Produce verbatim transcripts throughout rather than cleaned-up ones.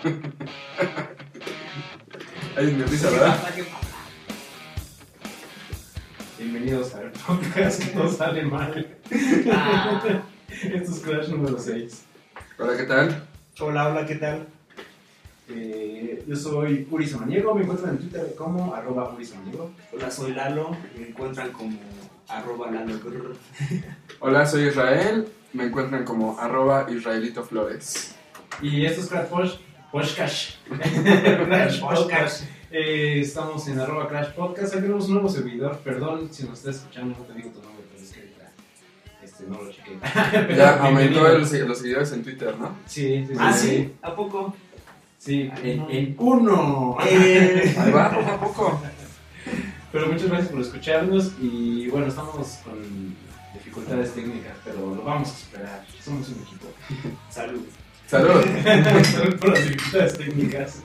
Alguien me risa, ¿verdad? Bienvenidos al podcast que no sale mal. Ah. Esto es Crash número seis. Hola, ¿qué tal? Hola, hola, ¿qué tal? Eh, yo soy Uri Samaniego, me encuentran en Twitter como arroba Uri Samaniego. Hola, soy Lalo, me encuentran como arroba Lalo. Hola, soy Israel, me encuentran como arroba Israelito Flores. Y esto es Crash Posh, Poshcash. Crash Podcast. Eh, estamos en arroba Crash Podcast. Aquí tenemos un nuevo servidor. Perdón si nos estás escuchando, no te digo tu nombre, pero es que ahorita este, no lo chequé. Ya aumentó el, los seguidores en Twitter, ¿no? Sí, sí, sí. Ah, sí. sí, ¿a poco? Sí, Ay, en, no. en uno. Eh, Ahí va, poco a poco. Pero muchas gracias por escucharnos y bueno, estamos con dificultades técnicas, pero lo vamos a superar. Somos un equipo. salud. Salud. Salud por las dificultades técnicas.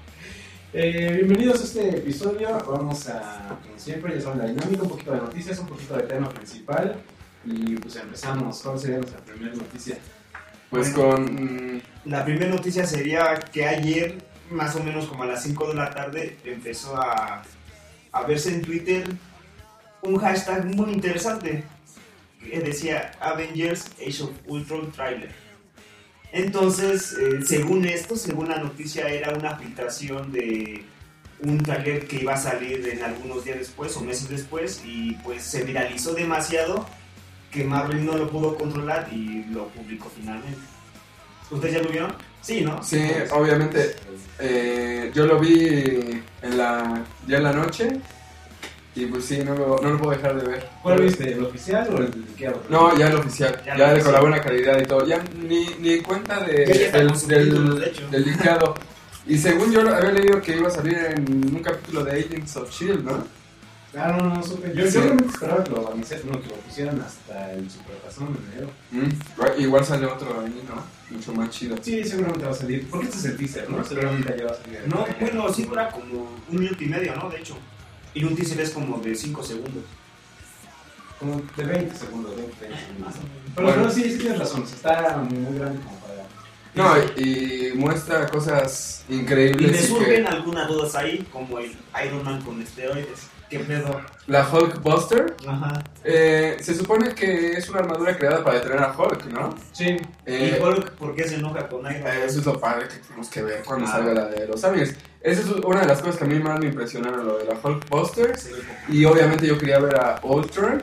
Eh, bienvenidos a este episodio. Vamos a, como siempre, ya saben la dinámica, un poquito de noticias, un poquito de tema principal. Y pues empezamos. ¿Cuál sería nuestra primera noticia? Pues Bueno. con... mm, La primera noticia sería que ayer, más o menos como a las cinco de la tarde, empezó a, a verse en Twitter un hashtag muy interesante que decía Avengers Age of Ultron Trailer. Entonces, eh, según esto, según la noticia, era una filtración de un trailer que iba a salir en algunos días después o meses después y pues se viralizó demasiado que Marvel no lo pudo controlar y lo publicó finalmente. ¿Ustedes ya lo vieron? Sí, ¿no? Sí, obviamente. Eh, yo lo vi en la, ya en la noche y pues sí, no lo, no lo puedo dejar de ver. ¿Cuál viste? ¿El oficial o el liqueado? No, ya el oficial, Ya ya, el de con la oficial. buena calidad y todo, ya ni, ni en cuenta de, Ya, ya está del, con subtítulos, del, de hecho. del liqueado. Y según yo había leído que iba a salir en un capítulo de Agents of S H I E L D, ¿no? Ah, no, no, supe. Yo, Sí. yo realmente esperaba que lo anunciaran, no, que lo pusieran hasta el supertazón en enero. Mm, igual sale otro ahí, ¿no? Mucho más chido. Sí, seguramente va a salir. Porque este es el teaser, ¿no? Seguramente ya va a salir. No, bueno, sí dura como un minuto y medio, ¿no? De hecho. Y un teaser es como de cinco segundos. Como de veinte segundos, veinte, veinte segundos. Pero, Bueno. pero sí, sí tienes razón. Está muy grande como para... No, y, y muestra cosas Y increíbles. me y surgen que algunas dudas ahí, como el Iron Man con esteroides. ¿Qué pedo? la Hulkbuster Ajá. eh, se supone que es una armadura creada para detener a Hulk, ¿no? Sí. Eh, ¿Y Hulk por qué se enoja con Iron Man? Eso es lo padre que tenemos que ver cuando Ah. salga la de los Avengers. Esa es una de las cosas que a mí más me impresionaron, lo de la Hulkbuster. Se ve como- Y obviamente yo quería ver a Ultron.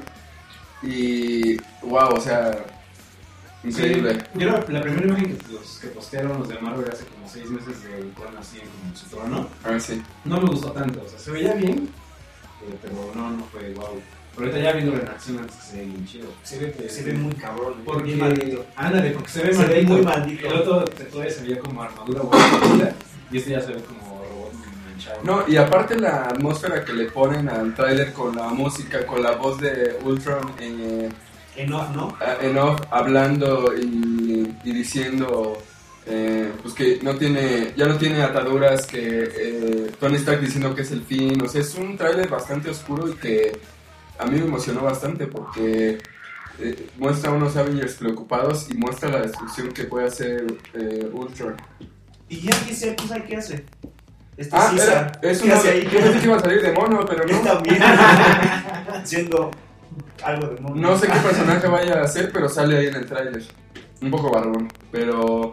Y wow, o sea, increíble. Sí. Yo la, la primera imagen que, los, que postearon los de Marvel hace como seis meses de Ultron así como en su trono, A ver si. no me gustó tanto. O sea, se veía bien, eh, pero no, no fue wow. Pero ahorita ya viendo en acción antes que se ve bien chido. Se ve, se ve muy cabrón. Porque, bien maldito. ándale, porque se ve Se ve maldito. muy maldito. El otro todavía se veía como armadura bonita y este ya se ve como robot manchado. No, y aparte la atmósfera que le ponen al tráiler con la música, con la voz de Ultron eh, En off, ¿no? en off, hablando y, y diciendo eh, pues que no tiene, ya no tiene ataduras, que eh, Tony Stark diciendo que es el fin. O sea, es un tráiler bastante oscuro y que a mí me emocionó bastante porque eh, muestra a unos Avengers preocupados y muestra la destrucción que puede hacer eh, Ultron. Y ya que sé, pues, ¿qué hace? Este Ah, César, era, es ¿qué uno hace de, ahí? yo pensé que iba a salir de mono, pero Él no. también siendo algo de mono. No sé qué personaje vaya a ser, pero sale ahí en el tráiler. Un poco barbón, pero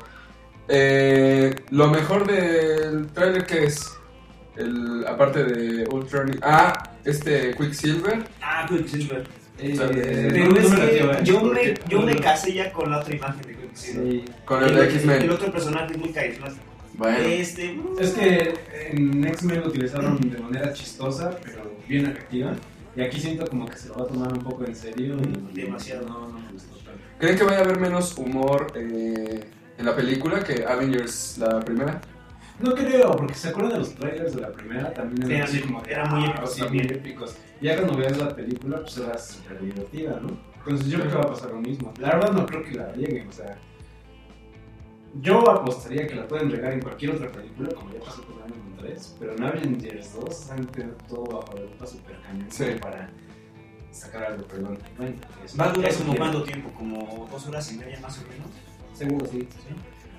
eh, lo mejor del tráiler que es el, aparte de Ultron, y- ah, este Quicksilver. Ah, Quicksilver. Eh, O sea, eh, Pero no- es no me que latió, ¿eh? yo, me, Porque- yo me casé ya con la otra imagen de Quicksilver. Sí. Con el de X-Men. El otro personaje es muy carismático. Bueno, Este. Es que en X-Men lo utilizaron de manera chistosa, pero bien efectiva. Y aquí siento como que se lo va a tomar un poco en serio y Demasiado. no, no me gustó tanto. ¿creen que vaya a haber menos humor eh, en la película que Avengers la primera? No creo, porque se acuerdan de los trailers de la primera, también eran Eran- así como eran muy épicos sí, también. muy épicos. Ya cuando veas la película, pues era súper divertida, ¿no? Entonces yo creo que va a pasar lo mismo. La verdad no creo que la rieguen, o sea... Yo apostaría que la pueden regar en cualquier otra película, como ya pasó con Iron Man tres, pero en Avengers dos han tenido todo bajo la lupa super cañón Sí. para sacar algo, perdón. Bueno, eso- Va a durar eso como quiero. cuánto tiempo, como dos horas y media más o menos. Seguro sí. ¿Sí?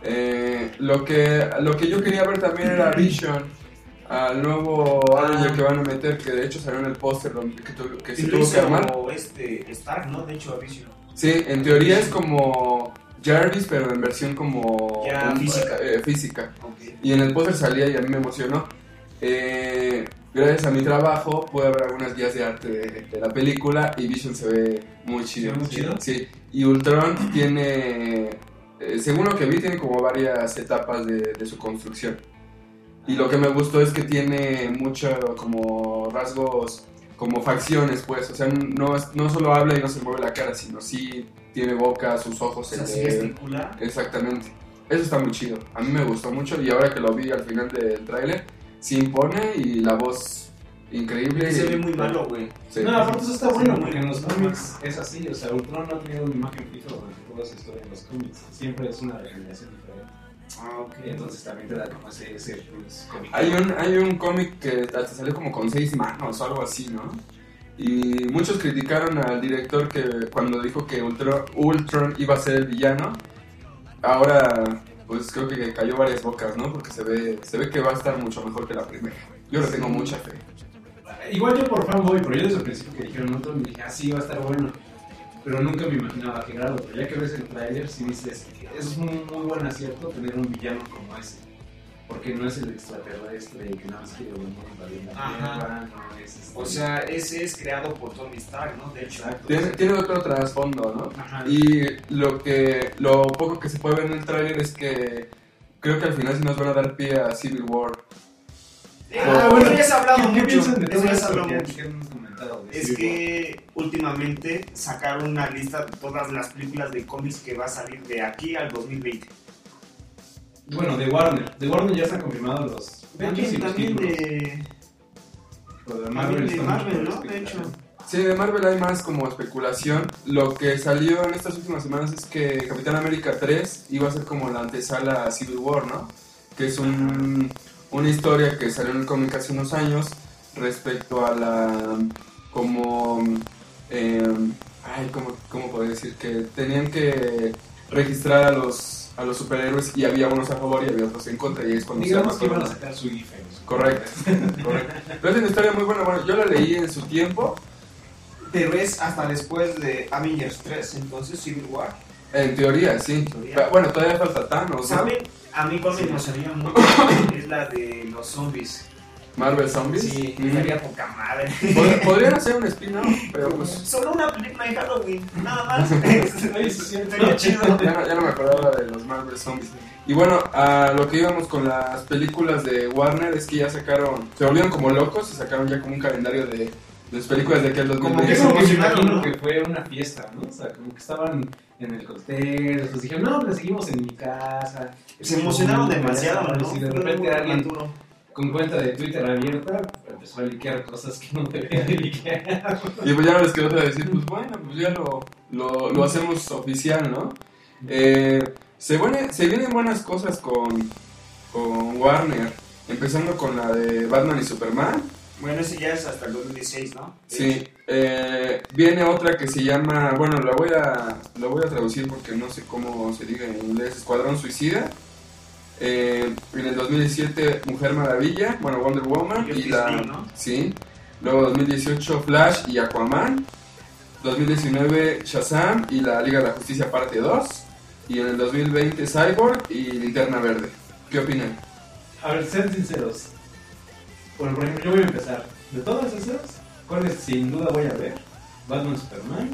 Eh, lo, que, lo que yo quería ver también era Vision, al nuevo Avenger que van a meter, que de hecho salió en el póster donde- que, tu- que se Y lo tuvo que armar. hizo este Stark, ¿no? De hecho, a Vision. Sí, en teoría es como Jarvis, pero en versión como Ya, un- física. eh, física. Ok. Y en el póster salía y a mí me emocionó. Eh, gracias a mi trabajo pude ver algunas guías de arte de, de la película y Vision se ve muy chido. ¿Se ve muy chido? Sí, y Ultron tiene, eh, según lo que vi, tiene como varias etapas de, de su construcción. Y lo que me gustó es que tiene mucho como rasgos, como facciones, pues. O sea, no, es- no solo habla y no se mueve la cara, sino sí tiene boca, sus ojos. O sea, el sí de- gesticula. Exactamente. Eso está muy chido. A mí me gustó mucho y ahora que lo vi al final del tráiler, sí impone y la voz increíble. Se ve muy malo, güey. Sí. No, aparte eso está bueno, Sí, porque en los sí. cómics es así, o sea, Ultron no ha tenido una imagen fija durante toda su historia en los cómics, siempre es una regeneración diferente. Ah, ok. Entonces también te da como ese, ese plus cómico. Hay un, hay un cómic que hasta salió como con seis manos o algo así, ¿no? Y muchos criticaron al director que cuando dijo que Ultron, Ultron iba a ser el villano. Ahora, pues creo que cayó varias bocas, ¿no? Porque se ve, se ve que va a estar mucho mejor que la primera. Yo le tengo mucha fe. Igual yo por fanboy, pero yo desde el principio que dijeron Ultron me dije, ah, sí, va a estar bueno. Pero nunca me imaginaba a qué grado, pero ya que ves el trailer, sí dices, es un muy buen acierto tener un villano como ese. Porque no es el extraterrestre que nada más quiere volver a invadir la Ajá. Tierra, no es este... O sea, ese es creado por Tony Stark, ¿no? De hecho. Exacto. Tiene, tiene otro trasfondo, ¿no? Ajá. Y lo que lo poco que se puede ver en el tráiler es que creo que al final sí nos van a dar pie a Civil War. Ah, bueno, ya se ha hablado ¿Qué, mucho. ¿Qué piensan de todo Eso ya se eso? habló ¿Qué- mucho. qué hemos comentado de Es Civil que últimamente sacaron una lista de todas las películas de cómics que va a salir de aquí al dos mil veinte. War? Bueno, de Warner. De Warner ya están confirmados los Avengers y También, los también títulos. de, Pero de también de están Marvel, mucho ¿no? por De hecho. especulación. Sí, de Marvel hay más como especulación. Lo que salió en estas últimas semanas es que Capitán América tres iba a ser como la antesala a Civil War, ¿no? Que es un, una historia que salió en el cómic hace unos años respecto a la... como... eh, ay, ¿cómo, ¿cómo puedo decir? Que tenían que registrar a los, a los superhéroes y había unos a favor y había otros en contra y ahí es cuando Digamos se que iban a arma sacar su I F E. Correcto, correcto. Pero es una historia muy buena. Bueno, yo la leí en su tiempo. Pero es hasta después de Avengers tres, entonces Civil War. En teoría, sí. En teoría. Pero, bueno, todavía falta Thanos, ¿no? ¿Saben? A mí cuál me emocionaría mucho es la de los zombies. Marvel Zombies. Sí, Mm. estaría poca madre. Pod- Podrían hacer un spin-off, pero pues Solo una película de Halloween, nada más. Oye, sí, es cierto. Estaría chido. ya no, ya no me acordaba de los Marvel Zombies. Y bueno, a lo que íbamos con las películas de Warner es que ya sacaron, se volvieron como locos y sacaron ya como un calendario de, de las películas de aquel dos mil Como que veinte. Eso me emocionaron, imagino ¿no? que fue una fiesta, ¿no? O sea, como que estaban en el cóctel, después dijeron, no, pues seguimos en mi casa. Se emocionaron demasiado, Ya ¿no? sabes, y de Fue repente muy alguien prematuro. con cuenta de Twitter abierta empezó a liquear cosas que no debía de liquear. Y pues ya no les quedó otra decir, pues bueno, pues ya lo, lo, lo hacemos oficial, ¿no? Eh, se, viene- se vienen buenas cosas con, con Warner, empezando con la de Batman y Superman. Bueno, ese ya es hasta el dos mil dieciséis, ¿no? Sí, eh, viene otra que se llama, bueno, la voy a, la voy a traducir porque no sé cómo se diga en inglés, Escuadrón Suicida. Eh, en el dos mil diecisiete Mujer Maravilla, bueno, Wonder Woman y Justice la, League, ¿no? sí. Luego dos mil dieciocho Flash y Aquaman. dos mil diecinueve Shazam y la Liga de la Justicia parte dos. Y en el dos mil veinte Cyborg y Linterna Verde. ¿Qué opinan? A ver, sean sinceros. Bueno, por ejemplo, yo voy a empezar. De todas esas, ¿cuáles sin duda voy a ver? Batman, Superman,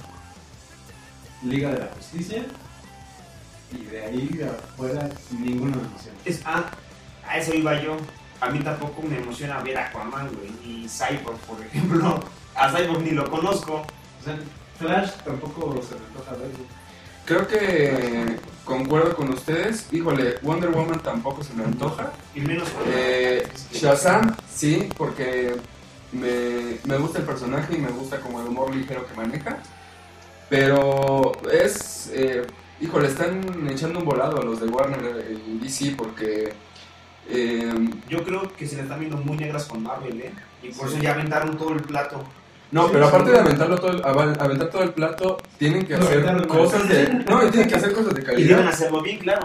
Liga de la Justicia, y de ahí de afuera ninguna me emociona. Es, ah, a eso iba yo. A mí tampoco me emociona ver a Aquaman, güey, ni Cyborg, por ejemplo. A Cyborg ni lo conozco. O sea, Flash tampoco se me antoja verlo. Creo que concuerdo con ustedes. Híjole, Wonder Woman tampoco se me antoja. Y menos con Eh, Shazam, sí, porque me, me gusta el personaje y me gusta como el humor ligero que maneja. Pero es, eh, híjole, están echando un volado a los de Warner y D C porque eh, Yo creo que se le están viendo muy negras con Marvel, ¿eh? Y por Sí. eso ya aventaron todo el plato. No, Sí, pero sí, aparte sí. de aventarlo todo el, aval- aventar todo el plato, tienen que No, hacer aventarlo cosas mal. de... No, y tienen que hacer cosas de Y deben calidad. hacerlo bien, claro.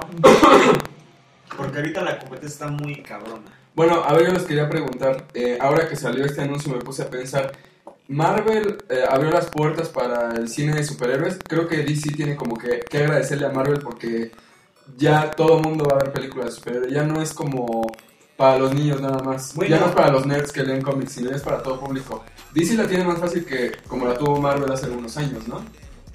Porque ahorita la competencia está muy cabrona. Bueno, a ver, yo les quería preguntar, eh, ahora que salió este anuncio me puse a pensar, Marvel eh, abrió las puertas para el cine de superhéroes, creo que D C tiene como que, que agradecerle a Marvel porque ya todo el mundo va a ver películas de superhéroes, ya no es como para los niños nada más, Bueno. ya no es para los nerds que leen cómics, sino es para todo público. D C la tiene más fácil que como la tuvo Marvel hace algunos años, ¿no?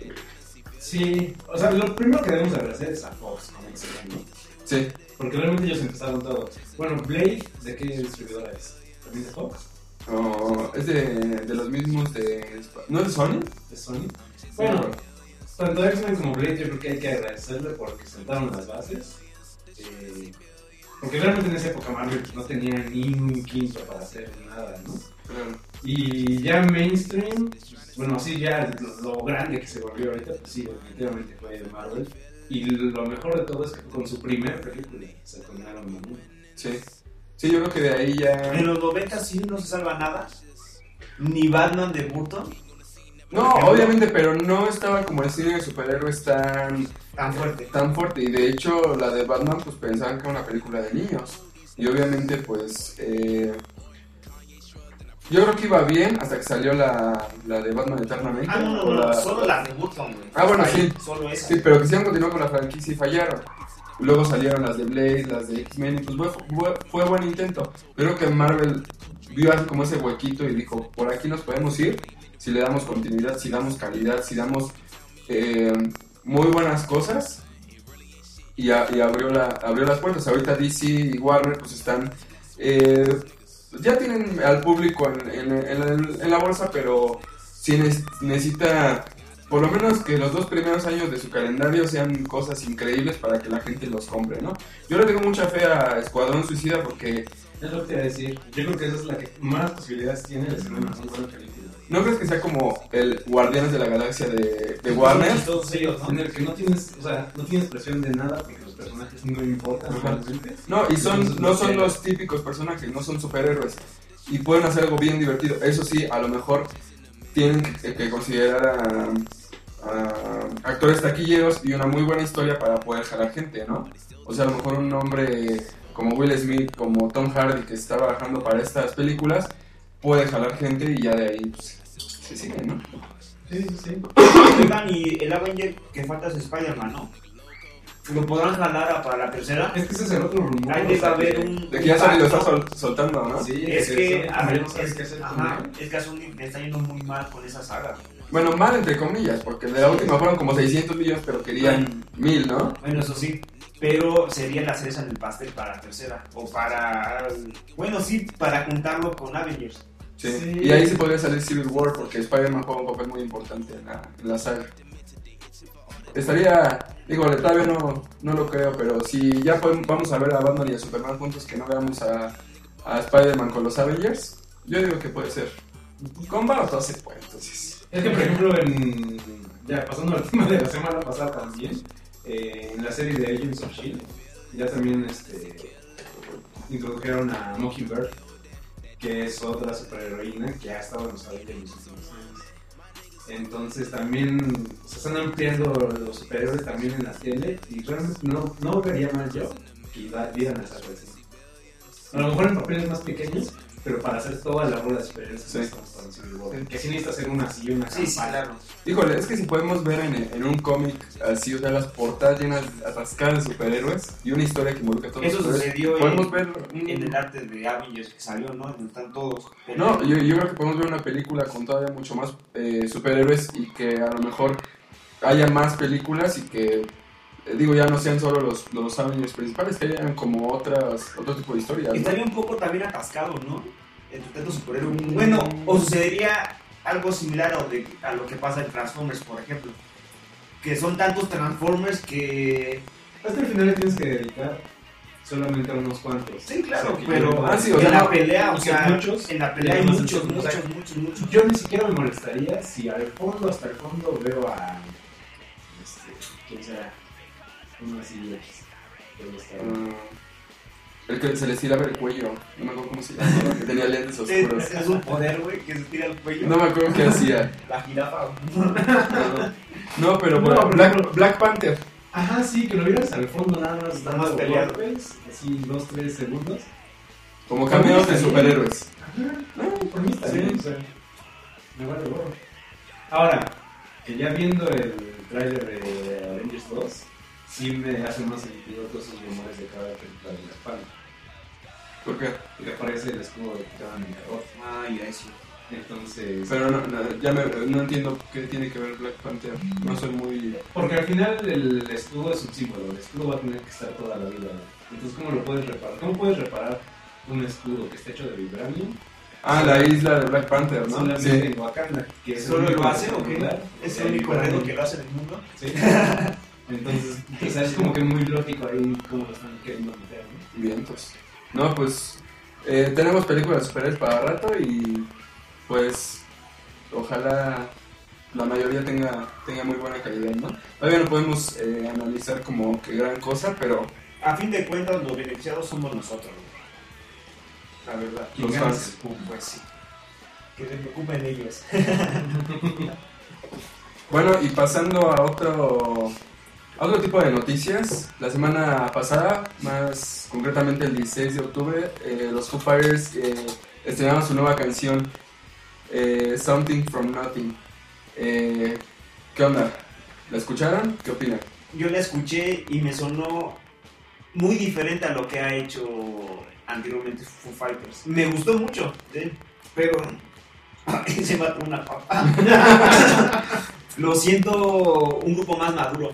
Sí, o sea, lo primero que debemos agradecer es a Fox, como excelente, ¿no? Sí. Porque realmente ellos empezaron todo. Bueno, Blade, ¿de qué distribuidora es? ¿También de Fox? Oh, es de, de los mismos de... ¿No es de Sony? ¿De Sony? Bueno, tanto X-Men como Blade yo creo que hay que agradecerle porque sentaron las bases. Eh, porque realmente en esa época Marvel no tenía ni un quinto para hacer nada, ¿no? Claro. Y ya mainstream, bueno, sí, ya lo, lo grande que se volvió ahorita, pues sí, definitivamente fue de Marvel. Y lo mejor de todo es que con su primer película se tornaron el mundo. Sí. Sí, yo creo que de ahí ya... En los noventa sí no se salva nada. Ni Batman de Burton. No, obviamente, pero no estaba como el cine de superhéroes tan, Tan fuerte. tan fuerte. Y de hecho, la de Batman, pues pensaban que era una película de niños. Y obviamente, pues... Eh, yo creo que iba bien hasta que salió la, la de Batman Eternamente. Ah, no, no, o no, la- solo las de Burton, güey. Ah, bueno, Hasta ahí, sí. Solo esa. Sí, pero quisieron continuar con la franquicia y fallaron. Luego salieron las de Blade, las de X-Men, y pues fue, fue, fue buen intento. Pero creo que Marvel vio así como ese huequito y dijo, por aquí nos podemos ir si le damos continuidad, si damos calidad, si damos eh, muy buenas cosas. Y, a, y abrió, la, abrió las puertas. Ahorita D C y Warner pues están... Eh, ya tienen al público en, en, en, en la bolsa, pero sí necesita... Por lo menos que los dos primeros años de su calendario sean cosas increíbles para que la gente los compre, ¿no? Yo le tengo mucha fe a Escuadrón Suicida porque... Es lo que te iba a decir. Yo creo que esa es la que más posibilidades tiene de ser una muy buena película. ¿No crees que sea como el Guardianes de la Galaxia de, de Warner? Y todos ellos, ¿no? En el que no tienes, o sea, no tienes presión de nada porque los personajes no importan Ajá. realmente. No, y son, Entonces, no no son sé. los típicos personajes, no son superhéroes. Y pueden hacer algo bien divertido. Eso sí, a lo mejor tienen que, que considerar a, a actores taquilleros y una muy buena historia para poder jalar gente, ¿no? O sea, a lo mejor un hombre como Will Smith, como Tom Hardy, que está trabajando para estas películas, puede jalar gente y ya de ahí pues, se sigue, ¿no? Sí, sí, sí. Oigan, y el Avenger que falta es Spider-Man, ¿no? ¿Lo podrán jalar a- para la tercera? Es que ese es el otro rumor. Ahí o debe sea, haber que- un... De que ya un Sony lo está pacto. sol- soltando, ¿no? Sí, Es que, Sony a ver, no sabe es, qué hacer con ajá, él. es que a Sony le está yendo muy mal con esa saga. Bueno, mal entre comillas, porque de la última fueron como seiscientos millones, pero querían mil, ¿no? Bueno, eso sí, pero sería la cereza en el pastel para la tercera. O para... Bueno, sí, para juntarlo con Avengers. Sí. Sí. Y ahí sí podría salir Civil War, porque Spider-Man juega un papel muy importante en la, en la saga. Estaría, digo, todavía no, no lo creo, pero si ya podemos- vamos a ver a Batman y a Superman juntos, que no veamos a, a Spider-Man con los Avengers, yo digo que puede ser. Con Batman todo se puede, entonces. Es que, por ejemplo, en. Ya pasando al tema de la semana pasada también, eh, en la serie de Agents of Shield, ya también este, introdujeron a Mockingbird, que es otra superheroína que ha estado en los Avengers en los últimos años. Entonces también se están ampliando los superhéroes también en la tele y realmente no, no vería mal yo que da- dieran esa versión. A lo mejor en papeles más pequeños, pero para hacer toda la bola de superhéroes que Sí. estamos con Civil War. Que sí necesita hacer una así, una Sí, sí, campaña. claro. Híjole, es que si podemos ver en, en un cómic así, o sea, las portadas llenas, atascadas de superhéroes y una historia que involucra a todos Eso los superhéroes, sucedió en, podemos ver un- en el arte de Avengers que salió, ¿no? Donde están todos. No, yo, yo creo que podemos ver una película con todavía mucho más eh, superhéroes y que a lo mejor haya más películas y que, eh, digo, ya no sean solo los, los Avengers principales, que hayan como otras, otro tipo de historias, ¿no? Estaría un poco también atascado, ¿no? Entre tantos superhéroes. Bueno, o sucedería algo similar a lo, de- a lo que pasa en Transformers, por ejemplo. Que son tantos Transformers que... Hasta el final le tienes que dedicar solamente a unos cuantos. Sí, claro, O sea, que pero yo- ah, sí, o en sea, la no, pelea, o porque sea, muchos- en la pelea hay además, muchos, o sea, muchos, muchos, muchos. Yo ni siquiera me molestaría si al fondo, hasta el fondo, veo a. Este, ¿quién será? Uno así. Pues, está bien. Mm, El que se le estiraba el cuello. No me acuerdo cómo se llama. Que tenía lentes oscuros. Es, es un poder, güey, que se tira el cuello. No me acuerdo qué hacía. La jirafa. No, no pero, No, bueno, pero- Black, Black Panther. Ajá, sí, que lo vieras al fondo nada más Nada más dando peleando. golpes, así dos, tres segundos. Como cameos de superhéroes. Ajá, por mí está Sí. bien, o sea, me vale gorro. Ahora, que ya viendo el tráiler de Avengers dos, sí me hace más sentido todos esos rumores de cada película de Black Panther. ¿Por qué? Porque aparece el escudo de Capitán América. Ah, ya eso. Entonces, Pero no, no, ya me, no entiendo qué tiene que ver Black Panther. No soy muy... porque al final el escudo es un símbolo, el escudo va a tener que estar toda la vida. Entonces, ¿cómo lo puedes reparar? ¿Cómo puedes reparar un escudo que está hecho de vibranium? Ah, la isla de Black Panther, ¿no? Solamente Sí. en Wakanda. Que es el ¿Solo único lo hace o qué? lugar ¿Es de el único vibranium. reino que lo hace en el mundo? Sí. Entonces, o sea, es como que muy lógico ahí cómo lo están queriendo meter, ¿no? Vientos. No, pues eh, tenemos películas de superhéroes para rato y pues ojalá la mayoría tenga, tenga muy buena calidad, ¿no? Todavía no podemos eh, analizar como que gran cosa, pero A fin de cuentas, los beneficiados somos nosotros, güey. La verdad. Los Quien gana fans. es el público. Pues sí. Que se preocupen ellos. bueno, y pasando a otro, a otro tipo de noticias, la semana pasada, más concretamente el dieciséis de octubre, eh, los Foo Fighters eh, estrenaron su nueva canción, eh, Something from Nothing. Eh, ¿Qué onda? ¿La escucharon? ¿Qué opinan? Yo la escuché y me sonó muy diferente a lo que ha hecho anteriormente Foo Fighters. Me gustó mucho, ¿sí? Pero se mató una papa. Lo siento un grupo más maduro.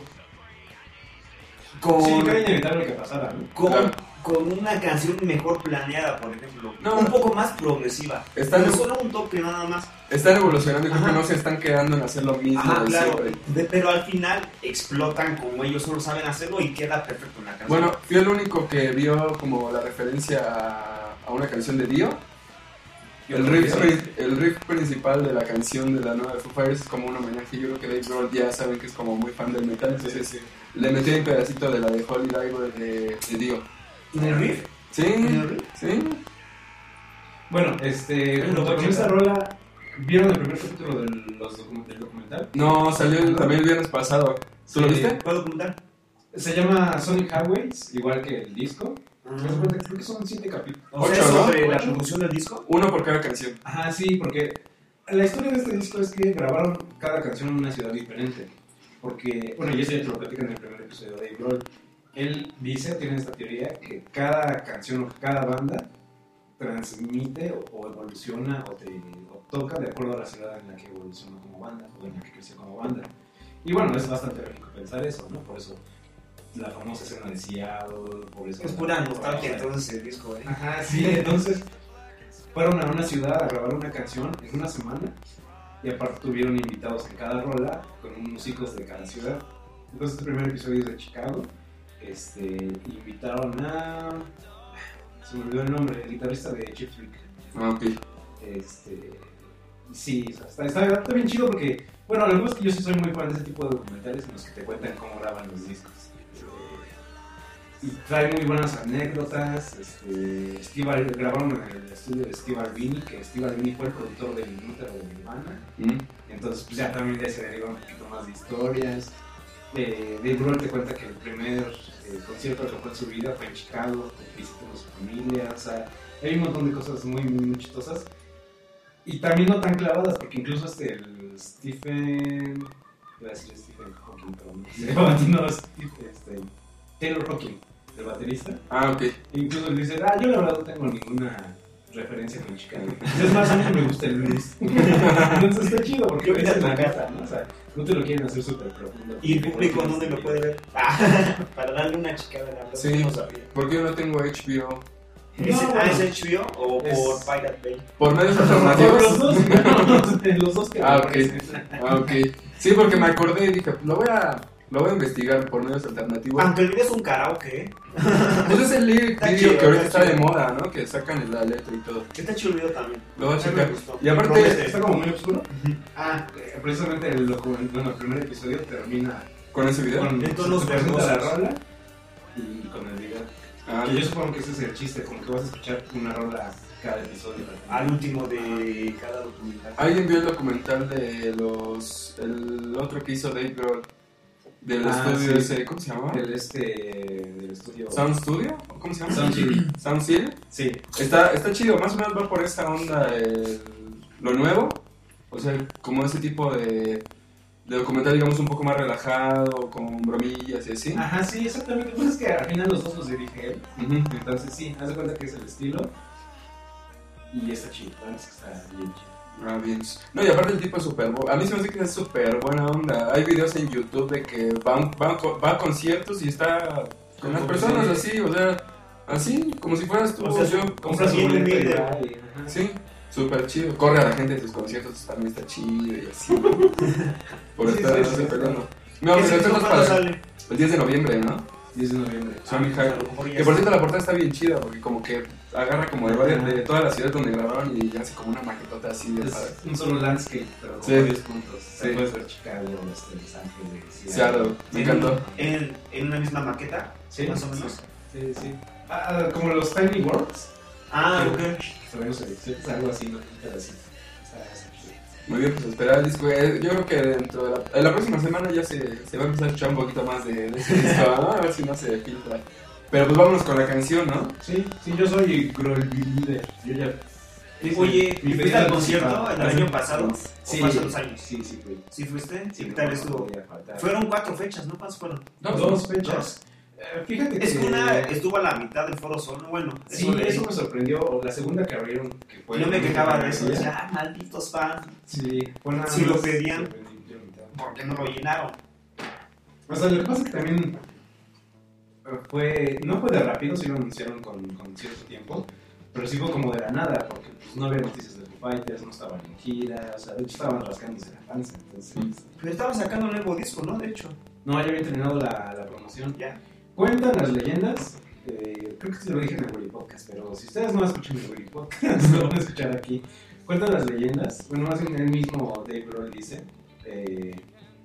Con, Sí, que era inevitable que pasara, ¿no? con, Claro. con una canción mejor planeada, por ejemplo. No. Un poco más progresiva. Están, No solo un toque nada más. están evolucionando y creo Ajá. que no se están quedando en hacer lo mismo Ajá, de claro. siempre. De- pero al final explotan como ellos solo saben hacerlo y queda perfecto en la canción. Bueno, fui el único que vio como la referencia a, a una canción de Dio. El riff, pri- el riff principal de la canción de la nueva de Foo Fighters es como un homenaje. Yo creo que Dave Grohl ya saben que es como muy fan del metal, entonces le metí un pedacito de la de Holy Diver de, de Dio. ¿En el riff? Sí, ¿En el riff? sí. Bueno, este, Lo junto con que- esta rola, ¿vieron el primer capítulo del, los docu- del documental? No, salió el- también el viernes pasado. ¿Tú lo Sí. viste? ¿Puedo preguntar? Se llama Sonic Highways, igual que el disco. Ah. Haz de cuenta que Creo que son siete capítulos. O sea, Ocho, ¿no? sobre la Ocho. producción del disco. Uno por cada canción. Ajá, sí, porque la historia de este disco es que grabaron cada canción en una ciudad diferente. Porque, bueno, y eso ya te lo platican en el primer episodio de Dave Grohl. Él dice, tiene esta teoría, que cada canción o cada banda transmite o, o evoluciona o, te, o toca de acuerdo a la ciudad en la que evolucionó como banda o en la que creció como banda. Y bueno, es bastante lógico pensar eso, ¿no? Por eso la famosa escena de Seattle, por eso... Es pura nostalgia entonces el disco, ¿eh? Ajá, sí, entonces fueron a una ciudad a grabar una canción en una semana y aparte tuvieron invitados en cada rola con músicos de cada ciudad. Entonces este primer episodio es de Chicago. Este, invitaron a... Se me olvidó el nombre, el guitarrista de Cheap Trick. Ah, ok. Este, sí, o sea, está, está, está bien chido porque, bueno, lo que pasa es que yo sí soy muy fan de ese tipo de documentales en los que te cuentan cómo graban los discos. Y trae muy buenas anécdotas. Este, Steve Al- grabaron en el estudio de Steve Albini, que Steve Albini fue el productor del Inútero de Nirvana. Mm. Entonces, pues ya también ya se deriva un poquito más de historias. Eh, Dave Grohl te cuenta que el primer eh, concierto que fue en su vida fue en Chicago, que visitó a su familia. O sea, hay un montón de cosas muy, muy, muy chistosas. Y también no tan clavadas, porque incluso este, el Stephen. Iba a decir Stephen Hawking, pero no sé. No, Steve- este, Taylor Hawking, el baterista. Ah, ok. Incluso le dice, ah, yo la verdad no tengo ninguna referencia con Chicago. Es más, a mí me gusta el blues. Entonces está chido porque Yo es mira en la tu casa, ¿no? O sea, no te lo quieren hacer súper profundo. ¿Y el público dónde lo puede ver? Para darle una chicada, la verdad, Sí. no sabía. ¿Por qué yo no tengo H B O? ¿Es, No, ah, bueno. ¿es H B O o Es- por Pirate Bay? ¿Por medios Por alternativos? los dos, no, los dos que Ah, me ok. parecen. Ah, ok. Sí, porque me acordé y dije, lo voy a, lo voy a investigar por medios alternativos. Aunque el video es un karaoke, ¿eh? Pues es el lyric Está video chido, que ahorita está está de chido. moda, ¿no? Que sacan la letra y todo. Está chido el video también. Lo voy a A mí me checar. gustó. Y aparte, Promete. Está como muy oscuro. Ah, eh, precisamente el, docu- bueno, el primer episodio termina con ese video. con En tonos se presenta la verdosos. rola y con el video. Ah, Que yo supongo que ese es el chiste, como que vas a escuchar una rola cada episodio. Al último de cada documental. ¿Alguien vio el documental de los... el otro que hizo Dave Grohl? Del Ah, estudio sí. ese, ¿cómo se llama? Del este, del estudio... ¿Sound Studio? ¿Cómo se llama? Sound City. ¿Sound City? Sí. Está, está chido, más o menos va por esa onda el- lo nuevo. O sea, como ese tipo de, de documental, digamos, un poco más relajado, con bromillas y así. Ajá, sí, exactamente. Pues es que al final los dos los dirige él. Ujú. Entonces sí, haz de cuenta que es el estilo. Y está chido, la verdad es que está bien chido. Ah, bien. No, y aparte el tipo es súper... bu- A mí se me hace que es súper buena onda. Hay videos en YouTube de que va, a un- va, a co- va a conciertos y está con las Como personas si- así, o sea, así, como si fueras tú O sea, o yo. Compras bien un boleto y humilde. va y- ajá. Sí, súper chido. Corre a la gente de sus conciertos, también está chido y así. Por Sí, estar sí, así sí. peleando. No, ¿Qué pero se esto hizo es cuando para sale? el diez de noviembre, ¿no? diez de noviembre. Sony Ah, a lo Hype. mejor ya Que por sé. cierto la portada está bien chida porque como que agarra como de varias de toda la ciudad donde grabaron y hace como una maquetota así de padre. Es un solo landscape, pero con Sí. varios puntos. O sea, Sí. puedes ver Chicago, este, Los Ángeles, Seattle, me encantó. En, en una misma maqueta, Sí, más o menos. Sí, sí. Ah, ah, como los Tiny Worlds. Ah, Sí. ok. Sabemos ediciones, algo así, ¿no? Un pedacito. O sea, es chido. Muy bien, pues esperar el disco. Eh, Yo creo que dentro de la, en la próxima semana ya se, se va a empezar a escuchar un poquito más de, de ese disco, ¿no? A ver si no se filtra. Pero pues vámonos con la canción, ¿no? Sí, sí, yo soy Grohl Believer. Yo ya. Oye, Mi ¿y fuiste pedido al concierto anticipado. el año pasado? Sí, ¿O fue hace dos años? Sí, sí, fui. ¿Sí fuiste? Sí, ¿Qué tal no estuvo? podía faltar. Fueron cuatro fechas, ¿no? ¿Cuántas fueron? Dos, Dos. fechas. Eh, fíjate que. Es que una estuvo a la mitad del Foro Sol, ¿no? Bueno, Sí, leí. eso me sorprendió. O la segunda que abrieron, que fue. Yo me quejaba de eso, Sí, decía, ah, malditos fans, Sí, fue nada Si más lo pedían. que vendí- ¿por qué no lo llenaron? O sea, lo que pasa es que también eh, fue, no fue de rápido, sí lo anunciaron con, con cierto tiempo, pero sí fue como de la nada, porque pues, no había noticias de Foo Fighters, no estaban en gira, o sea, de hecho estaban rascándose la panza, entonces... Mm. Pero estaban sacando un nuevo disco, ¿no? De hecho, No, ya había terminado la, la promoción. ya. Cuentan las leyendas, eh, creo que sí lo dije en el Willy Podcast, pero si ustedes no escuchan el Willy Podcast, lo van a escuchar aquí. Cuentan las leyendas, bueno, más bien el mismo Dave Grohl dice, eh,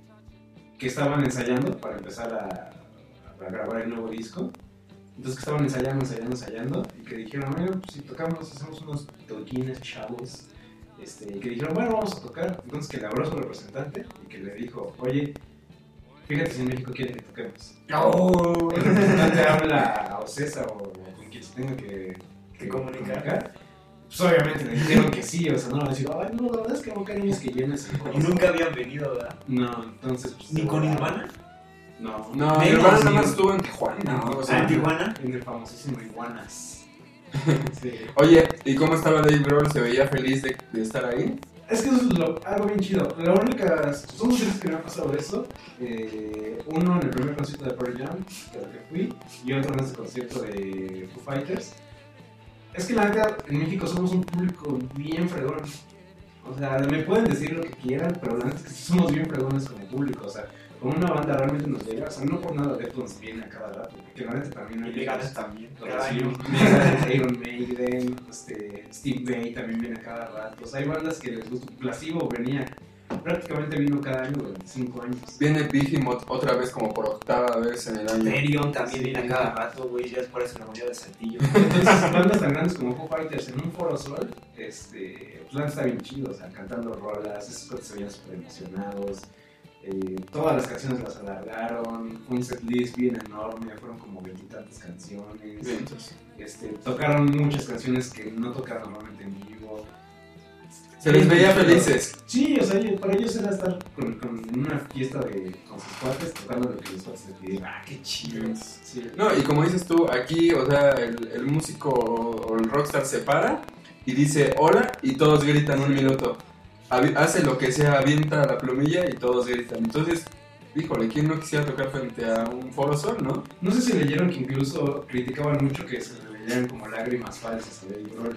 que estaban ensayando para empezar a, a grabar el nuevo disco. Entonces que estaban ensayando, ensayando, ensayando, y que dijeron, bueno, pues si tocamos, hacemos unos toquines, chavos, este, y que dijeron, bueno, vamos a tocar. Entonces que le habló a su representante y que le dijo, oye, fíjate si en México quieren que toquemos. ¡Oh! El representante habla a Ocesa o, o con quien se tenga que, Que comunicar. Pues obviamente le dijeron que sí, o sea, no van a decir, ay, no, la verdad es que no cariños que llenes. Y nunca habían venido, ¿verdad? No, entonces, pues. ¿Ni con Nirvana? No, No, mi Menos, hermano sí. nada más estuvo en Tijuana. O ¿Ah, sea, en Tijuana? En el famosísimo Iguanas. Sí. Oye, ¿y cómo estaba Dave Grohl? ¿Se veía feliz de, de estar ahí? Es que eso es lo, algo bien chido. La única. Son dos veces que me ha pasado eso. Eh, uno en el primer concierto de Pearl Jam, que al que fui, y otro en ese concierto de Foo Fighters. Es que la neta, en México somos un público bien fregón. O sea, me pueden decir lo que quieran, pero la neta es que sí somos bien fregones como público. O sea, con una banda realmente nos llega. O sea, no por nada Deftones viene a cada rato, porque la neta también hay. Y Megadeth también. Pero Cada sí, año. Megadeth, Iron Maiden, este, Steve Vai también viene a cada rato. O sea, hay bandas que les gusta. Placebo venía, prácticamente vino cada año durante cinco años. Viene Behemoth otra vez como por octava vez en el año. Therion también Sí. viene a cada rato, güey. Ya es por eso la moneda de Saltillo. Entonces, bandas tan grandes como Foo Fighters en un Foro Sol, este, pues la neta está bien chido, o sea, cantando rolas, esos coches se veían súper emocionados. Eh, todas las canciones las alargaron, fue un setlist bien enorme, fueron como veintitantas canciones. Bien, entonces, Este, tocaron muchas canciones que no tocaron normalmente en vivo. se les veía felices. Sí, o sea, para ellos era estar con, con una fiesta de, con sus cuates, tocando lo que los cuates les pidieron. Ah, qué chido. Sí. No, y como dices tú, aquí, o sea, el, el músico o el rockstar se para y dice hola y todos gritan un minuto. Avi- hace lo que sea, avienta la plumilla y todos gritan. Entonces, híjole, ¿quién no quisiera tocar frente a un Foro Sol, no? No sé si leyeron que incluso criticaban mucho que se le veían como lágrimas falsas a Dave Grohl.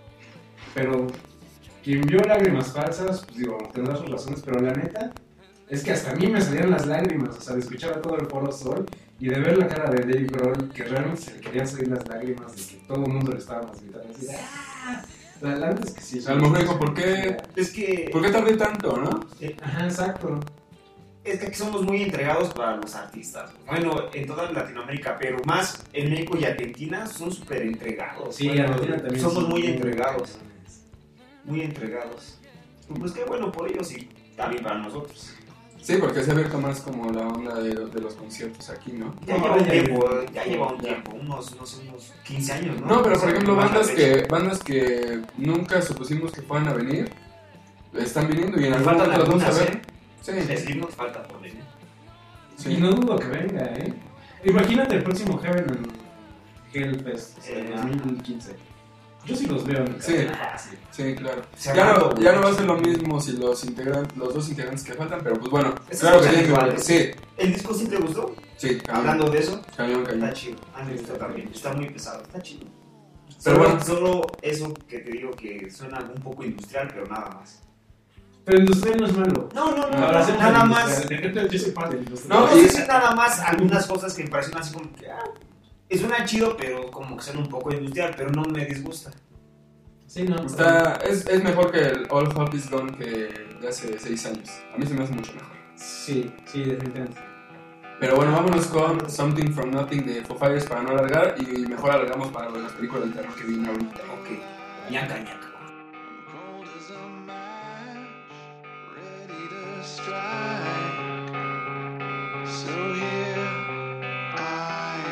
Pero quien vio lágrimas falsas, pues digo, tendrá sus razones, pero la neta es que hasta a mí me salieron las lágrimas, o sea, de escuchar a todo el Foro Sol y de ver la cara de Dave Grohl, que realmente se le querían salir las lágrimas de que todo el mundo le estaba más gritando así. ¡Ah! La, la neta es que sí. A lo mejor dijo, ¿por qué? Es que. ¿Por qué tardé tanto, no? Ajá, exacto. Es que aquí somos muy entregados para los artistas. Bueno, en toda Latinoamérica, pero más en México y Argentina son súper entregados. Sí, Bueno, Argentina también. somos sí, muy entregados. Muy entregados. Pues qué bueno por ellos y también para nosotros. Sí, porque se ha abierto más como la onda de, de los conciertos aquí, ¿no? Ya No, lleva un ya tiempo, lleva- ya lleva un ya. tiempo, unos, no sé, unos quince años, ¿no? No, pero por O sea, ejemplo, más la bandas fecha. que, bandas que nunca supusimos que fueran a venir, están viniendo y en Nos algún faltan momento los vamos a algunas, ver. ¿eh? Sí, Slipknot falta por venir. sí. Y no dudo que venga, ¿eh? Imagínate el próximo Heaven en Hellfest o sea, en Eh, dos mil quince. Yo sí los veo en el Sí. cartel fácil. Sí, claro. Ya Cerrando, no, ya no va a güey. ser lo mismo si los integran, los dos integrantes que faltan, pero pues bueno, Es claro que que tienen que igual, ver. ¿eh? Sí, ¿El disco sí te gustó? sí, cañón, Hablando de eso, cañón, cañón. está chido. A mí me gustó también. Está muy pesado, está chido. Pero Solo, bueno. solo eso que te digo que suena un poco industrial, pero nada más. Pero industrial no es malo. No, no, no, Ahora no, hacemos nada el más. industrial. De repente yo soy fan del industrial. No, No, no y- sé si nada más algunas cosas que me parecen así como que ah, suena chido, pero como que suena un poco industrial, pero no me disgusta. Sí, no. Está, es, es mejor que el All Hope Is Gone que de hace seis años. A mí se me hace mucho mejor. Sí, sí, definitivamente. Pero bueno, vámonos con Something From Nothing de Foo Fighters para no alargar y mejor alargamos para lo de las películas de terror que viene ahorita. Ok, ñaca, ñaca. Cold as a match, ready to strike. So here I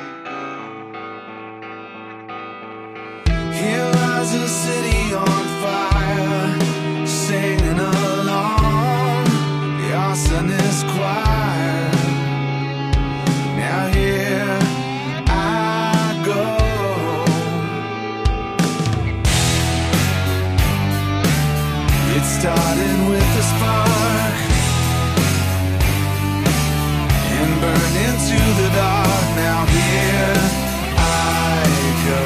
go. Here lies a city on fire, singing along the arsonist choir. Now here I go. It started with a spark and burned into the dark. Now here I go.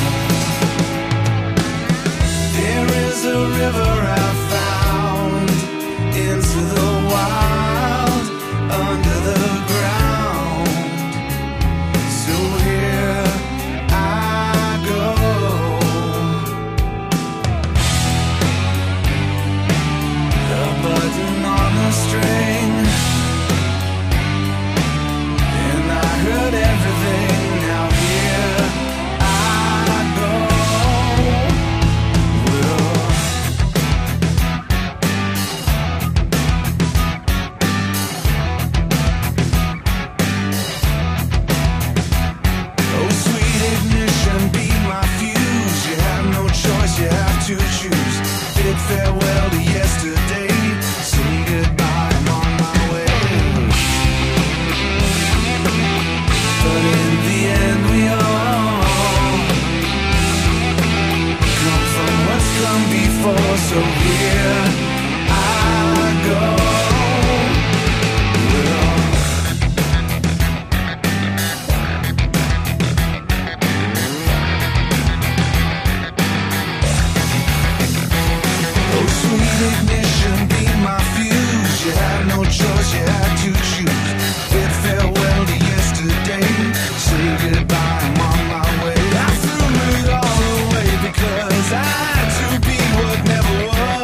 There is a river I found into the wild under the ground. So here I go. A button on the string, and I heard everything. Now here I go. Well, oh, sweet ignition, be my fuse. You have no choice, you have to choose. Bid farewell to yesterday. Say goodbye, I'm on my way. But in the end, we all come from what's come before. So here I go. Well, oh, sweet ignition, be my fuse. You had no choice, you had to choose. Bid farewell to yesterday. Say goodbye, I'm on my way. I threw it all away because I had to be what never was.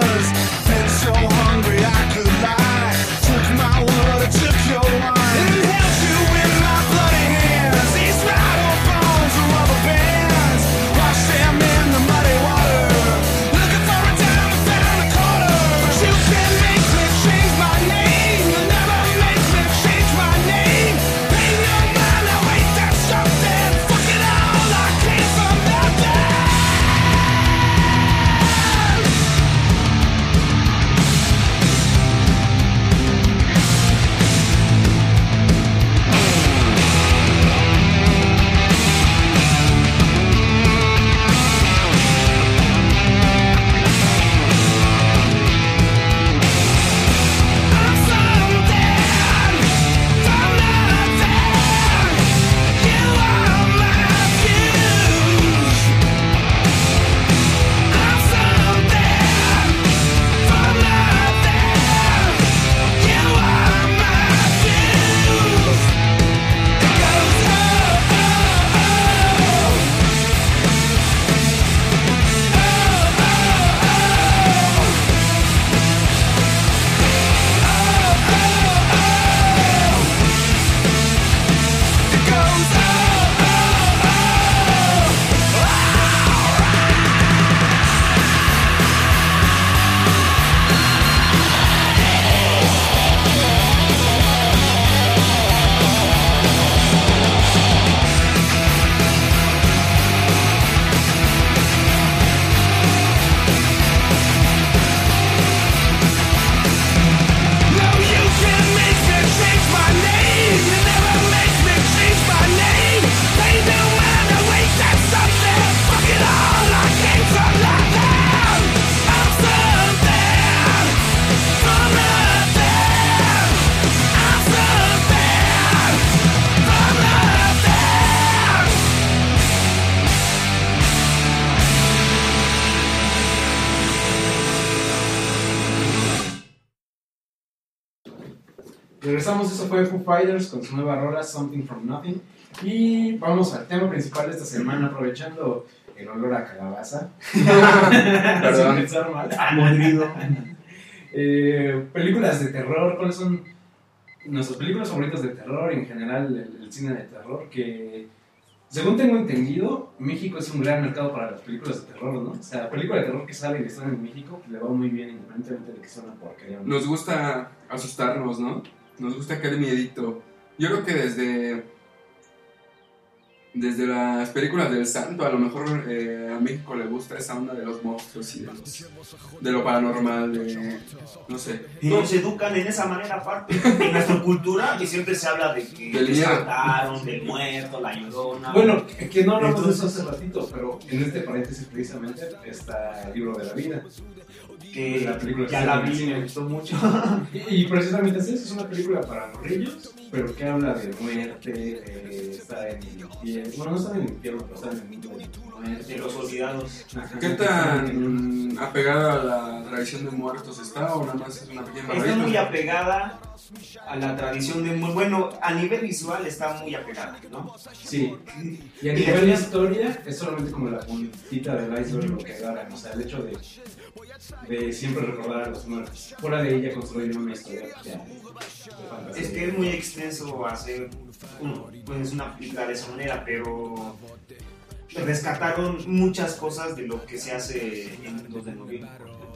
Regresamos, eso fue Foo Fighters con su nueva rola Something From Nothing. Y vamos al tema principal de esta semana, aprovechando el olor a calabaza. Perdón. Sin pensar mal. Podrido. Eh, películas de terror, ¿cuáles son nuestras películas favoritas de terror? En general, el, el cine de terror, que según tengo entendido, México es un gran mercado para las películas de terror, ¿no? O sea, la película de terror que sale y que están en México le va muy bien, independientemente de que sea una porquería. Nos gusta asustarnos, ¿no? Nos gusta caer miedito. Yo creo que desde desde las películas del Santo, a lo mejor eh, a México le gusta esa onda de los monstruos y de, los, de lo paranormal, de, no sé. Y nos educan en esa manera aparte. En nuestra cultura que siempre se habla de que Del miedo. mataron, del muerto, la llorona. Bueno, que no hablamos de Entonces- eso hace ratito, pero en este paréntesis precisamente está el libro de la vida. que la película ya que la está en el vi, cine. me gustó mucho. Y, y precisamente es eso, es una película para morrillos, pero que habla de muerte, de estar en el infierno. Bueno, no están en el infierno, pero están en el mundo de muerte. De los olvidados. Ajá. ¿Qué tan mm, apegada a la tradición de muertos está o nada más es una pequeña Está barrita? muy apegada a la tradición de muy bueno, a nivel visual está muy apegada, ¿no? Sí, y a Y nivel de después- historia es solamente como la puntita del iceberg lo que agarran, o sea, el hecho de, de siempre recordar a los muertos. Fuera de ella construir una historia ya, de fantasía. Es que es muy extenso hacer un- pues una película de esa manera, pero rescataron muchas cosas de lo que se hace en Mundos de Novela.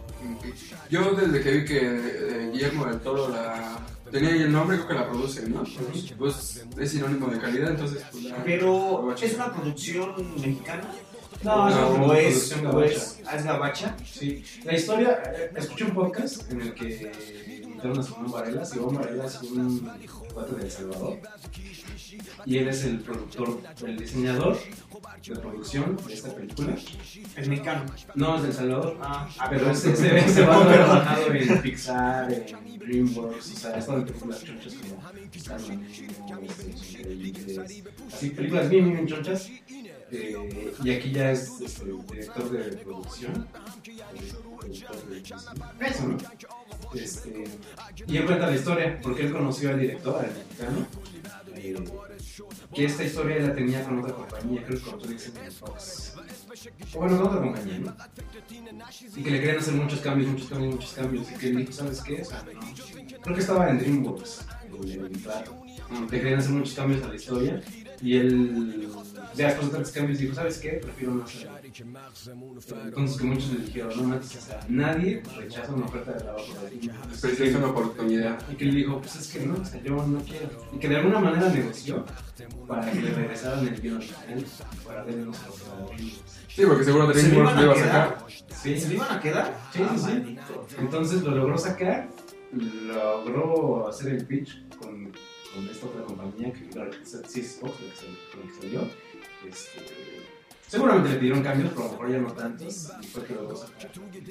Yo desde que vi que eh, Guillermo del Toro la tenía ahí el nombre, creo que la produce, ¿no? Pues es sinónimo de calidad, entonces pues la- Pero la es una producción mexicana. No, es No, una o es, producción o gabacha. es, es gabacha. Sí, la historia, eh, escuché un podcast en el que invitaron a Simón Varela. Simón Varela es un cuate de El Salvador y él es el productor, el diseñador de producción de esta película. Es mexicano. No, es de El Salvador. Ah, ah, Pero perdón. ese, ese, ese va No, perdón. trabajado en Pixar, en DreamWorks, o sea, ha estado en películas chonchas como Carmen, Los Increíbles, así películas bien, bien chonchas. Eh, y aquí ya es este, director de producción. eh, productor de eso, ¿no? Este, y él cuenta la historia, porque él conoció al director, al mexicano. eh, que esta historia él la tenía con otra compañía, creo que con Twix en Fox. O bueno, con otra compañía, ¿no? Y que le querían hacer muchos cambios, muchos cambios, muchos cambios. Y que él dijo, ¿sabes qué? O sea, no. Creo que estaba en DreamWorks, el, el trato. Le querían hacer muchos cambios a la historia. Y él, ya después de tantos cambios, dijo, ¿sabes qué? Prefiero no hacerlo. Entonces que muchos le dijeron, no manches, o sea, nadie rechaza una oferta de trabajo de DreamWorks. Pero es una oportunidad. Y que le dijo, pues es que no, o sea, yo no quiero. Y que de alguna manera negoció para que le regresaran el guión a él, para darle unos trabajadores. Sí, porque seguro ¿Se lo DreamWorks iban lo a iba a quedar? sacar. Sí, ¿Se lo iban a quedar? Sí, sí, Ah, sí. maldito. Entonces lo logró sacar, logró hacer el pitch con, con esta otra compañía que claro, sí es Fox, la que se- con la que salió. Este, seguramente le pidieron cambios, pero a lo mejor ya no tantos. Y fue que logró sacar.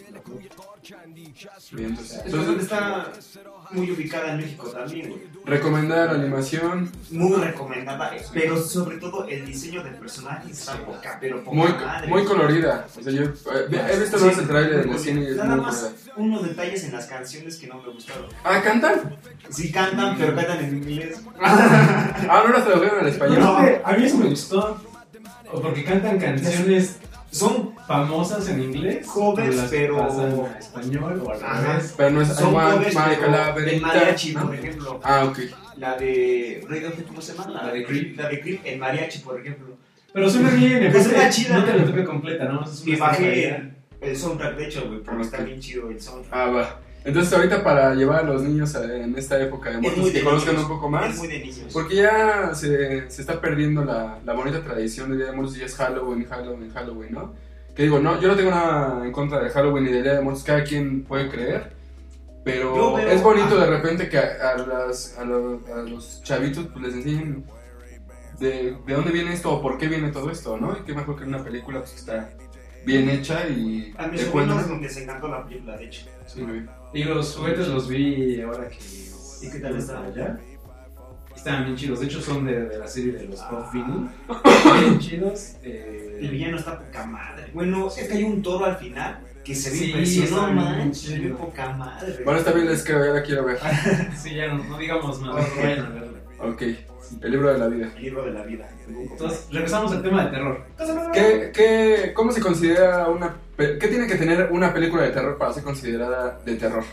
Bien, entonces, Entonces entonces, está muy ubicada en México también, güey. recomendar animación, Muy recomendada, pero sobre todo el diseño del personaje está poca, pero poca muy, madre. muy colorida. O sea, yo eh, he visto Sí, más el trailer muy de cine y es Nada muy más colorida. unos detalles en las canciones que no me gustaron. Ah, ¿cantan? Sí cantan, pero cantan en inglés. Ah, no las tradujeron al español. Pero es que a mí eso me gustó, porque cantan canciones Son, famosas en inglés, Covers, las pero- pasan a español o al Ajá. revés. Pero no es son I want covers, my pero de calaverita, mariachi, ¿no? por ejemplo. Ah, ok. La de Radiohead, ¿cómo se llama? La de Creep. La de Creep en mariachi, por ejemplo. Pero suena bien, en Pues parte, suena chida. no te la toque completa, ¿no? Es una Y bajé estrofa el, el soundtrack, de hecho, güey, porque Ok. está bien chido el soundtrack. Ah, va. Entonces ahorita para llevar a los niños a- en esta época de Es muertos muy que de conozcan niños. un poco Es más. muy de niños. Porque ya se, se está perdiendo la, la bonita tradición de Día de Muertos y ya es Halloween, Halloween, Halloween, ¿no? Que digo, no, yo no tengo nada en contra de Halloween ni de Día de Muertos, cada quien puede creer. Yo Pero veo- es bonito ah. de repente que a, a las, a, los, a los chavitos pues, les enseñen de, de dónde viene esto o por qué viene todo esto, ¿no? Y qué mejor que una película pues, que está bien hecha y A mis te cuenta. sobrinos les encantó la película, de hecho. Sí, güey. Y los juguetes los vi ahora que... ¿Y qué tal está? allá. Estaban bien chidos. De hecho, son de, de la serie de los Hot Vinny. Bien chidos. Eh... El villano está poca madre. Bueno, es que hay un toro al final que se ve Sí, impresionante. está No bien manches, se ve chido. poca madre. Bueno, esta vez les creo, ya la quiero ver. Sí, ya no, no digamos más. Vayan a verla. Ok, el libro de la vida. El libro de la vida. Entonces, regresamos al tema del terror. ¿Qué, qué, ¿Cómo se considera una... pe- ¿Qué tiene que tener una película de terror para ser considerada de terror?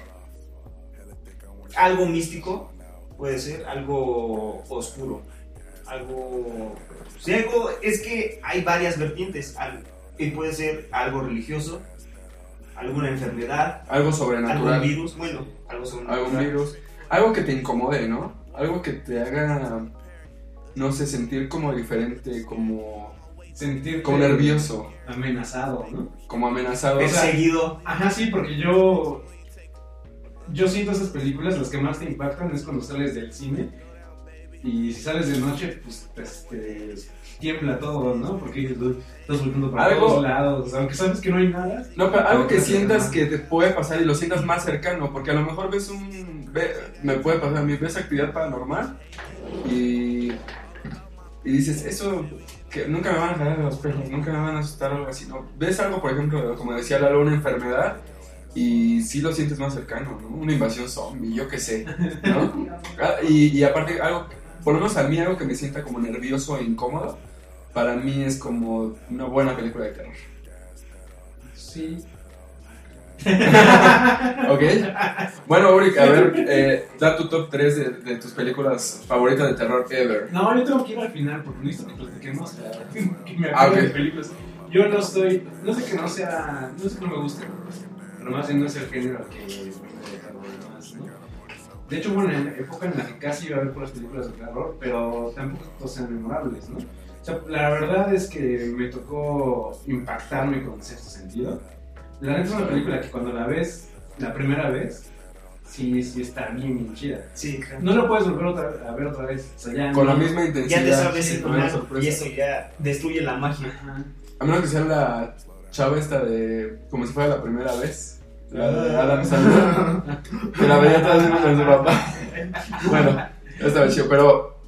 Algo místico, puede ser, algo oscuro, algo... Si algo, es que hay varias vertientes, al- y puede ser algo religioso, alguna enfermedad, Algo algún sobrenatural, virus, bueno, algo sobrenatural. algún virus, algo que te incomode, ¿no? Algo que te haga, no sé, sentir como diferente, como, Sentir como nervioso, amenazado, ¿no? como amenazado. Es sea, seguido. Ajá, sí, porque yo. Yo siento esas películas, las que más te impactan es cuando sales del cine. Y si sales de noche, pues te, te tiembla todo, ¿no? Porque estás volviendo para Algo- todos lados. Aunque sabes que no hay nada. No, pero algo que Pero- sientas que te puede pasar y lo sientas más cercano, porque a lo mejor ves un... ve- me puede pasar a mí, ves actividad paranormal y... Y dices, eso... que nunca me van a jalar los pelos, nunca me van a asustar o algo así, ¿no? Ves algo, por ejemplo, como decía Lalo, una enfermedad y sí lo sientes más cercano, ¿no? Una invasión zombie, yo qué sé, ¿no? Ah, y, y aparte, algo, por lo menos a mí, algo que me sienta como nervioso e incómodo, para mí es como una buena película de terror. Sí. ¿Ok? Bueno, Uric, a ver, eh, da tu top tres de, de tus películas favoritas de terror ever. No, yo tengo que ir al final porque necesito que platiquemos. Que me Ah, acuerdo ok. de películas. Yo no estoy. No sé que no sea. No sé que no me guste. Pero más bien no es el género al que me gusta más, ¿no? De hecho, bueno, en la época en la que casi iba a ver puras películas de terror, pero tampoco todas sean memorables, ¿no? O sea, la verdad es que me tocó impactarme con Sexto Sentido. La neta es una película que cuando la ves la primera vez, sí, sí está bien, bien chida. Sí, claro. No lo puedes volver otra, a ver otra vez. O sea, ya Con no- la misma intensidad. Ya te sabes sí, el con la final sorpresa. y eso ya destruye la magia. Ajá. A menos que sea la chava esta de... como si fuera la primera vez. La de Adam Sandler. Que la veía todas las con su papá. Bueno, estaba chido, pero...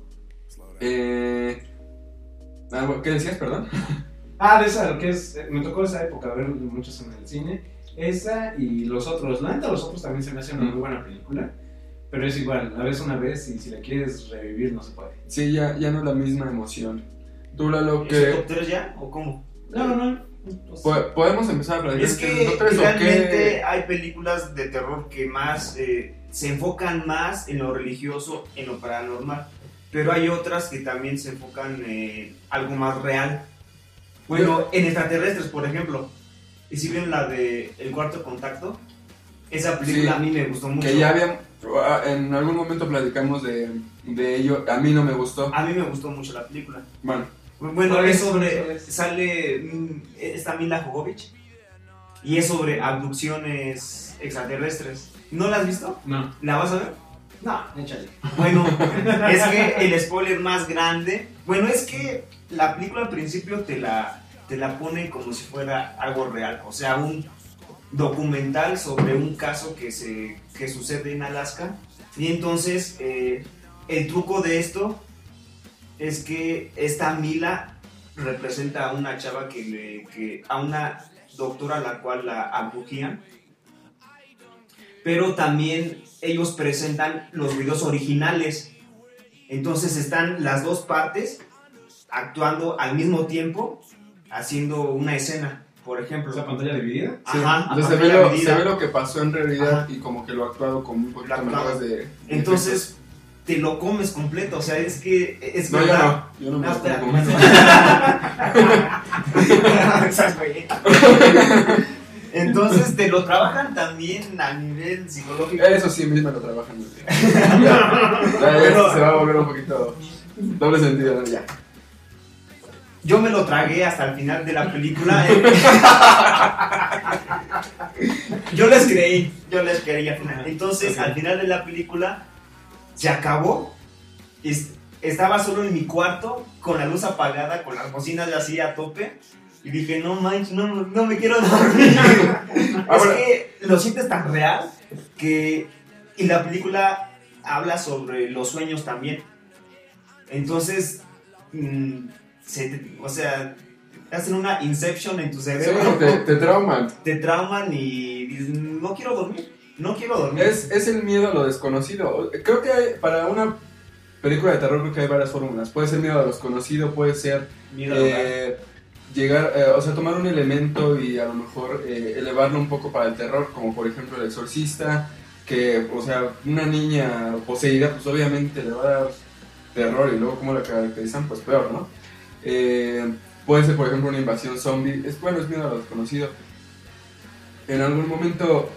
Eh, algo- ¿Qué decías, perdón? Ah, de esa, que es. eh, Me tocó esa época ver muchos en el cine. Esa y los otros. La neta, los otros también se me hacen una muy buena película. Pero es igual, la ves una vez y si la quieres revivir no se puede. Sí, ya, ya no es la misma emoción. Tú, Lalo, ¿Es que... top tres ya o cómo? No, no, no. Pues, po- ¿Podemos empezar a platicar? Es que ¿Top tres o realmente qué? hay películas de terror que más eh, se enfocan más en lo religioso, en lo paranormal, pero hay otras que también se enfocan en algo más real. Bueno, en extraterrestres, por ejemplo, y si ven la de El Cuarto Contacto, esa película Sí, a mí me gustó mucho. Que ya habían... En algún momento platicamos de, de ello. A mí no me gustó. A mí me gustó mucho la película. Bueno, Bueno, ¿Cuál es es? sobre. ¿Cuál es? Sale. mm, Esta Mila Jovovich. Y es sobre abducciones extraterrestres. ¿No la has visto? no, ¿La vas a ver? no, échale. Bueno, es que el spoiler más grande. Bueno, es que la película al principio te la, te la pone como si fuera algo real. O sea, un documental sobre un caso que, se, que sucede en Alaska. Y entonces, eh, el truco de esto es que esta Mila representa a una chava que, le, que a una doctora a la cual la abducían. Pero también ellos presentan los videos originales. Entonces están las dos partes actuando al mismo tiempo, haciendo una escena, por ejemplo. ¿Esa pantalla dividida? sí. Ajá, Entonces se, ve pantalla lo, dividida. se ve lo que pasó en realidad Ajá. y como que lo actuado con un poquito Lo actuado. más de, de Entonces te lo comes completo, o sea, es que es efectos. No, verdad. yo no. Yo no me No, lo espera, como. Esas güey. Entonces te lo trabajan también a nivel psicológico. Eso sí, mismo lo trabajan muy bien. Ya, ya, ya Pero- se va a volver un poquito doble sentido, ¿no? Ya. Yo me lo tragué hasta el final de la película. Yo les creí, yo les creí al final. Entonces, al final de la película, se acabó. Es- Estaba solo en mi cuarto, con la luz apagada, con las bocinas así a tope. Y dije, no manches, no, no me quiero dormir. Ah, Es bueno. que lo sientes tan real que... Y la película habla sobre los sueños también. Entonces, mmm, se te- o sea, hacen una inception en tu Sí, cerebro, te, te trauman. te trauman y dices, no quiero dormir, no quiero dormir. Es, es el miedo a lo desconocido. Creo que hay, para una película de terror creo que hay varias fórmulas. Puede ser miedo a lo desconocido, puede ser Miedo al lugar. eh, llegar, eh, o sea, tomar un elemento y a lo mejor eh, elevarlo un poco para el terror, como por ejemplo El Exorcista, que, o sea, una niña poseída, pues obviamente le va a dar terror y luego cómo la caracterizan, pues peor, ¿no? Eh, puede ser, por ejemplo, una invasión zombie. Es bueno, es miedo a lo desconocido. En algún momento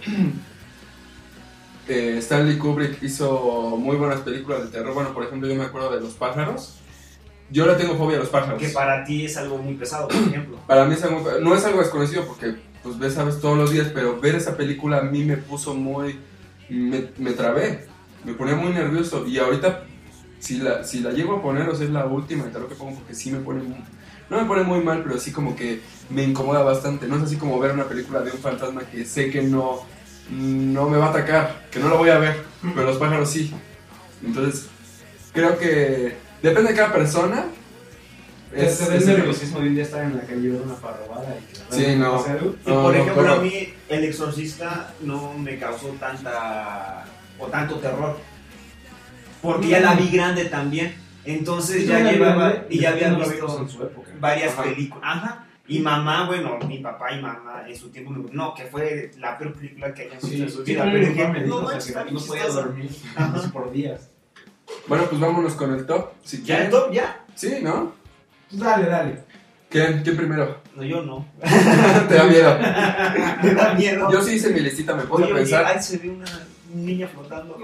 eh, Stanley Kubrick hizo muy buenas películas de terror. Bueno, por ejemplo, yo me acuerdo de Los pájaros. Yo le tengo fobia a los pájaros. Que para ti es algo muy pesado, por ejemplo. Para mí es algo, no es algo desconocido porque pues ves, sabes todos los días, pero ver esa película a mí me puso muy, me, me trabé, me ponía muy nervioso y ahorita si la, si la llego a poner, o sea, es la última de terror que pongo porque sí me pone muy, no me pone muy mal, pero sí como que me incomoda bastante. No es así como ver una película de un fantasma que sé que no, no me va a atacar, que no lo voy a ver, pero los pájaros sí. Entonces creo que depende de cada persona. Es, es el nerviosismo de un día estar en la calle y ver una parrobada y que Sí, realmente no. pase algo. Y No, por no, ejemplo, pero- a mí El Exorcista no me causó tanta o tanto terror. Porque ya la vi grande también. Entonces Sí, ya yo la vi llevaba grande, y ya había no la vimos visto en su época. varias Ajá. películas. Ajá. Y mamá, bueno, mi papá y mamá en su tiempo me dijeron, no, que fue la peor película que hayan visto Sí, en su sí, vida. también Pero mi papá dije, me dijo, no o sea, manches, que está bien no podía chistosa. dormir Ajá. por días. Bueno, pues vámonos con el top, si ¿Ya quieren. el top? ¿Ya? Sí, ¿no? Pues dale, dale. ¿Quién, ¿Quién primero? No, yo no. Te da miedo. Me da miedo. Yo sí hice mi listita, me puse Oye, a oye, pensar. ahí se ve una niña flotando.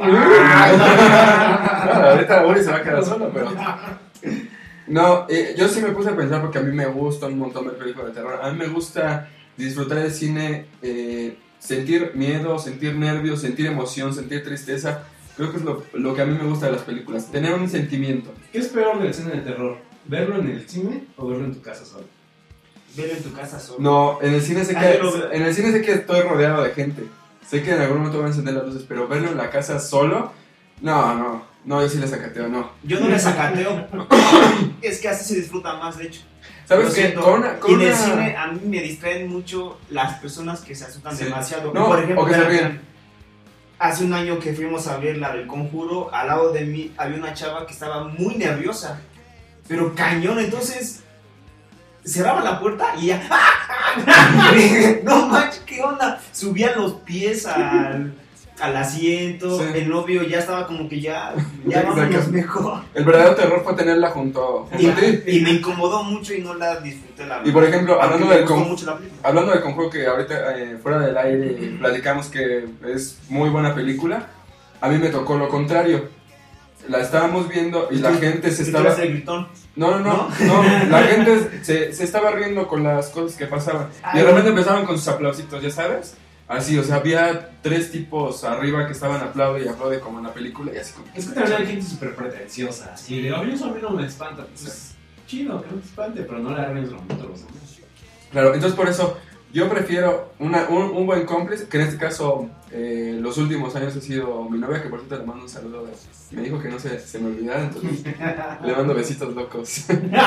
Ah, ahorita Uri se va a quedar solo, pero. No, eh, yo sí me puse a pensar porque a mí me gusta un montón ver películas de terror. A mí me gusta disfrutar del cine, eh, sentir miedo, sentir nervios, sentir emoción, sentir tristeza. Creo que es lo, lo que a mí me gusta de las películas, tener un sentimiento. ¿Qué es peor del cine de terror? ¿Verlo en el cine o verlo en tu casa solo? Velo en tu casa solo. No, en el cine sé Ah, que, yo lo veo. en el cine sé que estoy rodeado de gente. Sé que en algún momento voy a encender las luces, pero verlo en la casa solo, no, no, no, yo sí le sacateo, no. Yo no le sacateo. Es que así se disfruta más, de hecho. ¿Sabes Lo qué? siento. Con una, con Y en el una- cine a mí me distraen mucho las personas que se asustan Sí. demasiado. No, Por ejemplo, o que se vean, ríen. hace un año que fuimos a ver la del Conjuro, al lado de mí había una chava que estaba muy nerviosa, pero cañón, entonces cerraba la puerta y ya, no manches, ¿qué onda? Subía los pies al, al asiento, Sí. el novio ya estaba como que ya, ya Exacto. vámonos mejor. El verdadero terror fue tenerla junto, junto Y, a ti. y me incomodó mucho y no la disfruté, la verdad. Y por ejemplo, Aunque hablando me del, gustó con- mucho la película. hablando del conjuego que ahorita eh, fuera del aire platicamos que es muy buena película, a mí me tocó lo contrario. La estábamos viendo y la tú- gente se ¿Y tú estaba... eres el gritón? No, no, no, no, la gente se, se estaba riendo con las cosas que pasaban. Y de Ay. repente empezaron con sus aplausitos, ¿ya sabes? Así, o sea, había tres tipos arriba que estaban aplaude y aplaude como en la película y así como... Es que también hay gente súper pretenciosa. Así de, oye, eso a mí no me espanta. Pues, chido, que no te espante, pero no le arruines el momento a los demás. Claro, entonces por eso yo prefiero una, un, un buen cómplice, que en este caso eh, los últimos años ha sido mi novia, que por cierto le mando un saludo. de- me dijo que no se, se me olvidara, entonces le mando besitos locos.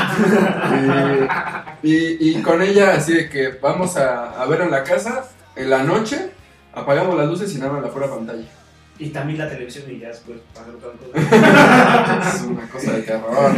y, y, y con ella así de que vamos a, a ver en la casa, en la noche, apagamos las luces y nada más la fuera pantalla. Y también la televisión y ya después pasar otra cosa. Es una cosa de terror.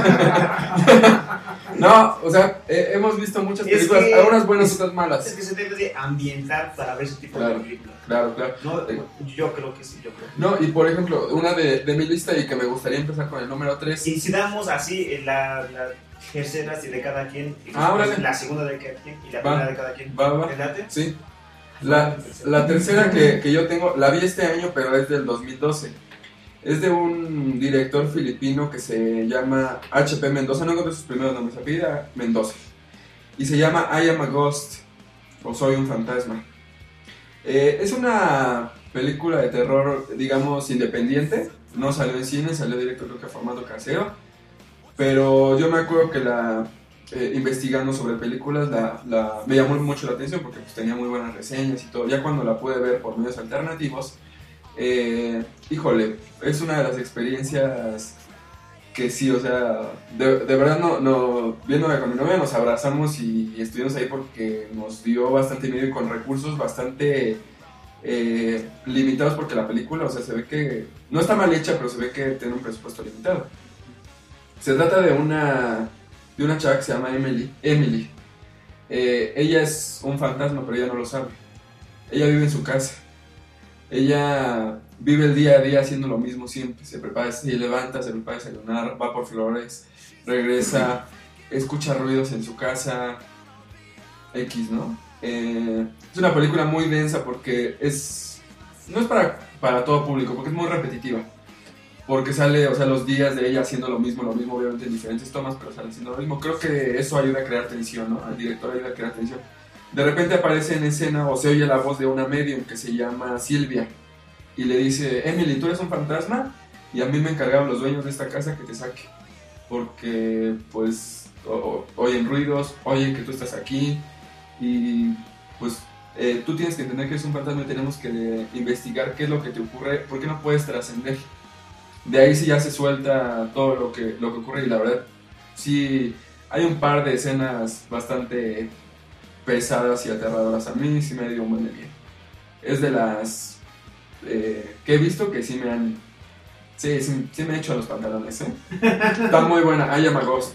No, o sea, eh, hemos visto muchas Es películas, que- algunas buenas, es- otras Es malas. que se debe de ambientar para ver ese tipo Claro. de películas. Claro, claro. No, yo creo que sí, yo creo. No, y por ejemplo, una de, de mi lista y que me gustaría empezar con el número tres. Y si damos así eh, la, la tercera así de cada quien, y Ah, después órale. la segunda de cada quien y la Va. primera de cada quien. Va, va. ¿Te late? Sí. La, la tercera que, que yo tengo, la vi este año, pero es del dos mil doce. Es de un director filipino que se llama H P Mendoza, no encontré sus primeros nombres, se apellida Mendoza. Y se llama I Am a Ghost, o Soy un fantasma. Eh, es una película de terror, digamos, independiente. No salió en cine, salió directo creo que a formato casero. Pero yo me acuerdo que la... Eh, investigando sobre películas la, la- me llamó mucho la atención porque pues, tenía muy buenas reseñas y todo. Ya cuando la pude ver por medios alternativos, eh, híjole, es una de las experiencias que sí, o sea, de, de verdad no, no, viéndola con mi novia nos abrazamos y, y estuvimos ahí porque nos dio bastante miedo y con recursos bastante eh, limitados, porque la película, o sea, se ve que no está mal hecha, pero se ve que tiene un presupuesto limitado. Se trata de una, de una chava que se llama Emily, Emily. Eh, ella es un fantasma, pero ella no lo sabe. Ella vive en su casa. Ella vive el día a día haciendo lo mismo siempre. Se prepara, se levanta, se prepara a desayunar, va por flores, regresa, escucha ruidos en su casa, X, ¿no? Eh, es una película muy densa porque es... No es para, para todo público, porque es muy repetitiva. Porque sale, o sea, los días de ella haciendo lo mismo, lo mismo, obviamente en diferentes tomas, pero sale haciendo lo mismo. Creo que eso ayuda a crear tensión, ¿no? Al director ayuda a crear tensión. De repente aparece en escena o se oye la voz de una medium que se llama Silvia y le dice: Emily, ¿tú eres un fantasma? Y a mí me encargaron los dueños de esta casa que te saque, porque pues o, o, oyen ruidos, oyen que tú estás aquí y pues eh, tú tienes que entender que eres un fantasma y tenemos que investigar qué es lo que te ocurre, por qué no puedes trascender. De ahí sí ya se suelta todo lo que, lo que ocurre y la verdad sí hay un par de escenas bastante pesadas y aterradoras. A mí sí me dio un buen de miedo. Es de las eh, que he visto que sí me han... Sí, sí, sí me he hecho a los pantalones, ¿eh? Está muy buena. I Am a Ghost.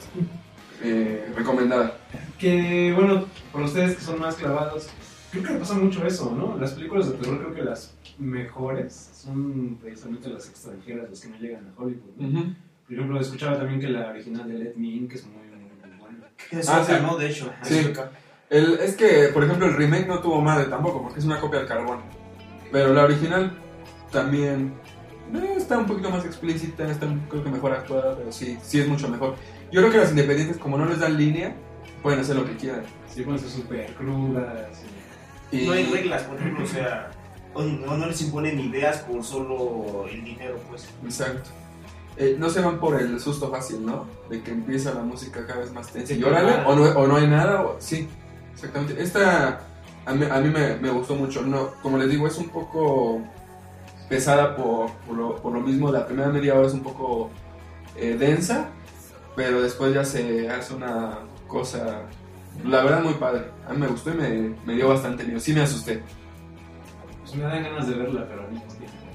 Eh, recomendada. Que bueno, para ustedes que son más clavados, creo que pasa mucho eso, ¿no? Las películas de terror creo que las mejores son precisamente las extranjeras, las que no llegan a Hollywood, ¿no? Uh-huh. Por ejemplo, escuchaba también que la original de Let Me In, que es muy, muy, muy buena. Que es ah, sí, ¿no? De hecho. Sí. El, es que, por ejemplo, el remake no tuvo madre tampoco, porque es una copia del carbón. Pero la original también eh, está un poquito más explícita, está creo que mejor actuada, pero sí, sí es mucho mejor. Yo creo que las independientes, como no les dan línea, pueden hacer lo que quieran. Sí, pueden ser súper crudas. Y... No hay reglas, por ejemplo, o sea, o no, no les imponen ideas por solo el dinero, pues. Exacto. Eh, no se van por el susto fácil, ¿no? De que empieza la música cada vez más tensa. Y órale, o no, o no hay nada, o... sí, exactamente. Esta a mí, a mí me, me gustó mucho. No, como les digo, es un poco pesada por, por, lo, por lo mismo. La primera media hora es un poco eh, densa, pero después ya se hace una cosa, la verdad, muy padre. A mí me gustó y me, me dio bastante miedo. Sí me asusté. Pues me dan ganas de verla, pero al mismo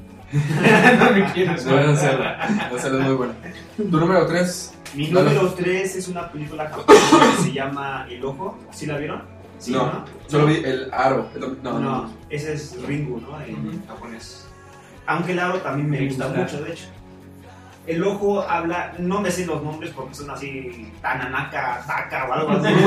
tiempo no me quiero no hacerla. Hacerla es muy buena. ¿Tu número tres? Mi número tres es una película japonesa que se llama El Ojo. ¿Sí la vieron? ¿Sí, no, no, solo vi El Aro. No, no, no, ese es Ringu, ¿no? En uh-huh. japonés. Aunque El Aro también me gusta mucho, de hecho. El Ojo habla, no me sé los nombres porque son así, Tananaka, Taka o algo así.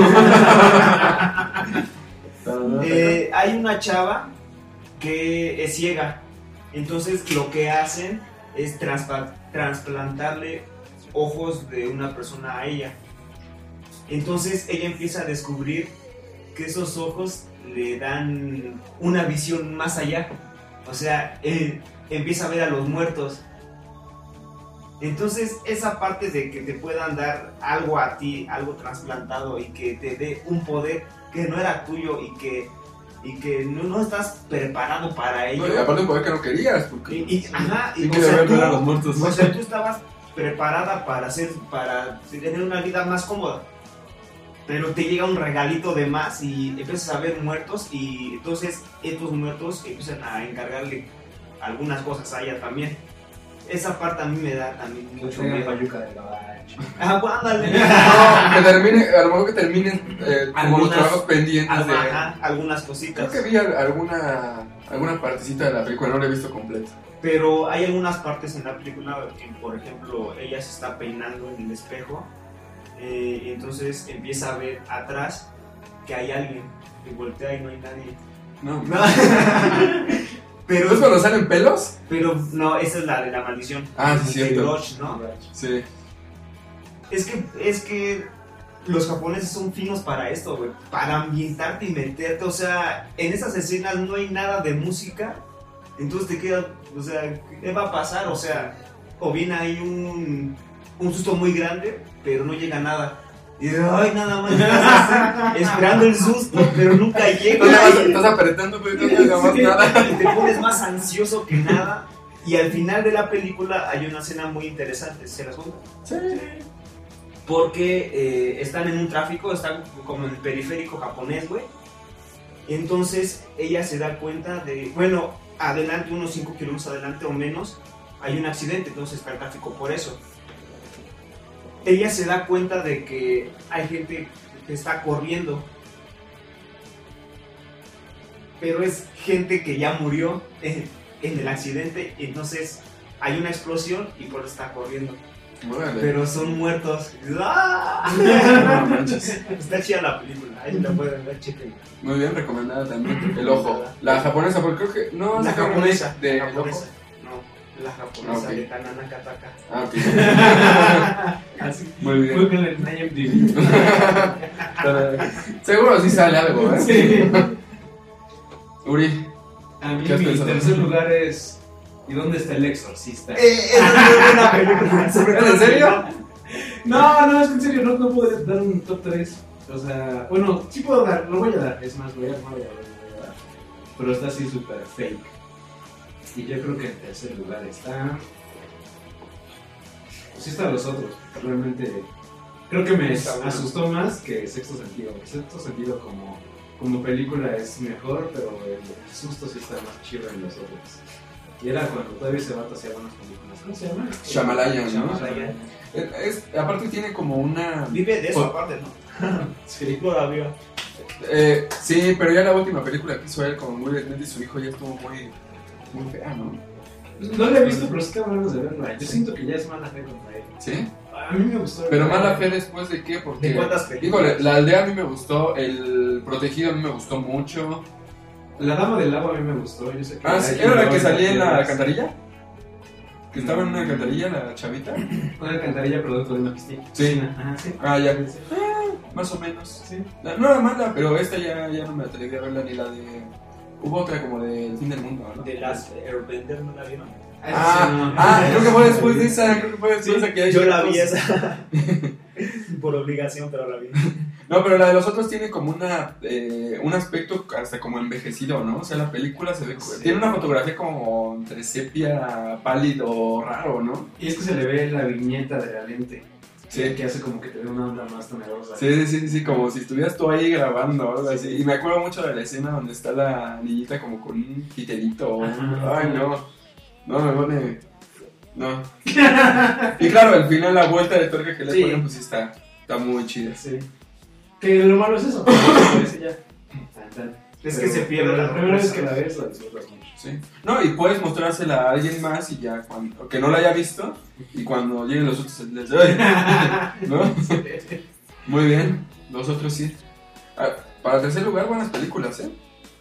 eh, hay una chava que es ciega, entonces lo que hacen es transpa- trasplantarle ojos de una persona a ella. Entonces ella empieza a descubrir que esos ojos le dan una visión más allá, o sea, eh, empieza a ver a los muertos. Entonces esa parte de que te puedan dar algo a ti, algo trasplantado y que te dé un poder que no era tuyo y que, y que no, no estás preparado para ello. No, y aparte un poder que no querías. Porque y, y, ajá, y, y o, sea, tú, a los muertos. O sea, tú estabas preparada para, hacer, para tener una vida más cómoda. Pero te llega un regalito de más y empiezas a ver muertos y entonces estos muertos empiezan a encargarle algunas cosas a ella también. Esa parte a mí me da también mucho miedo. Payuca de gabacho. Ah, bueno, ándale. No, que termine, a lo mejor que terminen eh, como los trabajos pendientes ajá, de... Ajá, algunas cositas. Creo que vi alguna, alguna partecita de la película, no la he visto completa. Pero hay algunas partes en la película que, por ejemplo, ella se está peinando en el espejo. Eh, y entonces empieza a ver atrás que hay alguien. Y voltea y no hay nadie. No, no. Pero ¿no es cuando salen pelos? Pero no, esa es la de la maldición. Ah, sí, cierto. Lodge, ¿no? Sí. Es que, es que los japoneses son finos para esto, güey. Para ambientarte y meterte. O sea, en esas escenas no hay nada de música. Entonces te queda, o sea, ¿qué va a pasar? O sea, o bien hay un, un susto muy grande, pero no llega nada. Y de, ay, nada más estás esperando el susto, pero nunca llega. Estás, estás apretando, pero no llega más nada. Y te pones más ansioso que nada. Y al final de la película hay una escena muy interesante, ¿se las cuento? Sí. Porque eh, están en un tráfico, están como en el periférico japonés, güey. Y entonces ella se da cuenta de, bueno, adelante, unos cinco kilómetros adelante o menos, hay un accidente, entonces está el tráfico por eso. Ella se da cuenta de que hay gente que está corriendo, pero es gente que ya murió en, en el accidente, y entonces hay una explosión y por eso está corriendo. Órale. Pero son muertos. ¡Ah! No manches. Está chida la película, ahí la pueden ver, chequen. Muy bien, recomendada también. El ojo. La japonesa, porque creo que. No, La sacaron japonesa, de la El Ojo. japonesa. No, la japonesa Ok. de Tanana Kataka. Ah, ok. Así. Muy bien. Google en I M D B. Seguro sí sale algo, ¿eh? Sí. Uri. A mí ¿Qué has mi pensado? tercer lugar es ¿y dónde está el exorcista? Eh, es una buena película. sobre todo ¿En serio? No, no, es que en serio, no, no puedo dar un top tres. O sea, bueno, sí puedo dar, lo voy a dar. Es más, voy a, no voy a dar, lo voy a dar. Pero está así súper fake. Y yo creo que en tercer lugar está... Pues sí están los otros, porque realmente creo que me Está bueno. asustó más que Sexto Sentido. Sexto Sentido como, como película es mejor, pero el susto sí está más chido en los otros. Y era cuando todavía ese vato hacía buenas películas. ¿Cómo se llama? Shyamalan, ¿no? Shyamalan. Es, es- aparte tiene como una... Vive de eso Pues- aparte, ¿no? Sí. No la vio. Eh, sí, pero ya la última película que hizo él con Will Smith y su hijo ya estuvo muy, muy fea, ¿no? No la he visto, pero sí tengo ganas de verla. Yo siento que ya es mala fe contra él. ¿Sí? A mí me gustó. Pero mala fe después de qué, porque... ¿De cuántas películas? Híjole, La Aldea a mí me gustó, El Protegido a mí me gustó mucho. La Dama del Agua a mí me gustó. Yo sé que Ah, sí, hay ¿era la que dos salía en la piedras. alcantarilla? ¿Que estaba en una alcantarilla la chavita? Una alcantarilla producto de una piscina. Sí. Ajá, sí. Ah, ya. Sí. Más o menos. Sí. La- no era mala, pero esta ya, ya no me atreví a verla, ni la de... Hubo otra como de El Fin del Mundo, ¿no? De las Airbender, ¿no la vieron? Ah, ah, creo que fue después de esa, creo que fue después de esa que hay Yo la otros- vi esa. Por obligación, pero la vi. No, pero la de los otros tiene como una eh, un aspecto hasta como envejecido, ¿no? O sea, la película se ve Sí. tiene una fotografía como entre sepia, pálido, raro, ¿no? Y es que se le ve la viñeta de la lente. Sí. Que hace como que te dé una onda más temerosa. Sí, sí, sí, como si estuvieras tú ahí grabando o algo así. Y me acuerdo mucho de la escena donde está la niñita como con un titerito. o un- Ajá. Ay, no. No, me pone... No. Y claro, al final la vuelta de tuerca que le Sí. ponen, pues sí está, está muy chida. Sí. Que lo malo es eso. Porque se parece ya. Tan, tan. Es Pero- que se pierde pero la la primera vez sorpresa. que la ves la disfrutas mucho. Sí. No, y puedes mostrársela a alguien más y ya cuando que no la haya visto y cuando lleguen los otros les ¡ay! ¿No? Muy bien, los otros sí. Ah, para tercer lugar, buenas películas, ¿eh?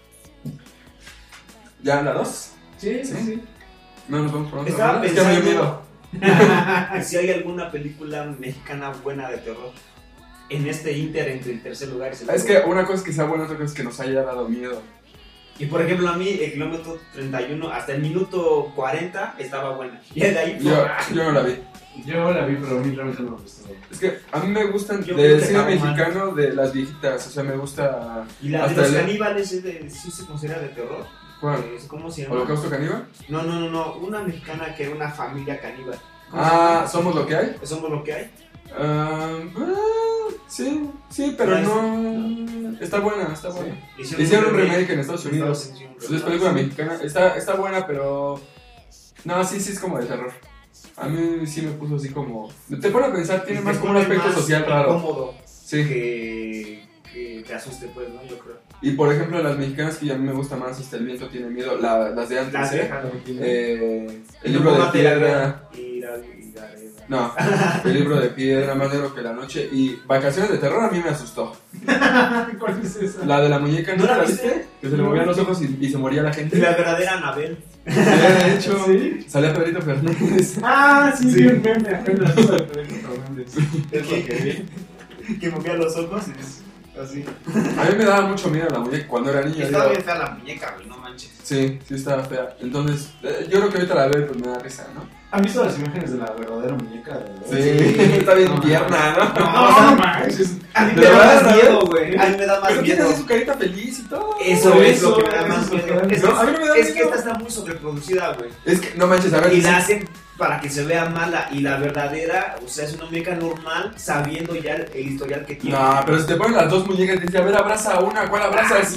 ¿Ya la dos? Sí, sí, ¿Sí? sí. No, nos vamos por otra. Estaba ¿no? Es que me dio pensando- miedo. Si hay alguna película mexicana buena de terror en este inter entre el tercer lugar y el segundo. Es que una cosa es que sea buena, otra cosa es que nos haya dado miedo. Y por ejemplo, a mí el kilómetro treinta y uno hasta el minuto cuarenta estaba buena. Y de ahí Yo, yo no la vi. Yo la vi, pero a mí realmente no me gustó. Es que a mí me gustan Yo creo del que cine acabó mal. mexicano de las viejitas. O sea, me gusta. Y la de hasta los el- caníbales es de, sí se considera de terror. ¿Cuál? Eh, ¿Cómo se llama? ¿Holocausto Caníbal? No, no, no, no, una mexicana que era una familia caníbal. ¿Cómo Ah, ¿Somos lo que hay? se llama? ¿Somos lo que hay? Ah, ah, sí, sí, pero no. Está buena, está buena. Hicieron un remake en Estados Unidos. Estados Es película mexicana. Está, está buena, pero. No, sí, sí es como de terror. A mí sí me puso así como. Te pone a pensar, tiene Y más te como un pone aspecto más social raro. Incómodo Sí. que, que te asuste, pues, ¿no? Yo creo. Y por ejemplo, las mexicanas que a mí me gusta más, hasta El Viento Tiene Miedo, la- las de antes, Las ¿eh? viejas. Eh, El No libro de mate la piedra. guerra. Y la- y la- No, El libro de piedra, Más negro que la noche. Y Vacaciones de terror a mí me asustó. ¿Cuál es esa? La de la muñeca, ¿no ¿No la la viste? viste? Que se le movían los ojos y, y se moría la gente. Y la verdadera Anabel. Sí, de hecho, ¿Sí? salía Pedrito Fernández. Ah, sí, Sí. vi un meme apenas de Pedro Fernández. Es lo que vi. Que movía los ojos y es así. A mí me daba mucho miedo la muñeca cuando era niño. Estaba digo, bien fea la muñeca, güey, no manches. Sí, sí estaba fea. Entonces, eh, yo creo que ahorita la veo y pues me da risa, ¿no? ¿Han visto las imágenes de la verdadera muñeca? De Sí, está bien No, tierna, ¿no? No, no manches. A mí ¿De me da verdad, más miedo, güey. a mí me da más Pero tiene miedo. así su carita feliz y todo. Eso Por es eso, lo que me da eso más es lo que miedo. da Es, miedo. A mí no me da es que miedo. esta está muy sobreproducida, güey. Es que, no manches, a ver. Y sí. la hacen para que se vea mala. Y la verdadera, o sea, es una muñeca normal, sabiendo ya el, el historial que tiene. No, pero si te ponen las dos muñecas y te dicen, a ver, abraza a una, ¿cuál abrazas?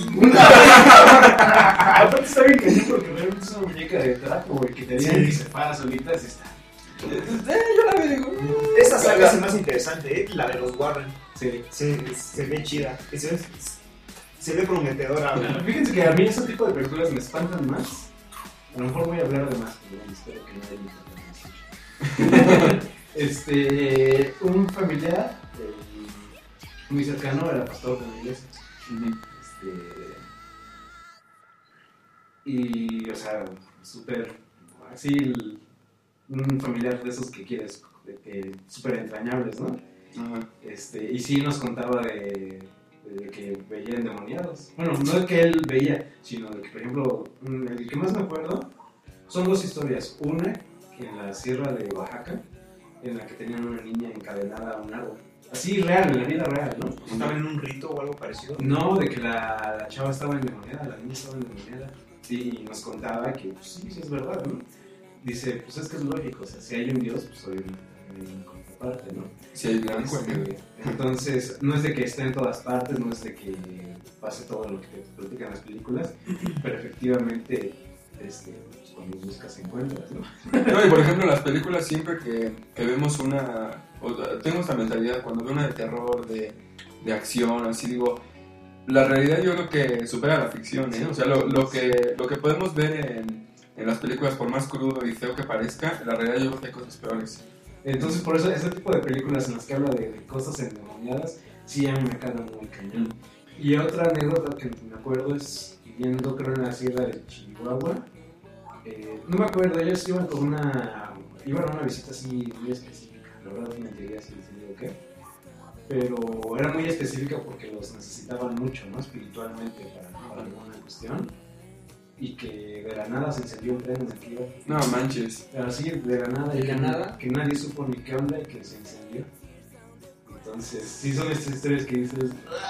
Aparte está bien cañón porque realmente es una muñeca de trapo, güey, que te digan Sí. que se para solita, así está. Eh, yo la veo y digo, mm. Esa saga es más interesante, ¿eh? La de los Warren. Sí. Se, se ve chida. Se, se ve prometedora, güey. Fíjense que a mí ese tipo de películas me espantan más. A lo mejor voy a hablar de más, pero bueno, espero que no haya ningún Este, un familiar eh, muy cercano era pastor de la iglesia. Este, y, o sea, súper, así, el- un familiar de esos que quieres, de que súper entrañables, ¿no? Ajá. Este, y sí nos contaba de, de que veía endemoniados. Bueno, no de que él veía, sino de que, por ejemplo, mm, el que más me acuerdo son dos historias. Una en la sierra de Oaxaca, en la que tenían una niña encadenada a un árbol. Así real, en la vida real, ¿no? ¿Estaban en un rito o algo parecido? No, de que la, la chava estaba endemoniada, la niña estaba endemoniada. Sí, y nos contaba que, pues sí, sí es verdad, ¿no? Dice, pues es que es lógico, o sea, si hay un Dios, pues obviamente también hay una contraparte, ¿no? Si hay blanco, Este, güey. entonces, no es de que esté en todas partes, no es de que pase todo lo que te platican las películas, pero efectivamente, este, pues, cuando buscas encuentras, ¿no? No, y por ejemplo, las películas siempre que, que vemos una... o- tengo esta mentalidad, cuando veo una de terror, de, de acción, así digo... La realidad yo creo que supera la ficción, ¿eh? O sea, lo, lo, que, lo que podemos ver en, en las películas, por más crudo y feo que parezca, la realidad yo creo que hay cosas peores. Entonces, por eso, ese tipo de películas en las que habla de, de cosas endemoniadas, sí, a mí me calan muy cañón. Y otra anécdota que me acuerdo es viendo, creo, en la sierra de Chihuahua. Eh, no me acuerdo, ellos iban con una. Iban a una visita así muy específica. La verdad, me llegué así, si digo qué. Pero era muy específica porque los necesitaban mucho, ¿no? Espiritualmente para, para alguna cuestión. Y que de la nada se encendió un tren en el que iba. No manches. Así, de la nada. ¿De y la que- nada? Que nadie supo ni qué onda y que se encendió. Entonces, sí son estas historias que dices.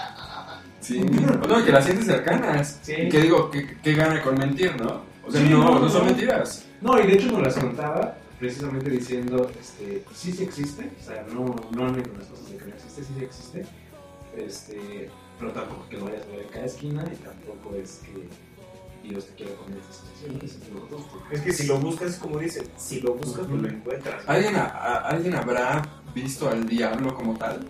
Sí. O no, que las sientes cercanas. Sí. Y que digo, ¿qué, qué gana con mentir, no? O sea, Sí, no, no, no son no. mentiras. No, y de hecho nos las contaba precisamente diciendo, este, sí, sí existe. O sea, no, no anden con las cosas de que no existe, sí, sí existe. Este, pero tampoco que lo vayas a ver en cada esquina y tampoco es que Dios te quiera poner en esta situación. ¿No? Es entre los dos, porque- Es que si lo buscas, como dice, si lo buscas, pues lo encuentras. ¿Alguien, a- a- ¿Alguien habrá visto al diablo como tal?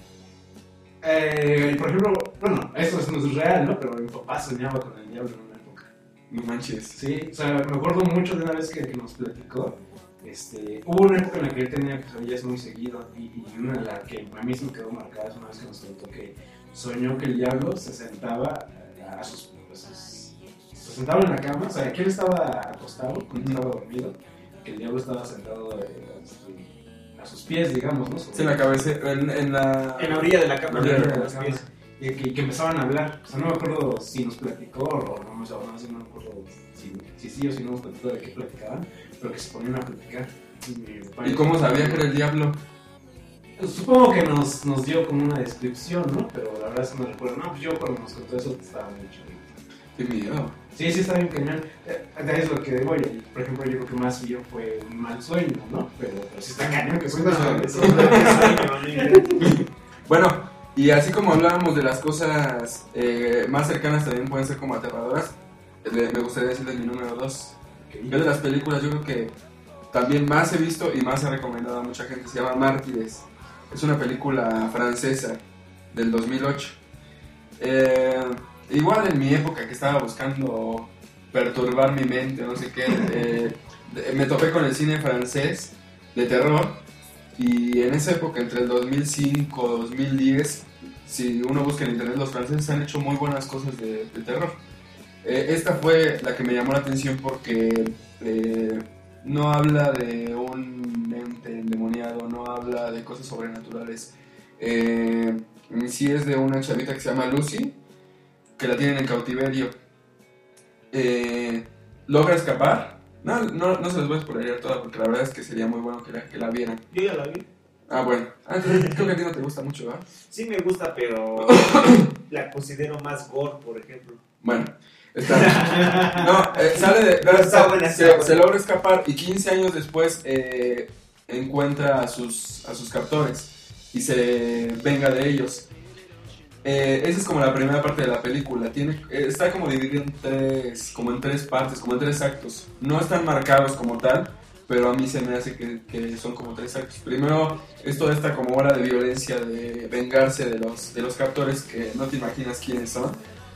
Eh, por ejemplo, bueno, eso no es real, ¿no? Pero mi papá soñaba con el diablo en una época. No manches. Sí, o sea, me acuerdo mucho de una vez que, que nos platicó. Este, hubo una época en la que él tenía pesadillas muy seguido y, y una en la que a mí se me quedó marcada es una vez que nos contó que soñó que el diablo se sentaba a sus, a sus- se sentaba en la cama, o sea, que él estaba acostado, cuando Ujú. estaba dormido, que el diablo estaba sentado eh, este, a sus pies, digamos, ¿no? Sobre- Sí, en la cabeza, en, en la... En la orilla de la cama, en la orilla con de los la pies. cama. Y que, que empezaban a hablar. O sea, no me acuerdo si nos platicó o no, o sea, no, no me acuerdo si, si sí o si no nos platicó de qué platicaban, pero que se ponían a platicar. Y, mi papá- ¿Y cómo sabía que era el diablo? Supongo que nos, nos dio como una descripción, ¿no? Pero la verdad es que no recuerdo. No, pues yo cuando nos contó eso estaba muy chavito. Qué miedo. Sí, sí, está bien cañón. Eh, De ahí es lo que digo. Y, por ejemplo, yo creo que más vio fue un mal sueño, ¿no? Pero, pero sí está cañón que Pues, suena no, sobre eso eso. no es sueño, Bueno, y así como hablábamos de las cosas eh, más cercanas, también pueden ser como aterradoras. Le- me gustaría decirles mi número dos. Yo de las películas, yo creo que también más he visto y más he recomendado a mucha gente, se llama Mártires. Es una película francesa del dos mil ocho. Eh, igual en mi época que estaba buscando perturbar mi mente, no sé qué, eh, de- me topé con el cine francés de terror. Y en esa época, entre el dos mil cinco y dos mil diez, si uno busca en internet, los franceses han hecho muy buenas cosas de, de terror. Eh, esta fue la que me llamó la atención porque eh, no habla de un ente endemoniado, no habla de cosas sobrenaturales. Eh, sí es de una chavita que se llama Lucy, que la tienen en cautiverio. Eh, logra escapar. No, no, no se los voy a spoilear toda porque la verdad es que sería muy bueno que la, que la vieran. Yo ya la vi. Ah, bueno. Ah, entonces creo que a ti no te gusta mucho, ¿verdad? Sí me gusta, pero la considero más gore, por ejemplo. Bueno, está. No, eh, sale de. Pero está buena, está se, buena. se logra escapar y quince años después eh, encuentra a sus, a sus captores y se venga de ellos. Eh, esa es como la primera parte de la película. Tiene, eh, está como dividida en tres, como en tres partes, como en tres actos. No están marcados como tal, pero a mí se me hace que, que son como tres actos. Primero es toda esta como ola de violencia, de vengarse de los, de los captores que no te imaginas quiénes son.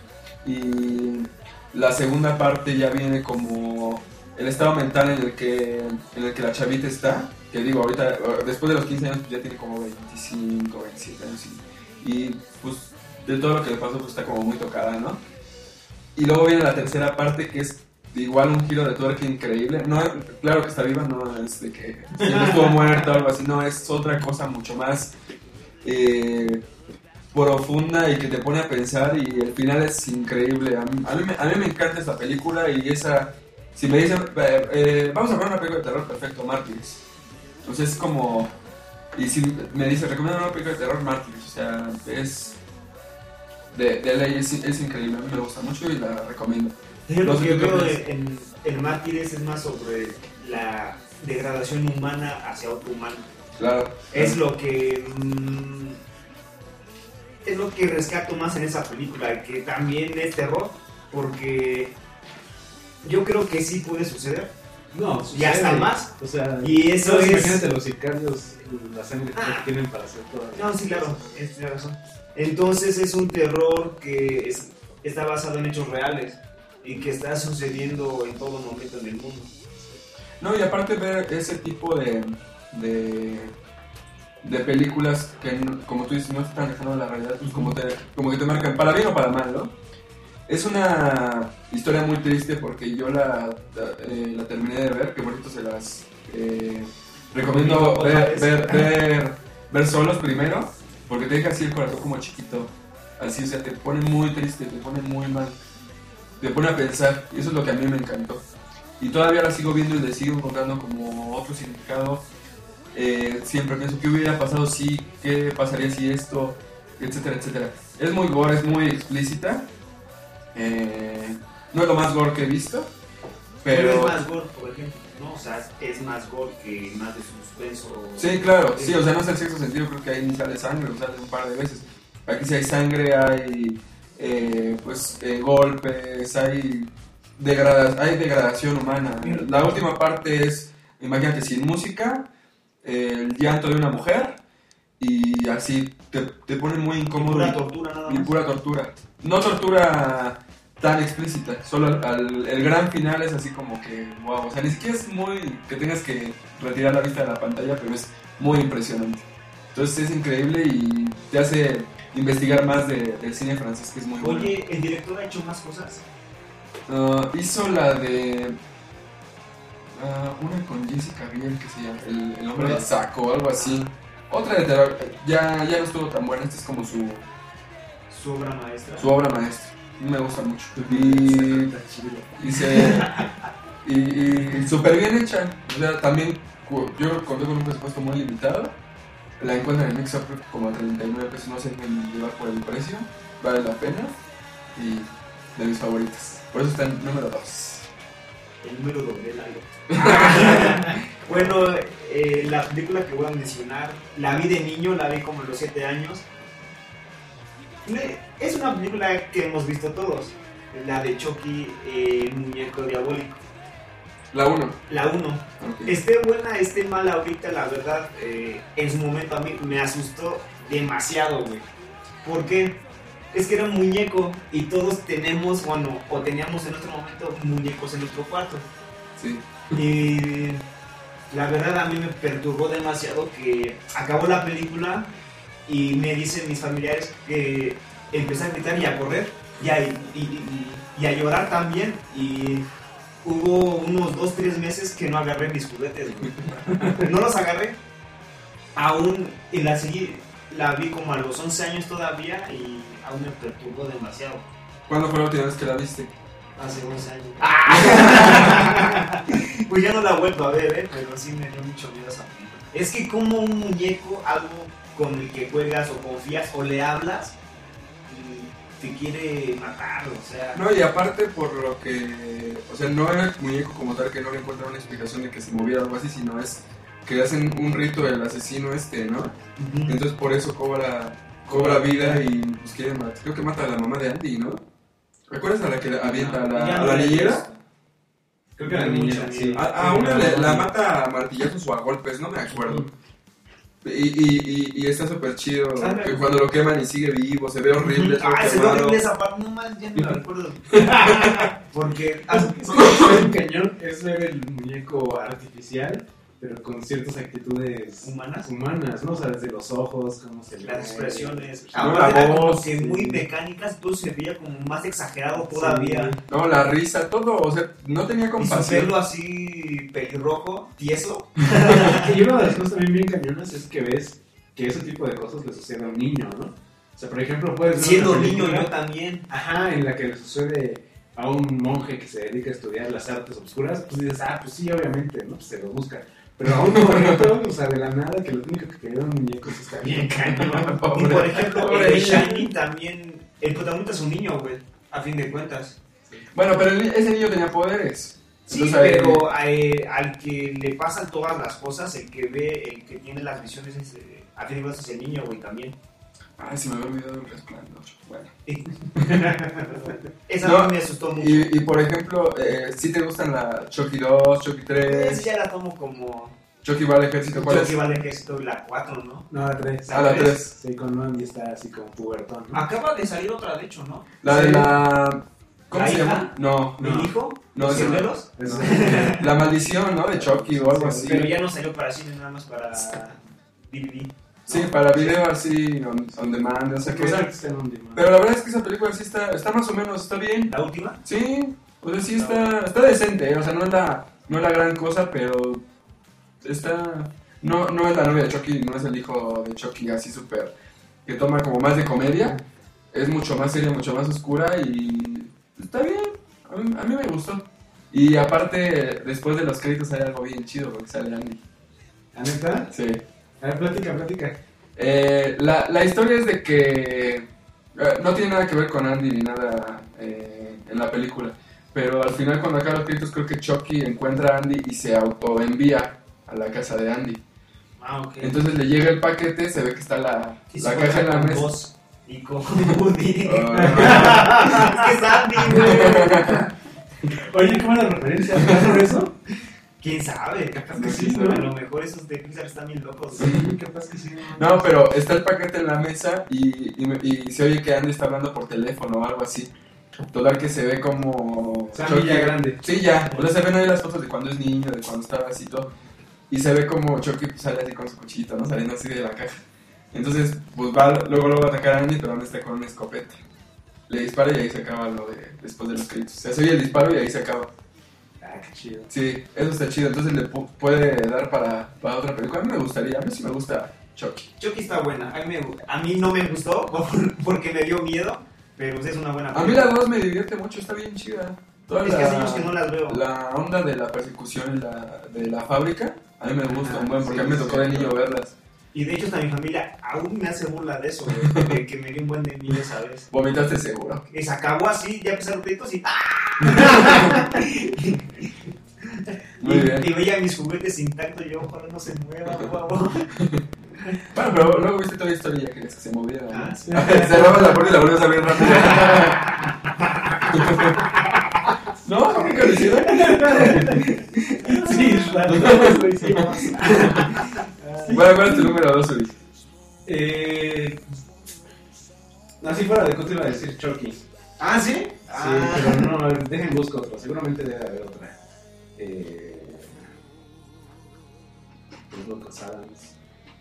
Y la segunda parte ya viene como el estado mental en el que, en el que la chavita está. Que digo, ahorita, después de los quince años, pues ya tiene como veinticinco, veintisiete años. Y, y pues de todo lo que le pasó, pues está como muy tocada, ¿no? Y luego viene la tercera parte, que es igual un giro de tuerca increíble. No, claro que está viva, no es de que siempre estuvo muerta o algo así, no, es otra cosa mucho más eh, profunda y que te pone a pensar, y el final es increíble. A mí, a mí, me- a mí me encanta esta película, y esa, si me dicen, eh, eh, vamos a ver una película de terror, perfecto, Mártires. Entonces es como, y si me dice, recomiendo una película de terror, Mártires, o sea, es de, de ley, es, es increíble, a mí me gusta mucho y la recomiendo. Yo lo No sé que tú qué veo opinas. en, en Mártires es más sobre la degradación humana hacia otro humano. Claro. Es lo que mm, es lo que rescato más en esa película, que también es terror, porque yo creo que sí puede suceder. No, Y hasta sucede. más. O sea, Y eso no, es- imagínate los sicarios, la sangre que Ah. tienen para hacer todo. No, sí, claro, es- tiene razón. Entonces es un terror que es- está basado en hechos reales y que está sucediendo en todo momento en el mundo. No, y aparte ver ese tipo de, de, de películas que, no- como tú dices, no están lejano de la realidad, pues como, te, como que te marcan, para bien o para mal, ¿no? Es una historia muy triste porque yo la, la, eh, la terminé de ver, que por cierto se las eh, recomiendo ver, ver, ver, ver solos primero, porque te deja así el corazón como chiquito, así, o sea, te pone muy triste, te pone muy mal, te pone a pensar, y eso es lo que a mí me encantó. Y todavía la sigo viendo y le sigo encontrando como otro significado. Eh, siempre pienso qué hubiera pasado si, qué pasaría si esto, etcétera, etcétera. Es muy gore, es muy explícita. Eh, no es lo más gore que he visto, Pero pero... es más gore, por ejemplo, ¿no? O sea, es más gore que más de suspenso. Sí, claro, sí, o sea, no es el sexto sentido, creo que ahí ni sale sangre, o sale un par de veces. Aquí sí hay sangre, hay eh, pues eh, golpes, hay, degrada- hay degradación humana. La última parte es, imagínate, sin música, eh, el llanto de una mujer, y así te, te pone muy incómodo. Pura y- tortura nada y más. pura tortura. No tortura tan explícita, solo al, al- el gran final es así como que, wow, o sea, ni siquiera es muy que tengas que retirar la vista de la pantalla, pero es muy impresionante. Entonces es increíble y te hace investigar más de, del cine francés, que es muy bueno. Oye, ¿el director ha hecho más cosas? Ah, hizo la de ah, una con Jessica Biel que se llama El, el hombre del saco o algo así. Otra de terror, ya, ya no estuvo tan buena, esta es como su, Su obra maestra. su obra maestra. Me gusta mucho. Y, y se. Y, y súper bien hecha. O sea, también cu- yo conté con un presupuesto muy limitado. La encuentran en Mixup como a treinta y nueve pesos. No se dejen llevar por el precio. Vale la pena. Y de mis favoritas. Por eso está en número dos. El número doble Lalo. Bueno, eh, la película que voy a mencionar, la vi de niño, la vi como a los siete años. Me- Es una película que hemos visto todos. La de Chucky, eh, el muñeco diabólico. La uno. La uno. Ok. Esté buena, esté mala ahorita, la verdad, eh, en su momento a mí me asustó demasiado, güey. ¿Por qué? Es que era un muñeco y todos tenemos, bueno, o teníamos en otro momento muñecos en nuestro cuarto. Sí. Y la verdad a mí me perturbó demasiado que acabó la película y me dicen mis familiares que empecé a gritar y a correr y a, y, y- y- y a llorar también. Y hubo unos dos, tres meses que no agarré mis juguetes, güey. No los agarré. Aún, y la seguí, la vi como a los once años todavía y aún me perturbó demasiado. ¿Cuándo fue la última vez que la viste? Hace once años. ¡Ah! Pues ya no la he vuelto a ver, ¿eh? Pero sí me dio mucho miedo esa película. Es que como un muñeco, algo con el que juegas o confías o le hablas, y te quiere matar, o sea... No, y aparte por lo que... O sea, no era el muñeco como tal que no le encuentra una explicación de que se moviera o algo así, sino es que hacen un rito del asesino este, ¿no? Ujú. Entonces por eso cobra cobra vida y pues quiere matar. Creo que mata a la mamá de Andy, ¿no? ¿Recuerdas a la que avienta a la, Ya a no la la he niñera? visto. Creo que la niñera, sí. A, a una le- la mata a martillazos o a golpes, no me acuerdo. Y, y, y, y está súper chido, ¿Sabe? que cuando lo queman y sigue vivo, se ve horrible. todo Ah, se ve quemado. horrible esa parte, no más, ya no me acuerdo. Porque... ah, El cañón es ver el muñeco artificial, pero con ciertas actitudes ¿Humanas? humanas, ¿no? O sea, desde los ojos, cómo se Las ve. expresiones. No, Aparte la era como voz, que sí. muy mecánicas, todo se veía como más exagerado todavía. No, la risa, todo, o sea, no tenía Y su compasión. pelo así pelirrojo, tieso. Y una de las cosas también bien cañonas es que ves que ese tipo de cosas le sucede a un niño, ¿no? O sea, por ejemplo, puedes ver Siendo una niño película- yo también. Ajá, en la que le sucede a un monje que se dedica a estudiar las artes obscuras, pues dices, ah, pues sí, obviamente, ¿no? Pues se lo busca. Pero a un morrito, o sea, de la nada, que lo único que quería era un muñeco, pues está bien cañón. Y por ejemplo, Pobre el de niño. Shining también, el protagonista es un niño, güey, a fin de cuentas. Bueno, pero el- ese niño tenía poderes. Sí, Entonces, ahí- pero eh, al que le pasan todas las cosas, el que ve, el que tiene las visiones, es, eh, a fin de cuentas es el niño, güey, también. Ay, se me había olvidado el resplandor. Bueno. Esa No, no, me asustó mucho. Y, y por ejemplo, eh, si te gustan la Chucky dos, Chucky Esa tres, ya la tomo como... Chucky va al ejército, ¿cuál Chucky es? va al ejército, la cuatro, ¿no? No, la tres. Ah, la tres. Sí, con Andy está así como pubertón, ¿no? Acaba de salir otra, de hecho, ¿no? La de Sí. la... ¿Cómo ¿La se hija? llama? No, No. ¿El hijo? No, ¿Los ese no. gemelos? Es- la maldición, ¿no? De Chucky o algo Sí, así. Pero ya no salió para cine, nada más para D V D. Sí, para video así, on, on demand, o sea que... Pues ahorita está en un demand. Pero la verdad es que esa película sí está, está más o menos, está bien. ¿La última? Sí, o sea, sí está, está decente, ¿eh? O sea, no es la, no es la gran cosa, pero está... No, no es la novia de Chucky, no es el hijo de Chucky así súper... Que toma como más de comedia, es mucho más seria, mucho más oscura y... Está bien, a mí, a mí me gustó. Y aparte, después de los créditos hay algo bien chido porque sale Andy. ¿La neta? Sí. A ver, plática, plática. Eh, la, la historia es de que eh, no tiene nada que ver con Andy ni nada eh, en la película, pero al final cuando acaban los créditos creo que Chucky encuentra a Andy y se autoenvía a la casa de Andy. Ah, ok. Entonces le llega el paquete, se ve que está la, Y la se caja en la con mesa. Buzz y con Woody. Ah, Es que es Andy, güey. Oye, qué buena referencia. ¿Sabes eso? ¿Quién sabe? Capaz No, que sí, sí, ¿no? A ¿no? lo mejor esos de Pixar están bien locos. Sí, capaz que sí. no, pero está el paquete en la mesa y, y, me- y se oye que Andy está hablando por teléfono o algo así. Total que se ve como... O sea, Andy ya grande. Sí, ya. O sea, se ven ahí las fotos de cuando es niño, de cuando estaba así todo. Y se ve como Chucky pues, sale así con su cuchillito, ¿no? Saliendo así de la caja. Entonces, pues va, luego luego va a atacar a Andy, pero Andy está con una escopeta. Le dispara y ahí se acaba lo de después de los créditos. O sea, se oye el disparo y ahí se acaba. Ah, qué chido. Sí, eso está chido. Entonces le pu- puede dar para, para otra película. A mí me gustaría, a mí sí me gusta Chucky. Chucky está buena. A mí, me, a mí no me gustó porque me dio miedo, pero es una buena A mí la dos me divierte mucho, está bien chida. Toda Es la, que hace años que no las veo. la onda de la persecución en la, de la fábrica, a mí me gusta Ah, un buen porque sí, a mí me sí, tocó de sí. niño verlas. Y de hecho hasta mi familia aún me hace burla de eso, güey, de que me dio un buen de miedo esa vez. Vomitaste seguro. Y se acabó así, ya empezaron los gritos y ¡ah! Muy y, bien. y veía mis juguetes intactos y yo, ojalá no se mueva, por favor. Bueno, pero luego viste toda la historia y ya querías que se moviera, ¿no? Ah, sí. Cerrabas la puerta y la volvías a abrir rápido. ¿No? ¿Nunca lo hicieron? Sí, claro, todos lo hicimos. Bueno, ¿cuál es tu número dos, Uri? Eh. Así fuera de cuento iba a decir Chucky. Sí, ¿Ah, sí? pero no, a ver, dejen busco otra. Seguramente debe haber otra. Eh. Los Locos Adams.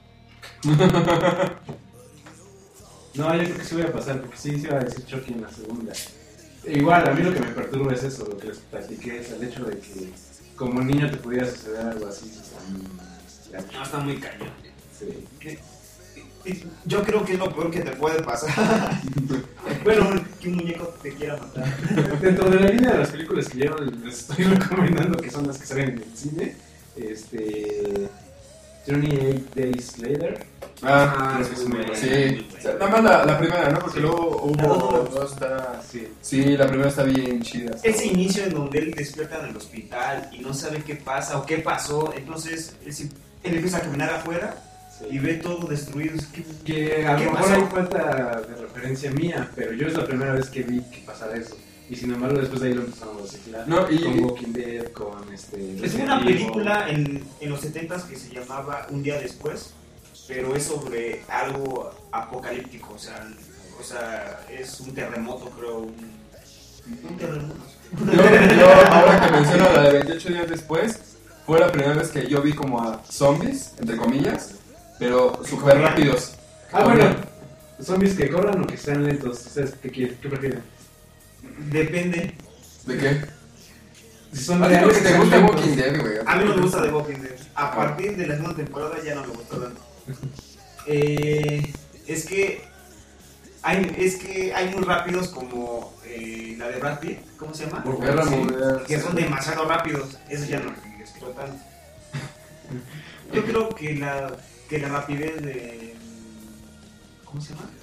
No, yo creo que sí voy a pasar, porque sí, sí iba a decir Chucky en la segunda. E igual, a mí lo que me perturba es eso, lo que les platiqué, es el hecho de que como niño te pudiera suceder algo así. O sea, ya, No, está muy cañón. sí. Y yo creo que es lo peor que te puede pasar. Bueno, que un muñeco te quiera matar. Dentro de la línea de las películas que yo les estoy recomendando, que son las que salen en el cine, este, twenty-eight Days Later. Ah, Ah, sí, es sí, muy buena, sí. muy buena. O sea, nada más la, la primera, ¿no? Porque luego La dos hubo no. dos, está... Sí. Sí, la primera está bien chida. Ese inicio en donde él despierta en el hospital y no sabe qué pasa o qué pasó, entonces él, sí- él empieza a caminar afuera y ve todo destruido. Es que- Que a ¿Qué lo mejor pasó? hay falta de referencia mía, pero yo es la primera vez que vi que pasara eso. Y sin embargo, después de ahí lo empezamos a ciclar. No, y- Con Walking Dead, con este. Es una película en, en los setentas que se llamaba Un día después, pero es sobre algo apocalíptico, o sea, o sea es un terremoto, creo, un, un terremoto. Yo, yo, ahora que menciono la de veintiocho días después, fue la primera vez que yo vi como a zombies, entre comillas, pero súper rápidos. Ah, bueno. ¿Zombies que corran o que sean lentos? ¿Ustedes qué quieren? ¿Qué prefieren? Depende. ¿De qué? Si son A ti porque te sean gusta lentos. Walking Dead, güey. A mí no me gusta The Walking Dead. A partir de la segunda temporada ya no me gusta tanto. Eh, es que hay, es que hay muy rápidos como eh, la de Brad Pitt, ¿cómo se llama? Guerra Sí, Mundial. que son demasiado rápidos. Eso ya no me gustó tanto. Yo creo que la que la rapidez de ¿cómo se llama?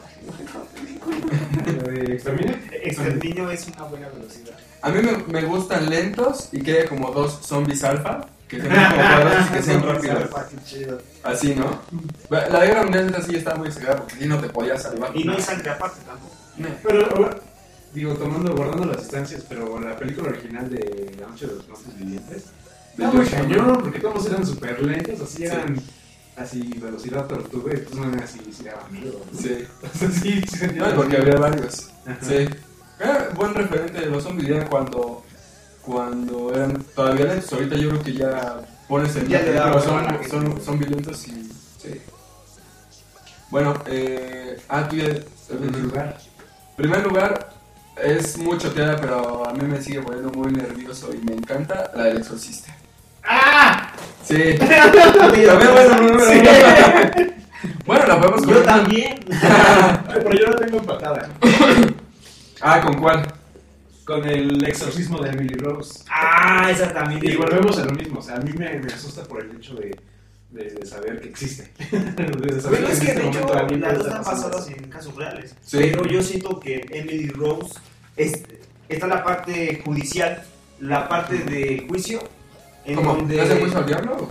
¿La de Exterminio? Exterminio es una buena velocidad. A mí me, me gustan lentos y que haya como dos zombies alfa, que tengan como cuadros y que sean rápidos. Así, ¿no? La de Guerra Mundial esta sí estaba muy exagerada porque si no te podías salvar. Y no hay sangre aparte tampoco. No. Pero, ahora, digo, tomando, guardando las distancias, pero la película original de La Noche de los Muertos Vivientes. De Está muy Josh cañón, porque todos eran súper lentos, así eran. Así, velocidad tortuga, y pues no eran así, se daban miedo, ¿no? Sí. O sea, sí, sí se No, porque había varios. Ajá. Sí. Era buen referente de los zombies ya cuando, cuando eran todavía lentos. Ahorita yo creo que ya pones el Ya le da pero valor a la son, gente. son, son violentos y. Sí. Bueno, eh. Ah, tú ya. En primer lugar. Primer lugar, es muy choteada, pero a mí me sigue poniendo muy nervioso y me encanta la del exorcista. ¡Ah! Sí. También, bueno, no, no, no. Sí. Bueno, la podemos Yo comentar. también. Pero yo la tengo empatada. Ah, ¿con cuál? Con el exorcismo de Emily Rose. Ah, esa también. Y volvemos a lo mismo, o sea, a mí me, me asusta por el hecho de, de, de saber que existe. De saber Bueno, es que en de este hecho momento alguien las puede dos estar están pasando basadas eso. en casos reales. Sí. Pero yo siento que Emily Rose es, está la parte judicial, la parte de juicio, en ¿Cómo? donde ¿Le hacen juicio al diablo?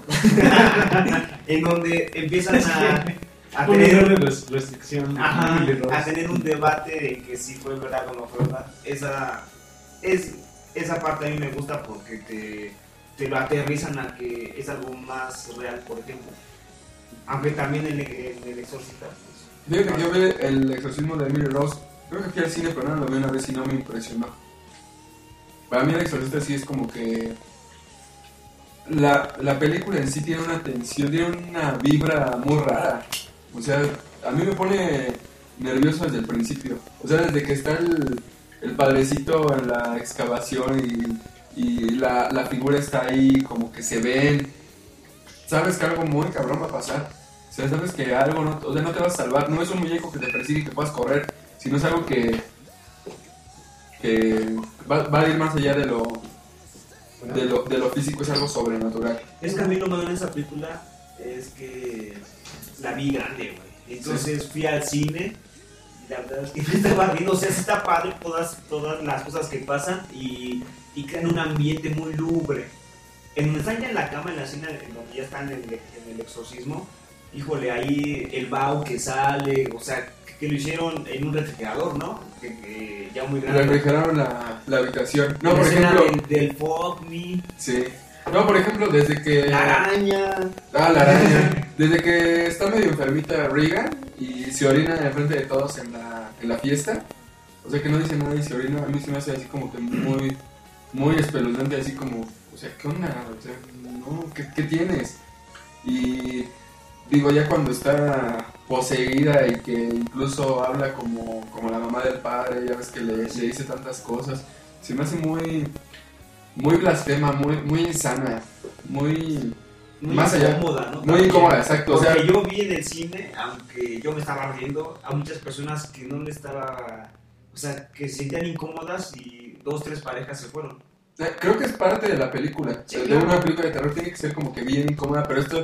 en donde empiezan a, a Un nivel tener de res- restricción. ajá, Emily Rose. a tener un debate de que si fue verdad o no fue verdad. Esa es esa parte a mí me gusta porque te, te lo aterrizan a que es algo más real, por ejemplo. Aunque también en el, en el exorcista. pues, Fíjate que yo vi el exorcismo de Emily Rose. Creo que fui al cine, pero no lo vi una vez y no me impresionó. Para mí el exorcista sí es como que... La, la película en sí tiene una tensión, tiene una vibra muy rara. O sea, a mí me pone nervioso desde el principio. O sea, desde que está el, el padrecito en la excavación y, y la, la figura está ahí, como que se ven. Sabes que algo muy cabrón va a pasar. O sea, sabes que algo no, o sea, no te va a salvar. No es un muñeco que te persigue y que puedas correr, sino es algo que, que va, va a ir más allá de lo, de lo, de lo físico, es algo sobrenatural. Es que a mí lo malo en esa película es que la vi grande, güey. Entonces fui al cine y la verdad es que me estaba riendo. O sea, sí está padre todas, todas las cosas que pasan y, y crean un ambiente muy lúgubre. En donde están ya en la cama, en la escena en donde ya están en el, en el exorcismo, híjole, ahí el vaho que sale, o sea, que, que lo hicieron en un refrigerador, ¿no? Que, que ya muy grande. Refrigeraron la, la habitación. No, La por escena ejemplo... del, del Fuck Me, Sí. No, por ejemplo, desde que... la araña. Ah, la araña. Desde que está medio enfermita Regan y se orina en frente de todos en la, en la fiesta. O sea, que no dice nada y se orina. A mí se me hace así como que muy, muy espeluznante, así como... O sea, ¿qué onda? O sea, no, ¿qué, qué tienes? Y digo, ya cuando está poseída y que incluso habla como, como la mamá del padre, ya ves que le, le dice tantas cosas, se me hace muy, muy blasfema, muy, muy insana, muy... Muy Más allá. incómoda, ¿no? Muy También. incómoda, exacto, o Porque sea- yo vi en el cine, aunque yo me estaba riendo, a muchas personas que no le estaba... O sea, que se sentían incómodas y dos, tres parejas se fueron. Eh, Creo que es parte de la película. Sí, de claro. una película de terror tiene que ser como que bien incómoda, pero esto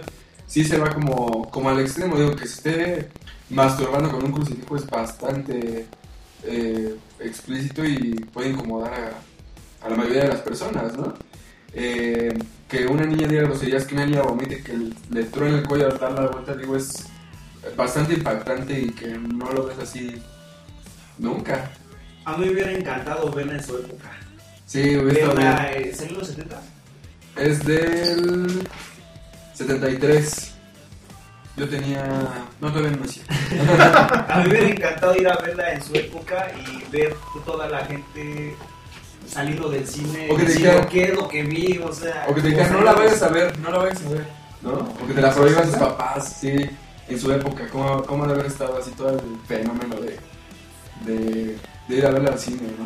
sí se va como, como al extremo. Digo, que se esté masturbando con un crucifijo es bastante eh, explícito y puede incomodar a, a la mayoría de las personas, ¿no? Eh, que una niña diga groserías, que una niña vomite, que le truene el cuello al dar la vuelta, digo, es bastante impactante y que no lo ves así nunca. A mí me hubiera encantado verla en su época. Sí, hubiera estado bien. Verla, eh, ¿salió en los setenta? Es del setenta y tres. Yo tenía... No, todavía no nacía. A mí me hubiera encantado ir a verla en su época y ver toda la gente saliendo del cine O que te diciendo dijeran- qué es lo que vi, o sea... O que te digan, o sea, no la vayas a ver, no la vayas a ver, ¿no? O que te la prohíban tus papás, sí, en su época. ¿Cómo, cómo de haber estado así todo el fenómeno de, de, de ir a verla al cine, ¿no?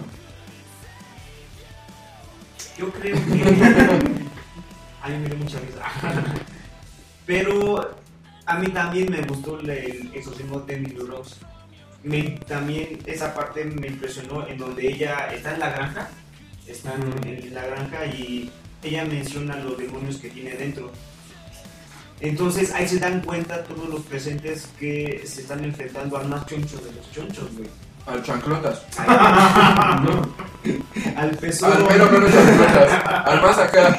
Yo creo que... A mí me dio mucha risa. Pero a mí también me gustó el, el exorcismo de Emily Rose. Me, también esa parte me impresionó en donde ella está en la granja. Está en, en la granja y ella menciona los demonios que tiene dentro. Entonces ahí se dan cuenta todos los presentes que se están enfrentando al más choncho de los chonchos, güey. Al chanclotas. Al, al peso. Al mero menos chanclotas. Al más acá.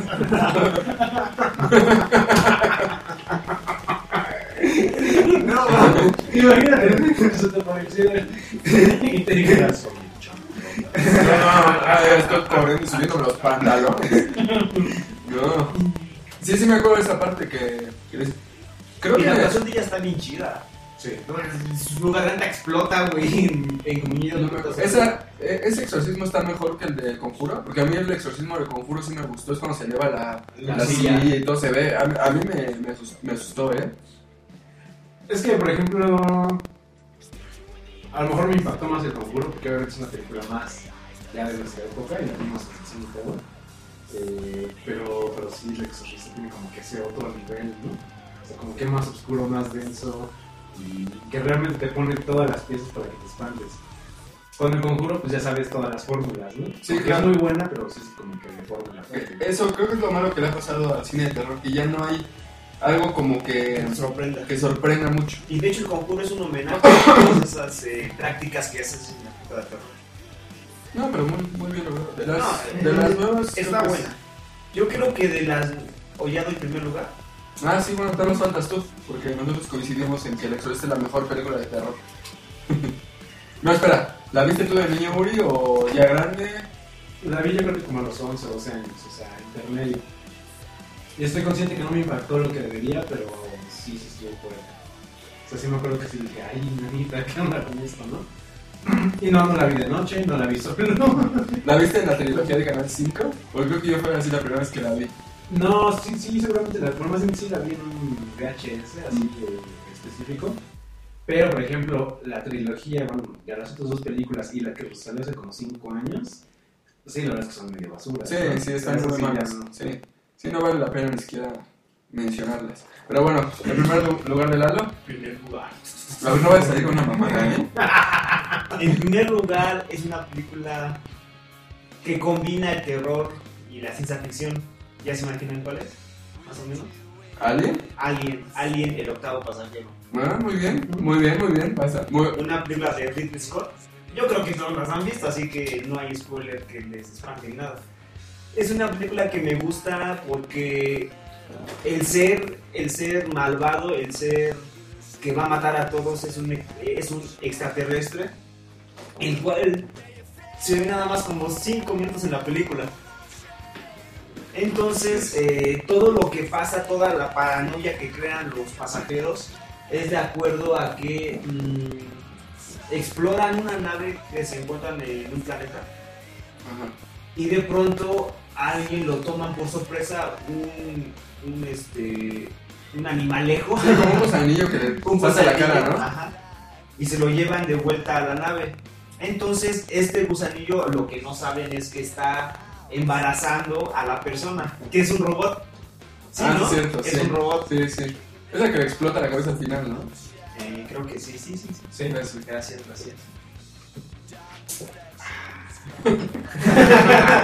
No, mames. Imagínate que se te pareciera y te dijeras, "Soy un chanclota". No, ah, ya estoy corriendo y subiendo los pantalones. No. Sí, sí me acuerdo de esa parte que... que les- Creo Y que... la actuación de ella está bien chida. Sí. Su garganta explota, güey, en, en Comunidad. No me acuerdo. Esa, e- ese exorcismo está mejor que el de Conjuro, porque a mí el exorcismo de Conjuro sí me gustó, es cuando se eleva la, La la silla. silla y todo se ve. A, a mí me, me, asus- me asustó, ¿eh? Es que, por ejemplo, a lo mejor me impactó más el Conjuro porque obviamente es una película más ya de nuestra época y la vimos en y todo. Eh, pero, pero sí, el exorcista tiene como que ese otro nivel, ¿no? O sea, como que más oscuro, más denso y que realmente te pone todas las piezas para que te espantes. Con el Conjuro, pues ya sabes todas las fórmulas, ¿no? Sí, Porque claro. es muy buena, pero sí es como que de fórmula fuerte. Eso creo que es lo malo que le ha pasado al cine de terror, que ya no hay algo como que, Que nos sorprenda. que sorprenda mucho. Y de hecho el Conjuro es un homenaje a todas esas eh, prácticas que haces en la película de terror. No, pero muy, muy bien logrado. De las, No, de las nuevas... Está creo que es- buena. Yo creo que de las... Hollado en primer lugar. Ah, sí, bueno, tal vez faltas tú, porque nosotros coincidimos en que El Exorcista es la mejor película de terror. No, espera, ¿la viste tú de niño, Uri, o ya grande? La vi yo creo que como a los once o doce años, o sea, intermedio. Y estoy consciente que no me impactó lo que debería, pero sí, sí estuvo fuerte. O sea, sí me acuerdo que sí dije, ay, nanita, ¿qué onda con esto, no? Y no, no la vi de noche, no la vi solo. ¿La viste en la trilogía de Canal cinco? Porque creo que yo fue así la primera vez que la vi. No, sí, sí, seguramente la forma más sí la vi en un V H S, así eh, específico. Pero, por ejemplo, la trilogía, bueno, ya las otras dos películas y la que salió hace como cinco años, sí, la verdad es que son medio basura. Sí, ¿no? sí, están Esas muy sí ya malas. no- Sí, sí, no vale la pena ni siquiera mencionarlas. Pero bueno, en primer lu- lugar de Lalo, Primer lugar. a ver, no vayas a salir con una mamada, ¿eh? En primer lugar es una película que combina el terror y la ciencia ficción. ¿Ya se imaginan cuál es? Más o menos. ¿Alien? Alien, Alien, el octavo pasajero. Bueno, muy bien, muy bien, muy bien, pasa. Muy... Una película de Ridley Scott. Yo creo que todos las han visto, así que no hay spoiler que les espante ni nada. Es una película que me gusta porque el ser, el ser malvado, el ser que va a matar a todos es un, es un extraterrestre, el cual se ve nada más como cinco minutos en la película. Entonces, eh, todo lo que pasa, toda la paranoia que crean los pasajeros es de acuerdo a que mmm, exploran una nave que se encuentran en un planeta Ajá. y de pronto a alguien lo toman por sorpresa, un, un, este, un animalejo. Sí, como un gusanillo que le Un pasa la gusanillo, cara, ¿no? ajá, y se lo llevan de vuelta a la nave. Entonces, este gusanillo lo que no saben es que está embarazando a la persona, que es un robot. Sí, Ah, ¿no? sí, cierto, es sí. un robot. Sí, sí. Es la que le explota la cabeza al final, ¿no? Eh, creo que sí, sí, sí. sí. Sí, gracias. Gracias, gracias.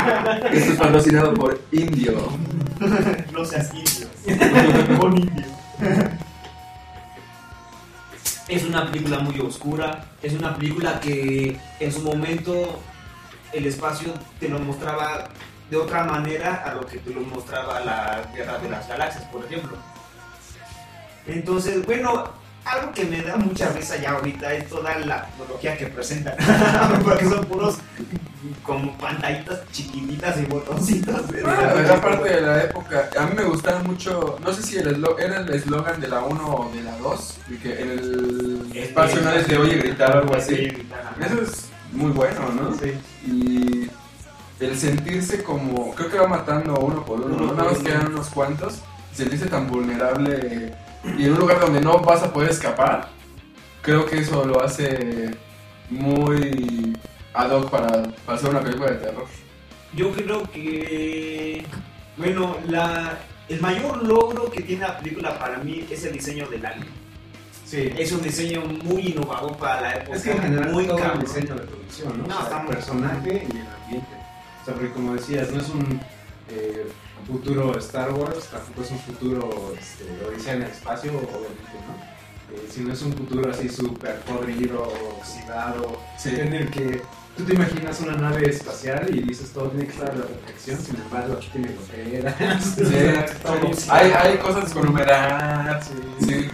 Esto es patrocinado por Indio. No seas indio. Con indio. Es una película muy oscura, es una película que en su momento el espacio te lo mostraba de otra manera a lo que te lo mostraba la Guerra de las Galaxias, por ejemplo. Entonces, bueno, algo que me da mucha risa ya ahorita es toda la tecnología que presentan, porque son puros como pantallitas chiquititas y botoncitos. De Ah, era parte de la época. A mí me gustaba mucho, no sé si el eslo- era el eslogan de la uno o de la dos, y que en el espacio nadie te oye gritar o algo así. Eso es muy bueno, ¿no? Sí. Y el sentirse como, creo que va matando uno por uno, Uno ¿no? por Nada más uno. quedan unos cuantos, sentirse tan vulnerable y en un lugar donde no vas a poder escapar, creo que eso lo hace muy ad hoc para, para hacer una película de terror. Yo creo que, bueno, la, el mayor logro que tiene la película para mí es el diseño del alien. Sí. Es un diseño muy innovador para la época. Es que en general muy todo el cabrón. diseño de producción, ¿no? No, O sea, está el muy- personaje y el ambiente. O sea, porque como decías, no es un eh, futuro Star Wars, tampoco es un futuro este, Odisea en el espacio, obviamente, ¿no? Eh, sino es un futuro así súper podrido, oxidado, Sí. en el que tú te imaginas una nave espacial y dices todo tiene que estar a la perfección, sin embargo aquí tiene goteras. Sí. hay, hay cosas con humedad. Sí.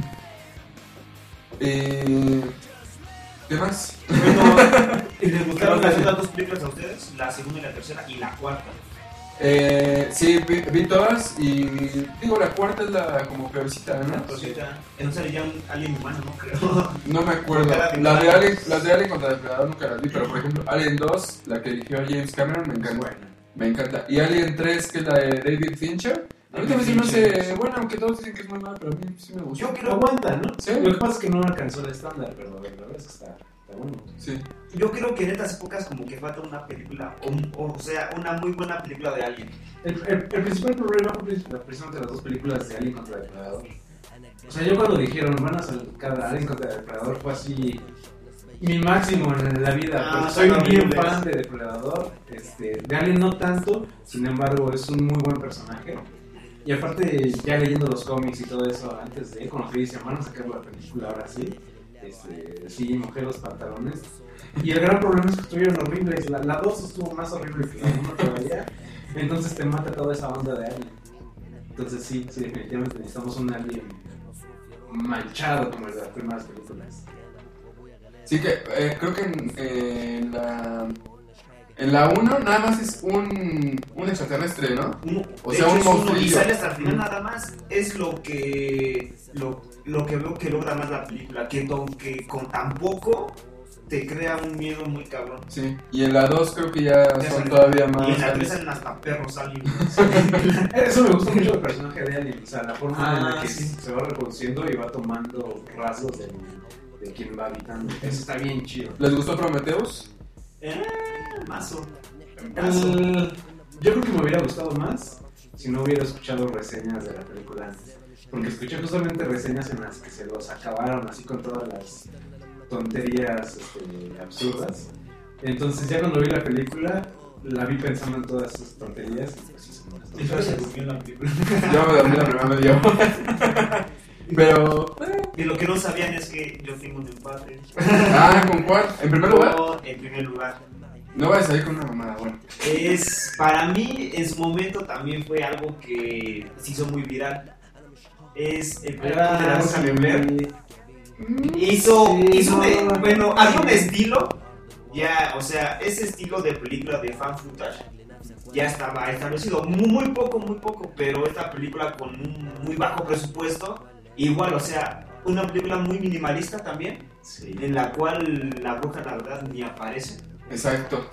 Eh, ¿Qué más? Bueno, ¿les gustaron las otras dos películas a ustedes? La segunda y la tercera y la cuarta. Eh, sí, vi, vi todas y digo, la cuarta es la como peorcita, Una ¿no? cosita. No sale ya un alien humano, no creo. No me acuerdo. Cara de Las de, humano. Alien, las de Alien contra Depredador nunca las vi, pero por ejemplo, Alien dos, la que dirigió James Cameron, me encanta. Bueno. Me encanta. Y Alien tres, que es la de David Fincher. A mí también se me hace bueno, aunque todos dicen que es muy malo, pero a mí sí me gustó. Yo Lo creo, aguanta, ¿no? Sí. Lo que pasa es que no alcanzó el estándar, pero la verdad es que está, está bueno. Sí. yo creo que en estas épocas como que falta una película, o, o sea, una muy buena película de Alien. El, el, el principal problema fue pre- precisamente las dos películas de Alien contra Depredador. O sea, yo cuando dijeron van a sacar Alien contra Depredador fue así mi máximo en la vida. Ah, porque soy son bien horribles. fan de Depredador. Este, de Alien no tanto, sin embargo es un muy buen personaje. Y aparte, ya leyendo los cómics y todo eso, antes de conocer, dicen, van a sacar la película ahora sí. Este, sí, mojé los pantalones. Y el gran problema es que estuvieron horribles. La dos estuvo más horrible que la uno todavía. Entonces te mata toda esa onda de Alien. Entonces sí, sí, definitivamente necesitamos un Alien manchado como el de las primeras películas. Sí que eh, creo que en, eh, en la en la uno nada más es un, un extraterrestre, ¿no? Uno, O de sea, hecho, un es uno, monstruillo. y sale hasta el final nada más. Es lo que lo, lo que veo que logra más la película, que aunque con tan poco te crea un miedo muy cabrón. Sí. Y en la dos creo que ya Ya son sale- todavía más. Y en la tres salen hasta perros aliens. Eso me gusta mucho del personaje de Alien. O sea, la forma en la Ah, que sí. se va reproduciendo y va tomando rasgos de, de quien va habitando. Eso está bien chido. ¿Les gustó Prometheus? Eh, mazo. Mazo. El- yo creo que me hubiera gustado más si no hubiera escuchado reseñas de la película antes. Porque escuché justamente reseñas en las que se los acabaron así con todas las tonterías este, absurdas. Entonces ya cuando vi la película, la vi pensando en todas esas tonterías y pues sí se me gustó. Y fue se durmió en la película. Yo me dormí la primera media hora. Pero. Y lo que no sabían es que yo tengo un empate. Ah, ¿con cuál? ¿En primer lugar? Yo, en primer lugar. No vayas a ir con una mamada, bueno. Es, para mí, en su momento también fue algo que se hizo muy viral. Es el proyecto de la Rosa de Blair. Hizo, Sí, hizo de- no. bueno, había un estilo, ya, o sea, ese estilo de película de fan footage ya estaba establecido, muy, muy poco, muy poco, pero esta película con un muy bajo presupuesto, igual, o sea, una película muy minimalista también, Sí. en la cual la bruja la verdad ni aparece. Exacto.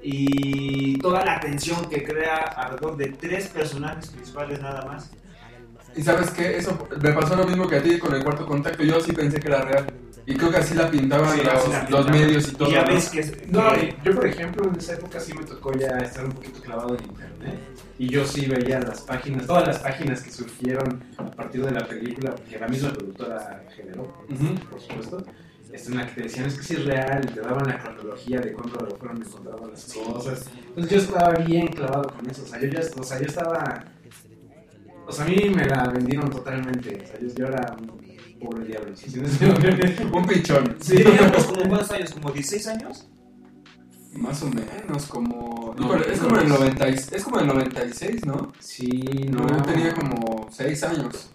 Y toda la tensión que crea alrededor de tres personajes principales nada más. Y sabes qué, eso me pasó lo mismo que a ti con el Cuarto Contacto. Yo sí pensé que era real. Y creo que así la pintaban Sí, los, así la los pintaban. medios y todo. Y ya ¿no? ves que, es- No, que- yo por ejemplo en esa época sí me tocó ya estar un poquito clavado en internet y yo sí veía las páginas, todas las páginas que surgieron a partir de la película, porque la misma productora generó, Ujú. por supuesto, es en la que te decían es que sí es real y te daban la cronología de cuándo fueron encontradas las cosas. Entonces yo estaba bien clavado con eso, o sea, yo ya, o sea, yo estaba O sea, a mí me la vendieron totalmente. O sea, yo, yo era un pobre diablo. ¿Sí? Un pichón. Sí, teníamos como cuántos años, como dieciséis años. Más o menos, como... No, Híjole, es no, como el no. noventa, y- es como el noventa y seis, ¿no? Sí, No, no. yo tenía como seis años.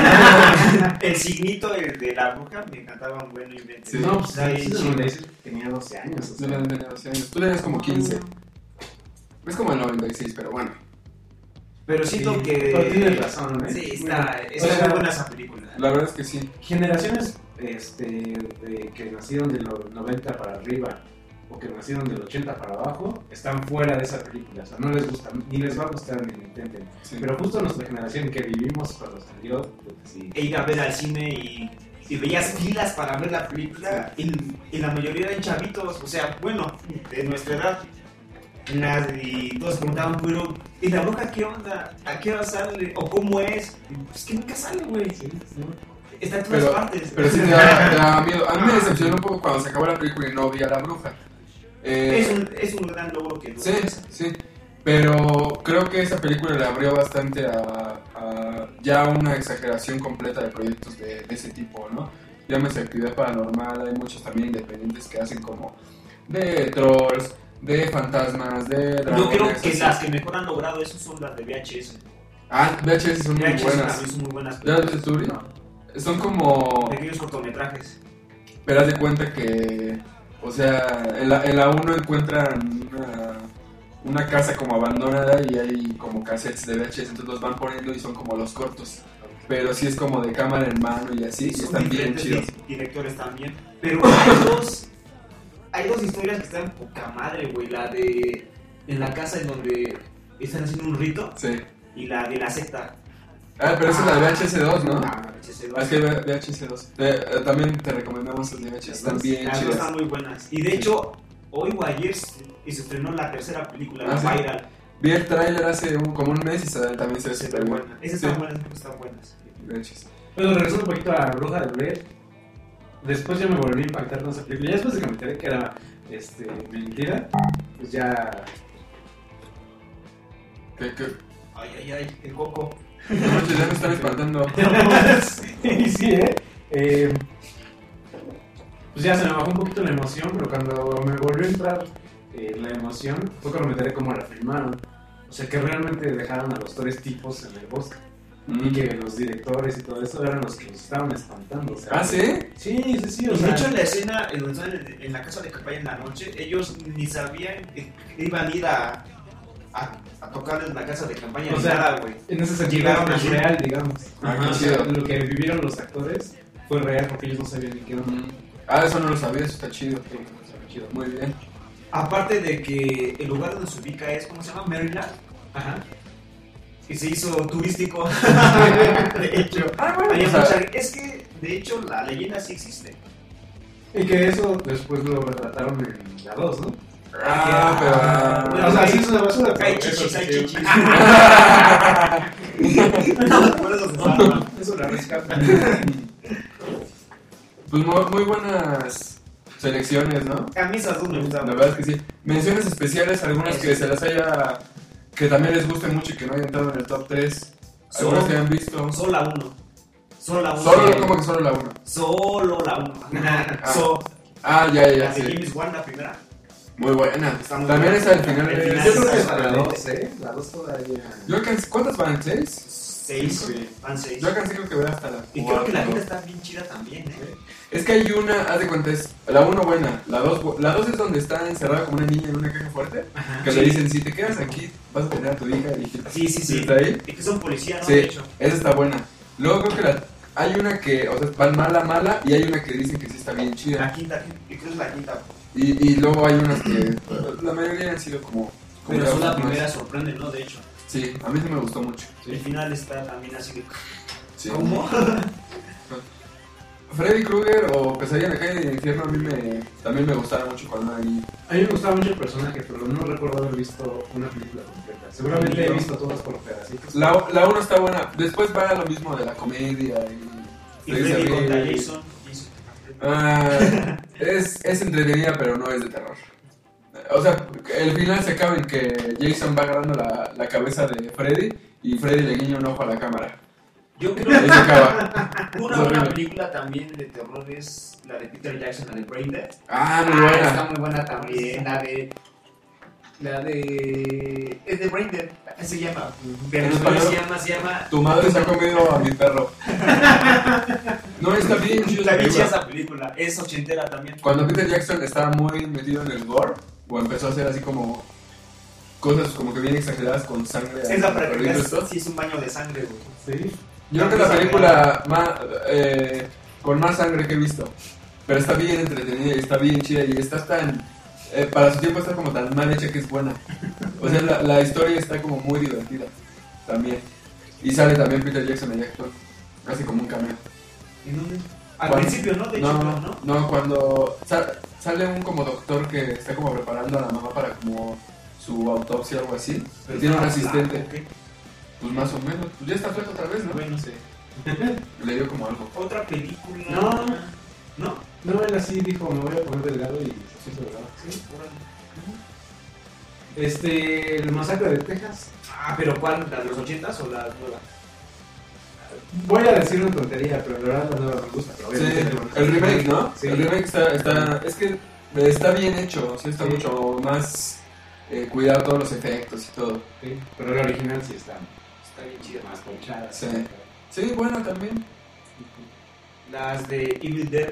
El signito el de la bruja me encantaba un buen invento. Sí. No, pues Está bien sí, chido. noventa y seis, tenía doce años. O Yo sea. también tenía doce años. Tú tenías como quince. Es como el noventa y seis, pero bueno. Pero siento Sí, que. pero tienes razón, ¿eh? Sí, está. O Está sea, muy buena esa película. La verdad es que sí. Generaciones este, de que nacieron de los noventa para arriba o que nacieron del ochenta para abajo están fuera de esa película. O sea, no les gusta, ni les va a gustar ni lo intenten. sí. Pero justo nuestra generación que vivimos cuando salió, pues sí. E ir a ver al cine y, y veías filas para ver la película y, y la mayoría eran chavitos, o sea, bueno, de nuestra edad. Las- y todos preguntaban, pero ¿y la bruja qué onda? ¿A qué hora sale? ¿O cómo es? Y, pues que nunca sale, güey. Está en todas Pero, partes. pero sí te da, te da miedo. A mí me decepcionó un poco cuando se acabó la película y no vi a la bruja. Eh, es, un, es un gran logro que Sí, sí. Pero creo que esa película le abrió bastante a, a ya una exageración completa de proyectos de, de ese tipo, ¿no? Llámese actividad paranormal, hay muchos también independientes que hacen como de trolls, de fantasmas, de dragones. Yo creo que así. las que mejor han logrado eso son las de V H S. Ah, V H S son muy V H S buenas. también son muy buenas. ¿Ya lo viste tú, Uri? Son como... Pequeños cortometrajes. Pero haz de cuenta que, o sea, en la, en la uno encuentran una, una casa como abandonada y hay como cassettes de V H S, entonces los van poniendo y son como los cortos. Pero sí es como de cámara en mano y así, y Son están bien diferentes chidos. di- directores también. Pero hay dos, hay dos historias que están poca madre, güey. La de en la casa en donde están haciendo un rito Sí. y la de la secta. Ah, pero esa es la de V H S dos, ¿no? Ah, V H S dos. Ah, es que V H S dos. Eh, eh, también te recomendamos las de V H S, están bien Las dos chidas. están muy buenas. Y de hecho, hoy o ayer se, y se estrenó la tercera película, Ah, la ¿sí? Viral. Vi el tráiler hace un, como un mes y se- también se ve Se súper ve bueno. buena. Esas Sí. están buenas, creo que están buenas. V H S. Pero regresando un poquito a la bruja de Blair, después yo me volví a impactar con esa película. Ya después de que me enteré que era este, mentira, pues ya. ¿Qué, qué? Ay, ay, ay, el coco. No manches, ya me están espantando. Y sí, ¿eh? Eh, Pues ya se me bajó un poquito la emoción, pero cuando me volvió a entrar eh, la emoción, fue cuando me enteré cómo la filmaron. O sea, que realmente dejaron a los tres tipos en el bosque. Y que los directores y todo eso eran los que los estaban espantando. O sea, ¿Ah, sí? Sí, sí, sí. O Y sea, de hecho en la escena en donde están en, en la casa de campaña en la noche, ellos ni sabían que iban a ir a, a, a tocarles la casa de campaña O ni sea, nada, güey. en ese sentido Llegaron es así. real, digamos. Ah, O qué sea, chido. lo que vivieron los actores fue real porque ellos no sabían ni qué onda. Mm. Ah, eso no lo sabía, eso está chido. Sí, está chido. Muy bien. Aparte de que el lugar donde se ubica es, ¿cómo se llama? Maryland. Ajá. Y se hizo turístico. De hecho. Ah, bueno, Hay o sea, mucha- es que, de hecho, la leyenda sí existe. Y que eso después lo retrataron en la dos, ¿no? Ah, pero... ah. Bueno, O sea, hay- sí es una basura. pero Hay eso chichis, sí hay que- chichis. No, por eso se salvan. Eso la rescatan. Pues muy, muy buenas selecciones, ¿no? A mí esas dos me La gustan. verdad es que sí. Menciones especiales, algunas que se las haya... que también les guste mucho y que no hayan entrado en el top tres. Algunas Solo- que hayan visto. Solo la uno. Solo la uno. Solo, como que solo la uno. Solo la uno. Ah. So, Ah, ya, ya, la de sí. James Wan, la primera. Muy buena. Está muy También buena. esa al final El es... final Yo creo que es está la excelente. dos, ¿eh? La dos todavía. Yo alcancé... ¿Cuántas van? ¿Seis? Seis. Sí. Van seis. Yo alcancé creo que ver hasta la Y creo que la cuatro. vida está bien chida también, ¿eh? Es que hay una, haz de cuenta, es la uno buena, la dos bu- la dos es donde está encerrada como una niña en una caja fuerte, Ajá. que Sí. le dicen, si te quedas aquí, vas a tener a tu hija y Sí, sí, sí. ¿Está ahí? Y que son policías, ¿no? Sí. De hecho. Esa está buena. Luego creo que la, hay una que, o sea, van mala, mala, y hay una que dicen que sí está bien La chida. quinta, y creo que es la quinta. Y, y luego hay unas que, la mayoría han sido como... como Pero ya son la más- primera sorprende, ¿no? De hecho. Sí, a mí sí me gustó mucho. El final está también así de... Sí. ¿Cómo? Freddy Krueger o Pesadilla en la calle del infierno a mí me, también me gustaron mucho cuando era niño. A mí me gustaba mucho el personaje, pero no recuerdo haber visto una película completa. Seguramente he visto todas por pedacitos. La, la uno está buena, después va lo mismo de la comedia y... Y se dice Freddy bien. contra Jason. Jason. Ah, es, es entretenida, pero no es de terror. O sea, el final se acaba en que Jason va agarrando la, la cabeza de Freddy y Freddy le guiña un ojo a la cámara. Yo creo Ahí se acaba. que una buena película también de terror es la de Peter Jackson, la de Brain Dead. Ah, muy Ah, buena. está muy buena también. La de. La de. Es de Brain Dead. Se llama. Pero ¿En no español? se llama, se llama. Tu madre se ha comido a mi perro. No, está bien chido Está esa bien chida película. esa película. Es ochentera también. Cuando Peter Jackson estaba muy metido en el gore, o empezó a hacer así como cosas como que bien exageradas con sangre. Esa para que perdiendo veas, esto. sí es un baño de sangre, güey. Sí. Yo creo que es la película más, eh, con más sangre que he visto. Pero está bien entretenida y está bien chida y está tan... Eh, para su tiempo está como tan mal hecha que es buena. O sea, la, la historia está como muy divertida también. Y sale también Peter Jackson ahí actor. Casi como un cameo. ¿En dónde? Al Cuando- principio, ¿no? De hecho, no, ¿no? no, no, cuando sa- sale un como doctor que está como preparando a la mamá para como su autopsia o algo así. Pero tiene un Ah, asistente. ok. Pues más o menos. Pues ya está flaco otra vez, ¿no? Bueno, sé. Le dio como algo. Otra película. No. ¿No? No, él así dijo, me voy a poner delgado y se puso delgado. Sí, órale. Este, el masacre de Texas. Ah, pero ¿cuál? ¿La de los ochentas o la nueva? Voy a decir una tontería, pero la verdad la nueva me gusta. Pero Sí, obviamente el remake, ¿no? Sí. El remake está, está, es que está bien hecho, o sea, está Sí. mucho más eh, cuidado todos los efectos y todo. Sí, pero el original sí está Está bien chida. más conchada. Sí. Sí, bueno, también. Las de Evil Dead.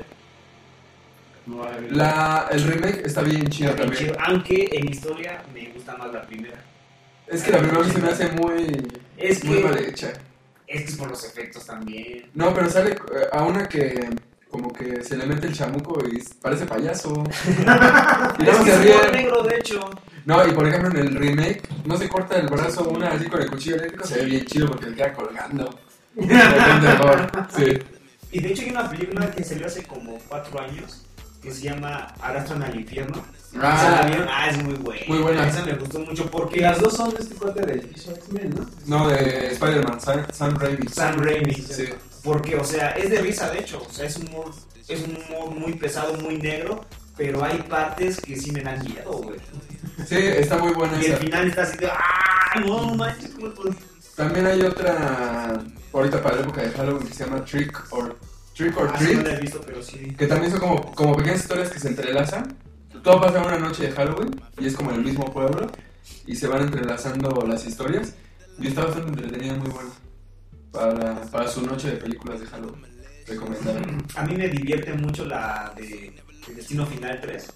No va a haber- La, el remake está bien chido Está bien también. chido, aunque en historia me gusta más la primera. Es que la primera vez se me hace muy, Es muy que mal hecha. es que es por los efectos también. No, pero sale eh, a una que como que se le mete el chamuco y parece payaso. Y Es no que se es ríe. humor negro, de hecho. No, y por ejemplo en el remake no se corta el brazo una así con el cuchillo eléctrico, se ve bien chido porque le queda colgando. Se ve bien terror. Sí. Y de hecho hay una película que salió hace como cuatro años que se llama Arrastran al infierno. Ah. ¿Se la vieron? Ah, es muy buena. Muy buena. Esa me gustó mucho Que porque las dos son de este cuate del piso X-Men, ¿no? No, de Spider-Man, Sam, Sam Raimi. Sam Raimi. Sí. Porque, o sea, es de risa, de hecho. O sea, es un humor, es un humor muy pesado, muy negro. Pero hay partes que sí me dan miedo, güey. Sí, está muy buena Y el esa. final está así de, ¡ah! No, no manches, ¿cómo es? También hay otra ahorita para la época de Halloween que se llama Trick or Trick or Ah, sí, no Treat, la he visto, pero sí. que también son como, como pequeñas historias que se entrelazan. Todo pasa en una noche de Halloween y es como en el mismo pueblo y se van entrelazando las historias y está bastante entretenida, muy buena para, para su noche de películas de Halloween. Recomendada. A mí me divierte mucho la de, de Destino Final tres.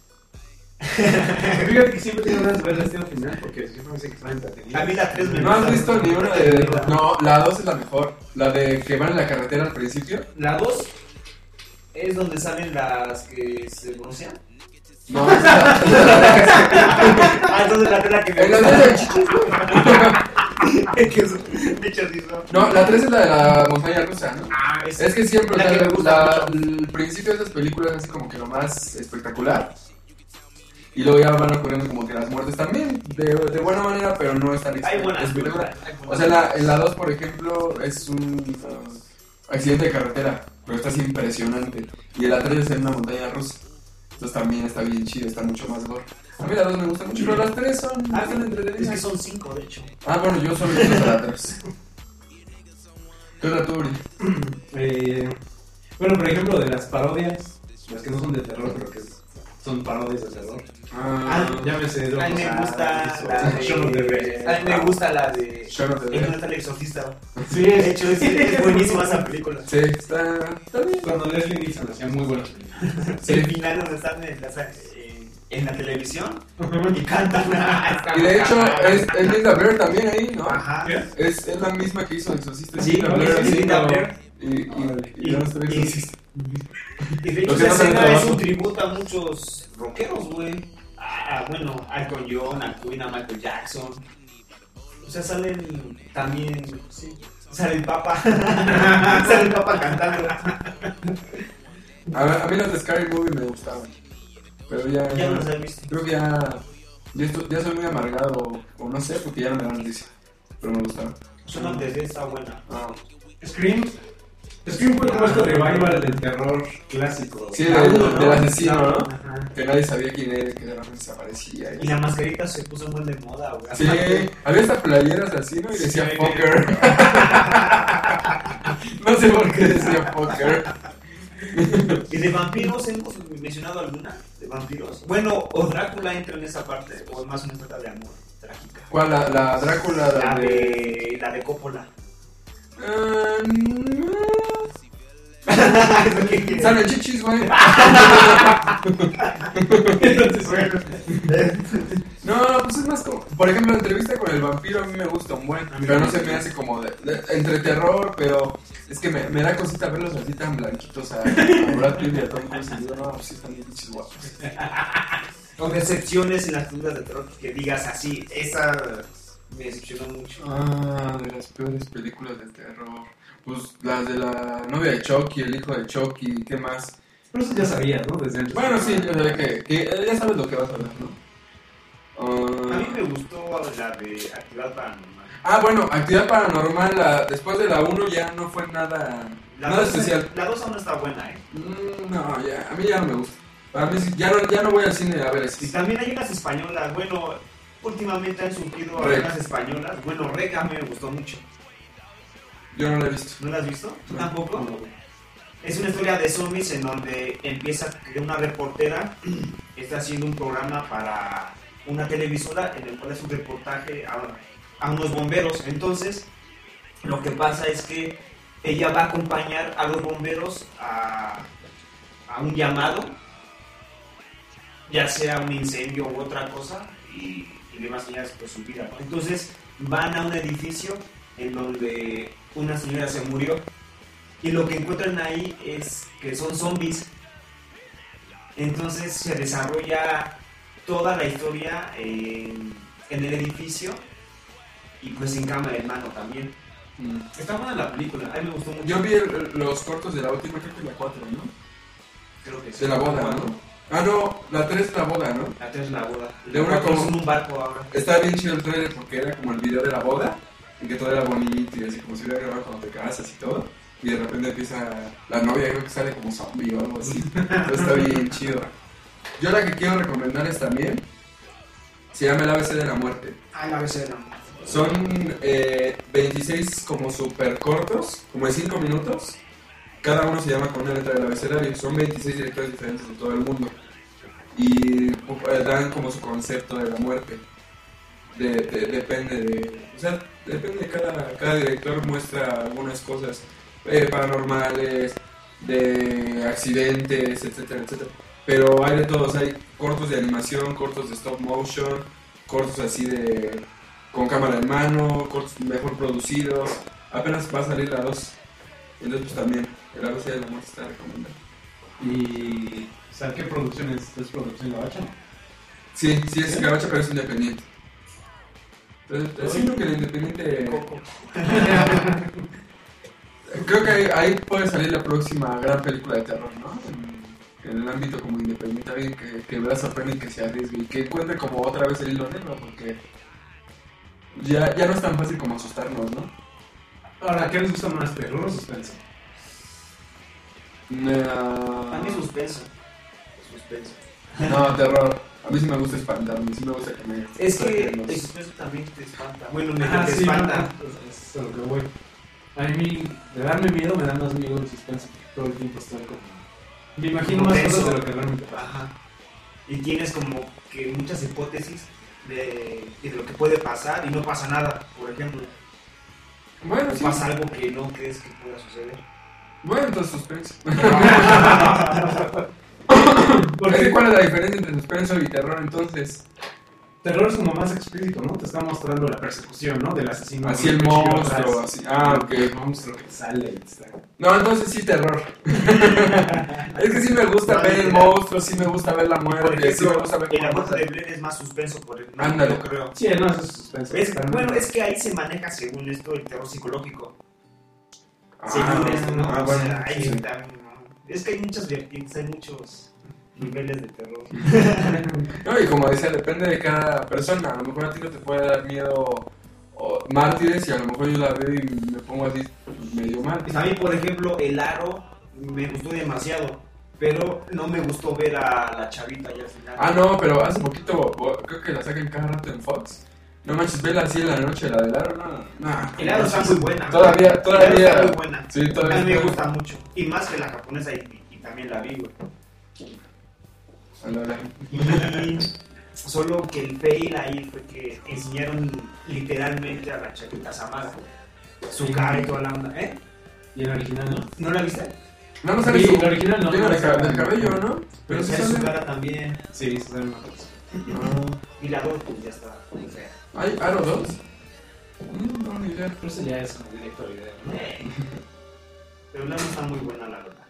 Fíjate que siempre tengo ganas de ver el destino final porque siempre me dicen que está entretenida. A mí la tres me ¿No has gusta visto mucho. ni una de...? No, la dos es la mejor. La de que van en la carretera al principio. La dos es donde salen las que se broncean. No, esa es la- esa es la- Ah, entonces la tres la que me En la gusta. tres Que es- de hecho, sí, no. No, la tres es la de la montaña rusa, ¿no? Ah, es, Es que siempre, la o sea, que me gusta la- mucho. el principio de esas películas es así como que lo más espectacular. Y luego ya van ocurriendo como que las muertes también, de, de buena manera, pero no es tan Hay buenas espectacular. películas. hay buenas O sea, la, en la dos, por ejemplo, es un uh, accidente de carretera, pero está así impresionante. Y en la tres es en una montaña rusa. Entonces también está bien chido, está mucho más gore. A mí la dos me gusta mucho, pero las tres son Ah, bastante es que entretenidas. son cinco, de hecho. Ah, bueno, yo solo he visto la tres. ¿Qué otra tú, Uri? Eh, bueno, por ejemplo, de las parodias, las que no son de terror, pero que son parodias de terror. Ah, Llámese A mí me gusta la de... Shaun of the Dead. A mí me gusta la de... Shaun of the ¿En Dead. dónde está el exorcista? Sí, De hecho, es, es buenísima esa película. Sí, está, está bien. Cuando Leslie Nielsen hacía muy buenas películas. Sí. El final donde están en la, en, en la televisión y cantan. Y de hecho, es, es Linda Blair también ahí, ¿no? Ajá. Es, es la misma que hizo Exorcista. Sí, Linda Blair, sí, sí, Linda no. Blair. Y, y, y, Y- no estoy y- Exorcista. Y de hecho, Los que esa no saben escena es trabajo. un tributo a muchos rockeros, güey. Ah, bueno, a Elton John, a Queen, a Michael Jackson. O sea, salen también. Sí. Sale el Papa. Sale el Papa cantando. A, ver, a mí las de Scary Movie me gustaban. Pero ya. Ya no los he visto. Creo que ya. Ya, estoy- ya soy muy amargado. O, o no sé, porque ya no me dan risa. Pero me gustaban. Son de está buena. Ah. Scream, Es que un poco como este revival del terror clásico. Sí, La del- uno, del asesino, ¿no? Ajá. Que nadie sabía quién era, que de repente se aparecía. Y la mascarita se puso muy de moda, güey. Sí, había hasta playeras así, ¿no? Y decía Sí. fucker. No sé por qué decía fucker. ¿Y de vampiros hemos mencionado alguna? ¿De vampiros? Bueno, o Drácula entra en esa parte, o es más una trata de amor trágica. ¿Cuál? La, la Drácula, La la de... de, la de Coppola. Ah, no. Salen chichis, güey. No, pues es más como... Por ejemplo, la entrevista con el vampiro a mí me gusta un buen. A mí Pero no también. se me hace como de... de- entre terror, pero... Es que me, me da cosita verlos así tan blanquitos a, a Brad Pitt y a Tom Cruise. Y digo, no, pues sí están bien pinches guapos. O decepciones en las películas de terror que digas así, esa me decepcionó mucho. Ah, de las peores películas de terror. Pues las de la novia de Chucky, el hijo de Chucky, ¿qué más? Pero eso ya sabías, ¿no? Desde antes. Bueno, sí, ya sabes que, que ya sabes lo que vas a ver, ¿no? Ah, A mí me gustó la de Actividad Paranormal. ah, bueno, Actividad Paranormal, la- después de la uno ya no fue nada, La nada dos- especial. La dos aún no está buena, ¿eh? Mm, no, ya, a mí ya no me gusta. Para mí sí, ya no, ya no voy al cine a ver eso. Y también hay unas españolas, bueno, últimamente han surgido Rec. algunas españolas. Bueno, Rec a mí me gustó mucho. Yo no la he visto. ¿No la has visto? ¿Tú No. tampoco? Es una historia de zombies en donde empieza que una reportera está haciendo un programa para una televisora en el cual es un reportaje a, a unos bomberos. Entonces, lo que pasa es que ella va a acompañar a los bomberos a, a un llamado, ya sea un incendio u otra cosa, y, y le va a enseñar pues, su vida, ¿no? Entonces, van a un edificio en donde una señora se murió y lo que encuentran ahí es que son zombies. Entonces se desarrolla toda la historia en, en el edificio y pues en cámara en mano también. Mm. Está buena la película, a mí me gustó mucho. Yo vi el- los cortos de la última, creo que la cuatro, ¿no? Creo que sí. De la boda, ¿no? Ah, no, la tres es la boda, ¿no? La tres es la boda. De una Cuatro es como- en un barco ahora. Está bien chido el trailer porque era como el video de la boda y que todo era bonito y así como si hubiera grabado cuando te casas y todo. Y de repente empieza la novia, creo que sale como zombie o algo así. Entonces está bien chido. Yo la que quiero recomendar es también, se llama El A B C de la Muerte. Ah, la vez de la Son eh, veintiséis como super cortos, como de cinco minutos. Cada uno se llama con una letra del abecedario. Son veintiséis directores diferentes de todo el mundo. Y eh, dan como su concepto de la muerte. De, de- depende de... O sea, depende de cada, cada director muestra algunas cosas eh, paranormales, de accidentes, etcétera, etcétera. Pero hay de todos, hay cortos de animación, cortos de stop motion, cortos así de... con cámara en mano, cortos mejor producidos. Apenas va a salir la dos. Entonces pues también, el A B C de la Muerte está recomendado. Y... ¿sabes qué producción es? ¿Es producción gabacha? Sí, sí es gabacha, pero es independiente. Entonces, siento que el independiente... Coco. Creo que ahí, ahí puede salir la próxima gran película de terror, ¿no? En, en el ámbito como independiente, alguien que, que vea esa pena y que se arriesgue y que encuentre como otra vez el hilo negro, porque ya, ya no es tan fácil como asustarnos, ¿no? Ahora, ¿qué les gusta más, terror o suspenso? No, A mí suspenso. Suspenso. no, terror. A mí sí me gusta espantarme, sí me gusta que me... Es que saquen los- el suspenso también te espanta. Bueno, me Ah, te sí, espanta. no, pues, es a lo que voy. A mí, de darme miedo, me da más miedo el suspenso. Todo el tiempo estar como... Me imagino Como más tenso. cosas de lo que realmente pasa. Ajá. Y tienes como que muchas hipótesis de, de lo que puede pasar y no pasa nada, por ejemplo. Bueno, sí. Pasa algo que no crees que pueda suceder. Bueno, entonces suspenso. Porque Es que, ¿cuál es la diferencia entre suspenso y terror entonces? terror es como más explícito, ¿no? Te está mostrando la persecución, ¿no? Del asesino. Así con el cuchillo monstruo, atrás. así. Ah, ok. El monstruo que sale y te está... No, entonces sí terror. Es que sí me gusta No, ver el literal. monstruo, sí me gusta ver la Por muerte, sí me ejemplo, gusta ver en la cómo muerte de matan. Blair es más suspenso, por ejemplo. Ándale. Yo creo. Sí, no, eso es suspenso. Es- Está bueno, muy- es que ahí se maneja según esto el terror psicológico. Ah, según esto, ¿no? ah, O bueno, sea, ahí sí. está, ¿no? Es que hay muchas vertientes, hay muchos niveles de terror. No, y como decía, depende de cada persona. A lo mejor a ti no te puede dar miedo o mártires y a lo mejor yo la veo y me pongo así medio mal. Pues a mí, por ejemplo, El Aro me gustó demasiado, pero no me gustó ver a la chavita ya al final. Ah, no, pero hace poquito, creo que la sacan cada rato en Fox. No manches, vela así en la noche, la del Aro, no, no. El Aro está muy buena. Todavía, todavía. El Aro está muy buena. Sí, todavía. A mí me está- gusta mucho. Y más que la japonesa y, y también la vi, güey. Hola, hola. Y solo que el fail ahí fue que enseñaron literalmente a la chavita Samara. Su cara y toda la onda, ¿eh? Y el original, ¿no? ¿No la viste? No, no sale Sí, su... el original no. Tiene no, de ca- no, del cabello, ¿no? Pero Pero sí sale su sale... cara también. Sí, se sabe una cosa. Ah. Y la dos, pues ya está muy fea. ¿Hay Aro dos? Mm, no, ni idea. Pero eso ya es como directo al video, ¿no? Pero la está muy buena, la verdad.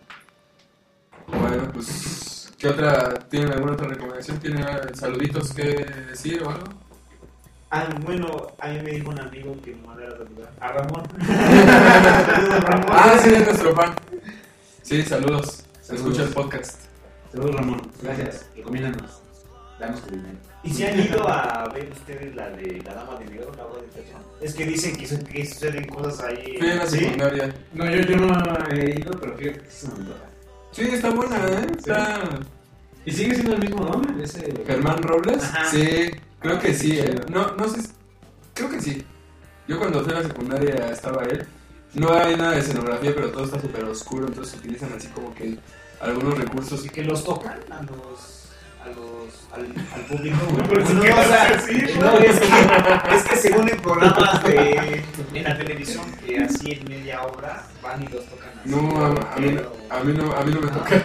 Bueno, pues... ¿Qué otra? ¿Tienen alguna otra recomendación? ¿Tienen eh, saluditos que decir o algo? Ah, bueno, a mí me dijo un amigo que me mandara a saludar. A Ramón. Saludos, Ramón. Ah, sí, es nuestro fan. Sí, saludos. Se escucha el podcast. Saludos, Ramón. Gracias. Recomiéndanos. Danos tu dinero. ¿Y si han ido a ver ustedes la de La Dama de Negro, la obra de teatro? Es que dicen que, su- que suceden cosas ahí. Fui en la ¿Sí? secundaria. No, yo, yo no he ido, pero fíjate que se me antoja. Sí, está buena, ¿eh? Está... ¿Y sigue siendo el mismo nombre? Ese... ¿Germán Robles? Ajá. Sí, creo que sí, ¿eh? Chido. No, no sé... Creo que sí. Yo cuando fui a la secundaria estaba él. No hay nada de escenografía, pero todo está súper oscuro, entonces utilizan así como que algunos recursos. Y que los tocan a los... A los al, al público. Pero Bueno, ¿qué no, o vas a sea, decir, no, güey? es que, es que según en programas de, en la televisión, que así en media hora van y los tocan así. No, a, a mí, no- a, mí no, a mí no me toca.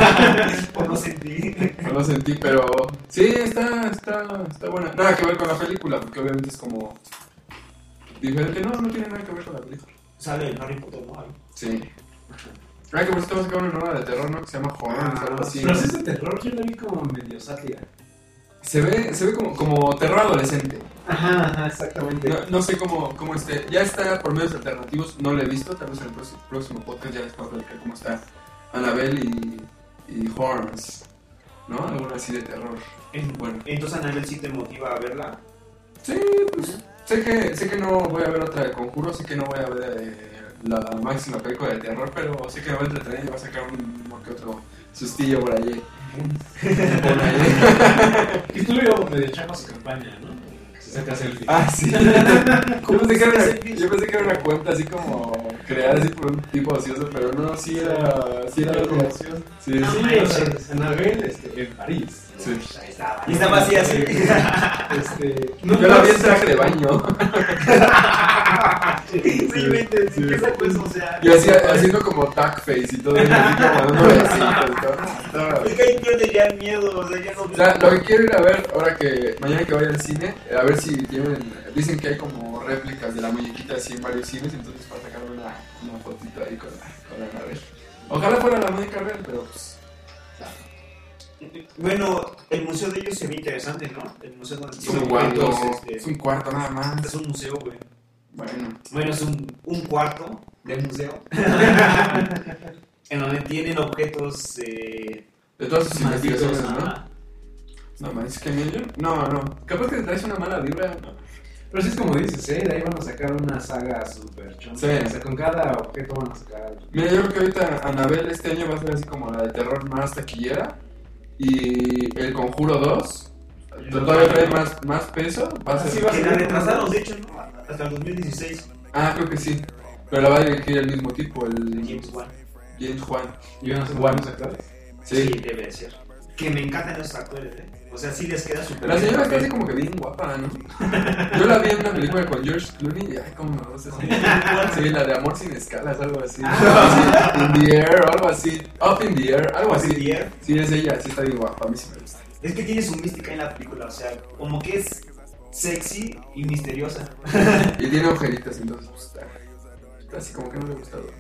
Por no sentir. No lo sentí, pero sí, está, está, está buena. Nada que ver con la película, porque obviamente es como diferente. No, no tiene nada que ver con la película. Sale el Harry Potter, ¿no? Ahí. Sí. Ay, que por cierto va a sacar una nueva de terror, ¿no? Que se llama Horror, algo así. Pero si es de terror, yo la vi como medio sátira. Se ve, se ve como, como terror adolescente. Ajá, ajá, exactamente. No, no sé cómo, cómo esté. Ya está por medios alternativos, no lo he visto. Tal vez en el próximo, próximo podcast ya les puedo platicar cómo está Annabelle y, y Horns, ¿no? Alguna así de terror. Bueno. Entonces, Anabel, sí te motiva a verla. Sí, pues sé que, sé que no voy a ver otra de Conjuro, sé que no voy a ver eh, la máxima película de terror, pero sé que me va a entretener y va a sacar un uno que otro sustillo por allí. Por ahí. Estuvo medio chafa su campaña, ¿no? Se saca selfie. Ah, sí. Yo pensé, que era una, yo pensé que era una cuenta así como creada así por un tipo ocioso, pero no, sí era, sí era algo. Sí, Sí, sí. o sea, Annabelle este, en París. Sí. Ahí estaba. Y estaba así, así. Este, Yo la vi en traje de baño. Sí, vente, Sí. ¿qué fue eso? O sea, Y así, haciendo como tag face y todo. Y así como dando besitos y todo. Estaba- es que ahí pierde ya el miedo, o sea, ya no. O sea, lo que quiero ir a ver ahora que mañana que vaya al cine, a ver si tienen, dicen que hay como réplicas de la muñequita así en varios cines, entonces para sacar una, una fotito ahí con la, con la Annabelle. Ojalá fuera la muñeca real, pero pues... Bueno, el museo de ellos se ve interesante, ¿no? El museo donde Es un tienen cuarto, objetos, este, es un cuarto nada más. es un museo, güey. Bueno, Bueno, es un, un cuarto de museo en donde tienen objetos eh, de todas sus malditos, investigaciones, ¿no? ajá. No, man, es que mira, yo... No, no, capaz que te traes una mala vibra, no. Pero sí es como dices, ¿eh? De ahí van a sacar una saga super choncha. Sí. O sea, con cada objeto van a sacar. Mira, yo creo que ahorita Annabelle este año va a ser así como la de terror más taquillera. Y el Conjuro dos, todavía trae más, más peso. Va a Ah, ser... sí, va a Que ser- la retrasaron, de hecho, ¿no? Hasta el dos mil dieciséis. Ah, creo que sí. Pero la va a dirigir el mismo tipo, el James Wan. James Juan. ¿Y van a ser buenos actores? Sí. Sí, debe de ser. Que me encantan esos actores, ¿eh? O sea, sí les queda súper La bien señora el está así papel. como que bien guapa, ¿no? Yo la vi en una película con George Clooney y ay, cómo me gusta esa. Sí, la de Amor sin escalas, algo así. Ah. Sí, In the Air o algo así. Up in the Air, algo Up in así. the Air. Sí, es ella, sí está bien guapa, a mí sí me gusta. Es que tiene su mística en la película, o sea, como que es sexy y misteriosa. Y tiene agujeritos, entonces pues está, está así como que no le gusta dormir.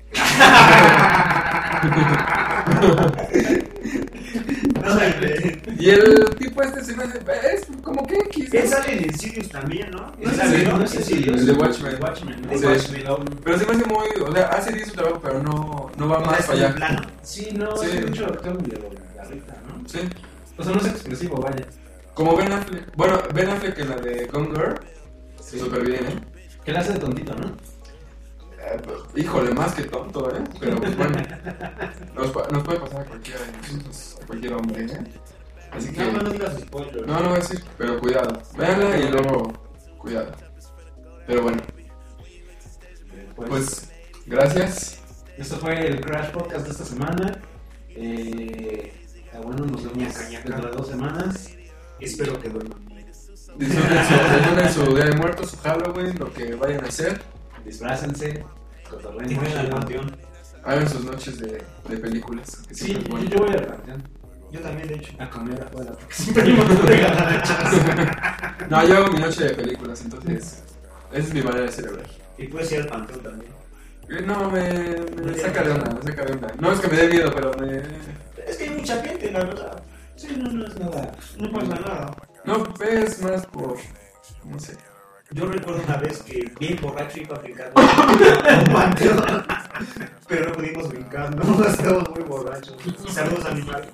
No, güey. Y el tipo este se me hace, es como que X, ¿no? Él sale en Sirius también, ¿no? No Él sé sale, si- ¿no? no sé En si- Sirius. El de Watchmen. Watchmen, ¿no? De Sí. Watchmen. Pero se me hace muy, o sea, hace bien su trabajo, pero no, no va O sea, más es para como allá. plano. Sí, no, Sí. es mucho actor de garrita, ¿no? Sí. O sea, no es expresivo, vaya. Como Ben Affleck. Bueno, Ben Affleck en la de Gone Girl. Sí. súper bien, ¿eh? Que le hace de tontito, ¿no? Eh, pues, híjole, más que tonto, ¿eh? Pero pues bueno, nos, pa- nos puede pasar a cualquiera de nosotros, a cualquier hombre, ¿eh? Así que... No, no, no digas spoilers. No, no voy a decir, pero cuidado. Véanla y luego, cuidado. Pero bueno, Pues, pues, gracias. esto fue el Crash Podcast de esta semana. Eh, ah, bueno, nos vemos dentro de dos semanas. Espero que duerman. Disfruten su, disfruten su Día de Muertos, su Halloween, lo que vayan a hacer. Disfrácense, cotorreen. Y vayan al panteón. Hagan sus noches de, de películas. Que Sí, siempre es yo, bueno. yo voy al panteón Yo también, de hecho. a comer afuera porque siempre hay un montón de garnachas. No, yo hago mi noche de películas, entonces esa es mi manera de celebrar. Y puedes ir al panteón también. Eh, No, me, me saca de onda, me saca de onda. No es que me dé miedo, pero me... Es que hay mucha gente, la verdad. Sí, no, no es nada. No pasa nada. No, es más por... no sé. Yo recuerdo una vez que bien borracho iba brincando a un panteón. Pero no pudimos brincar, ¿no? Estábamos muy borrachos. Saludos, animal.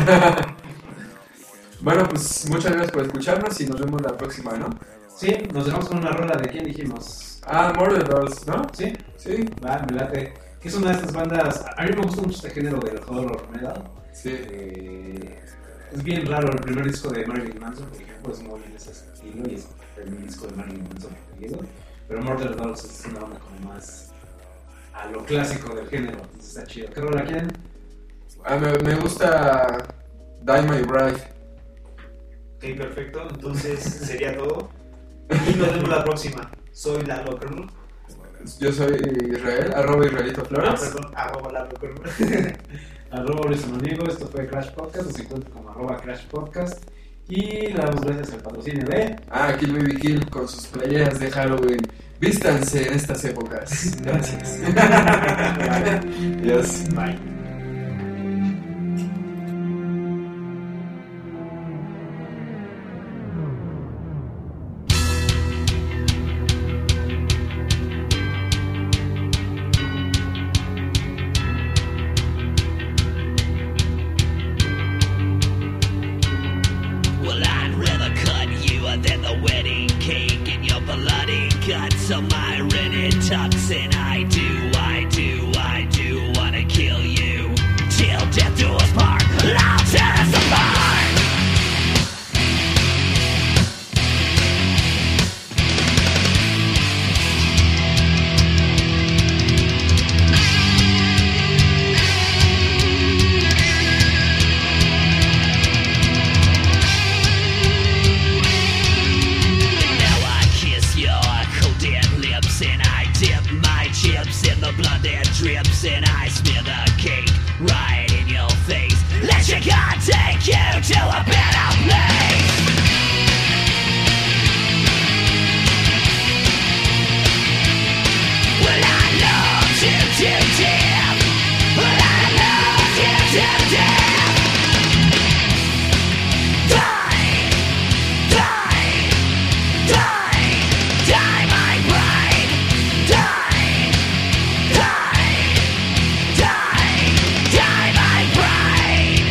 Bueno, pues muchas gracias por escucharnos y nos vemos la próxima, ¿no? Sí, nos dejamos con una rola de quién dijimos. Ah, Murder Dolls, ¿no? Sí, Sí, va, me late. Que es una de estas bandas. A mí me gusta mucho este género del horror metal. sí. Eh, es bien raro el primer disco de Marilyn Manson, por ejemplo, es muy en ese estilo y es el disco de Marilyn Manson preferido. Pero Murder Dolls es una onda como más a lo clásico del género, entonces está chido. ¿Qué rola quieren? Ah, me, me gusta Die My Bride. Ok, perfecto. Entonces sería todo. Y nos vemos la próxima. Soy Lalo Crono. Yo soy Israel, arroba Israelito Ah, Flores. perdón, arroba Lalo Crono. Arroba Boris Amanigo, esto fue Crash Podcast, nos encuentran como arroba Crash Podcast. Y le damos gracias al patrocinio de... Ah, Kill Baby Kill con sus playeras de Halloween. Vístanse en estas épocas. Gracias. Adiós. Bye. Well, I'd rather cut you than the wedding cake in your bloody guts on my rented tux. And I do, I do, I do wanna kill you till death do us part. I'll tear us apart. Now I kiss your cold dead lips and I dip my chips in the blood that drips and I smear the cake right in your face. Let your God take you to a better place. Well, I love you to death. Well, I love you to death. Die, die. Die, die, my bride. Die, die, die, die, my bride.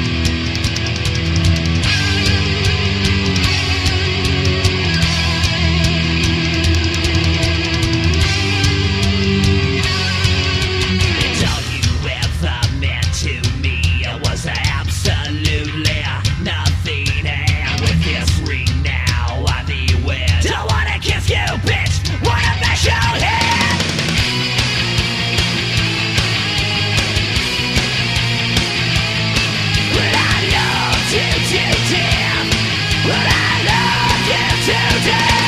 And all you ever meant to me was absolutely nothing. And with this ring now, I beware. Don't wanna kiss you, bitch. Wanna bash your head. But I love you to death. But I love you to death.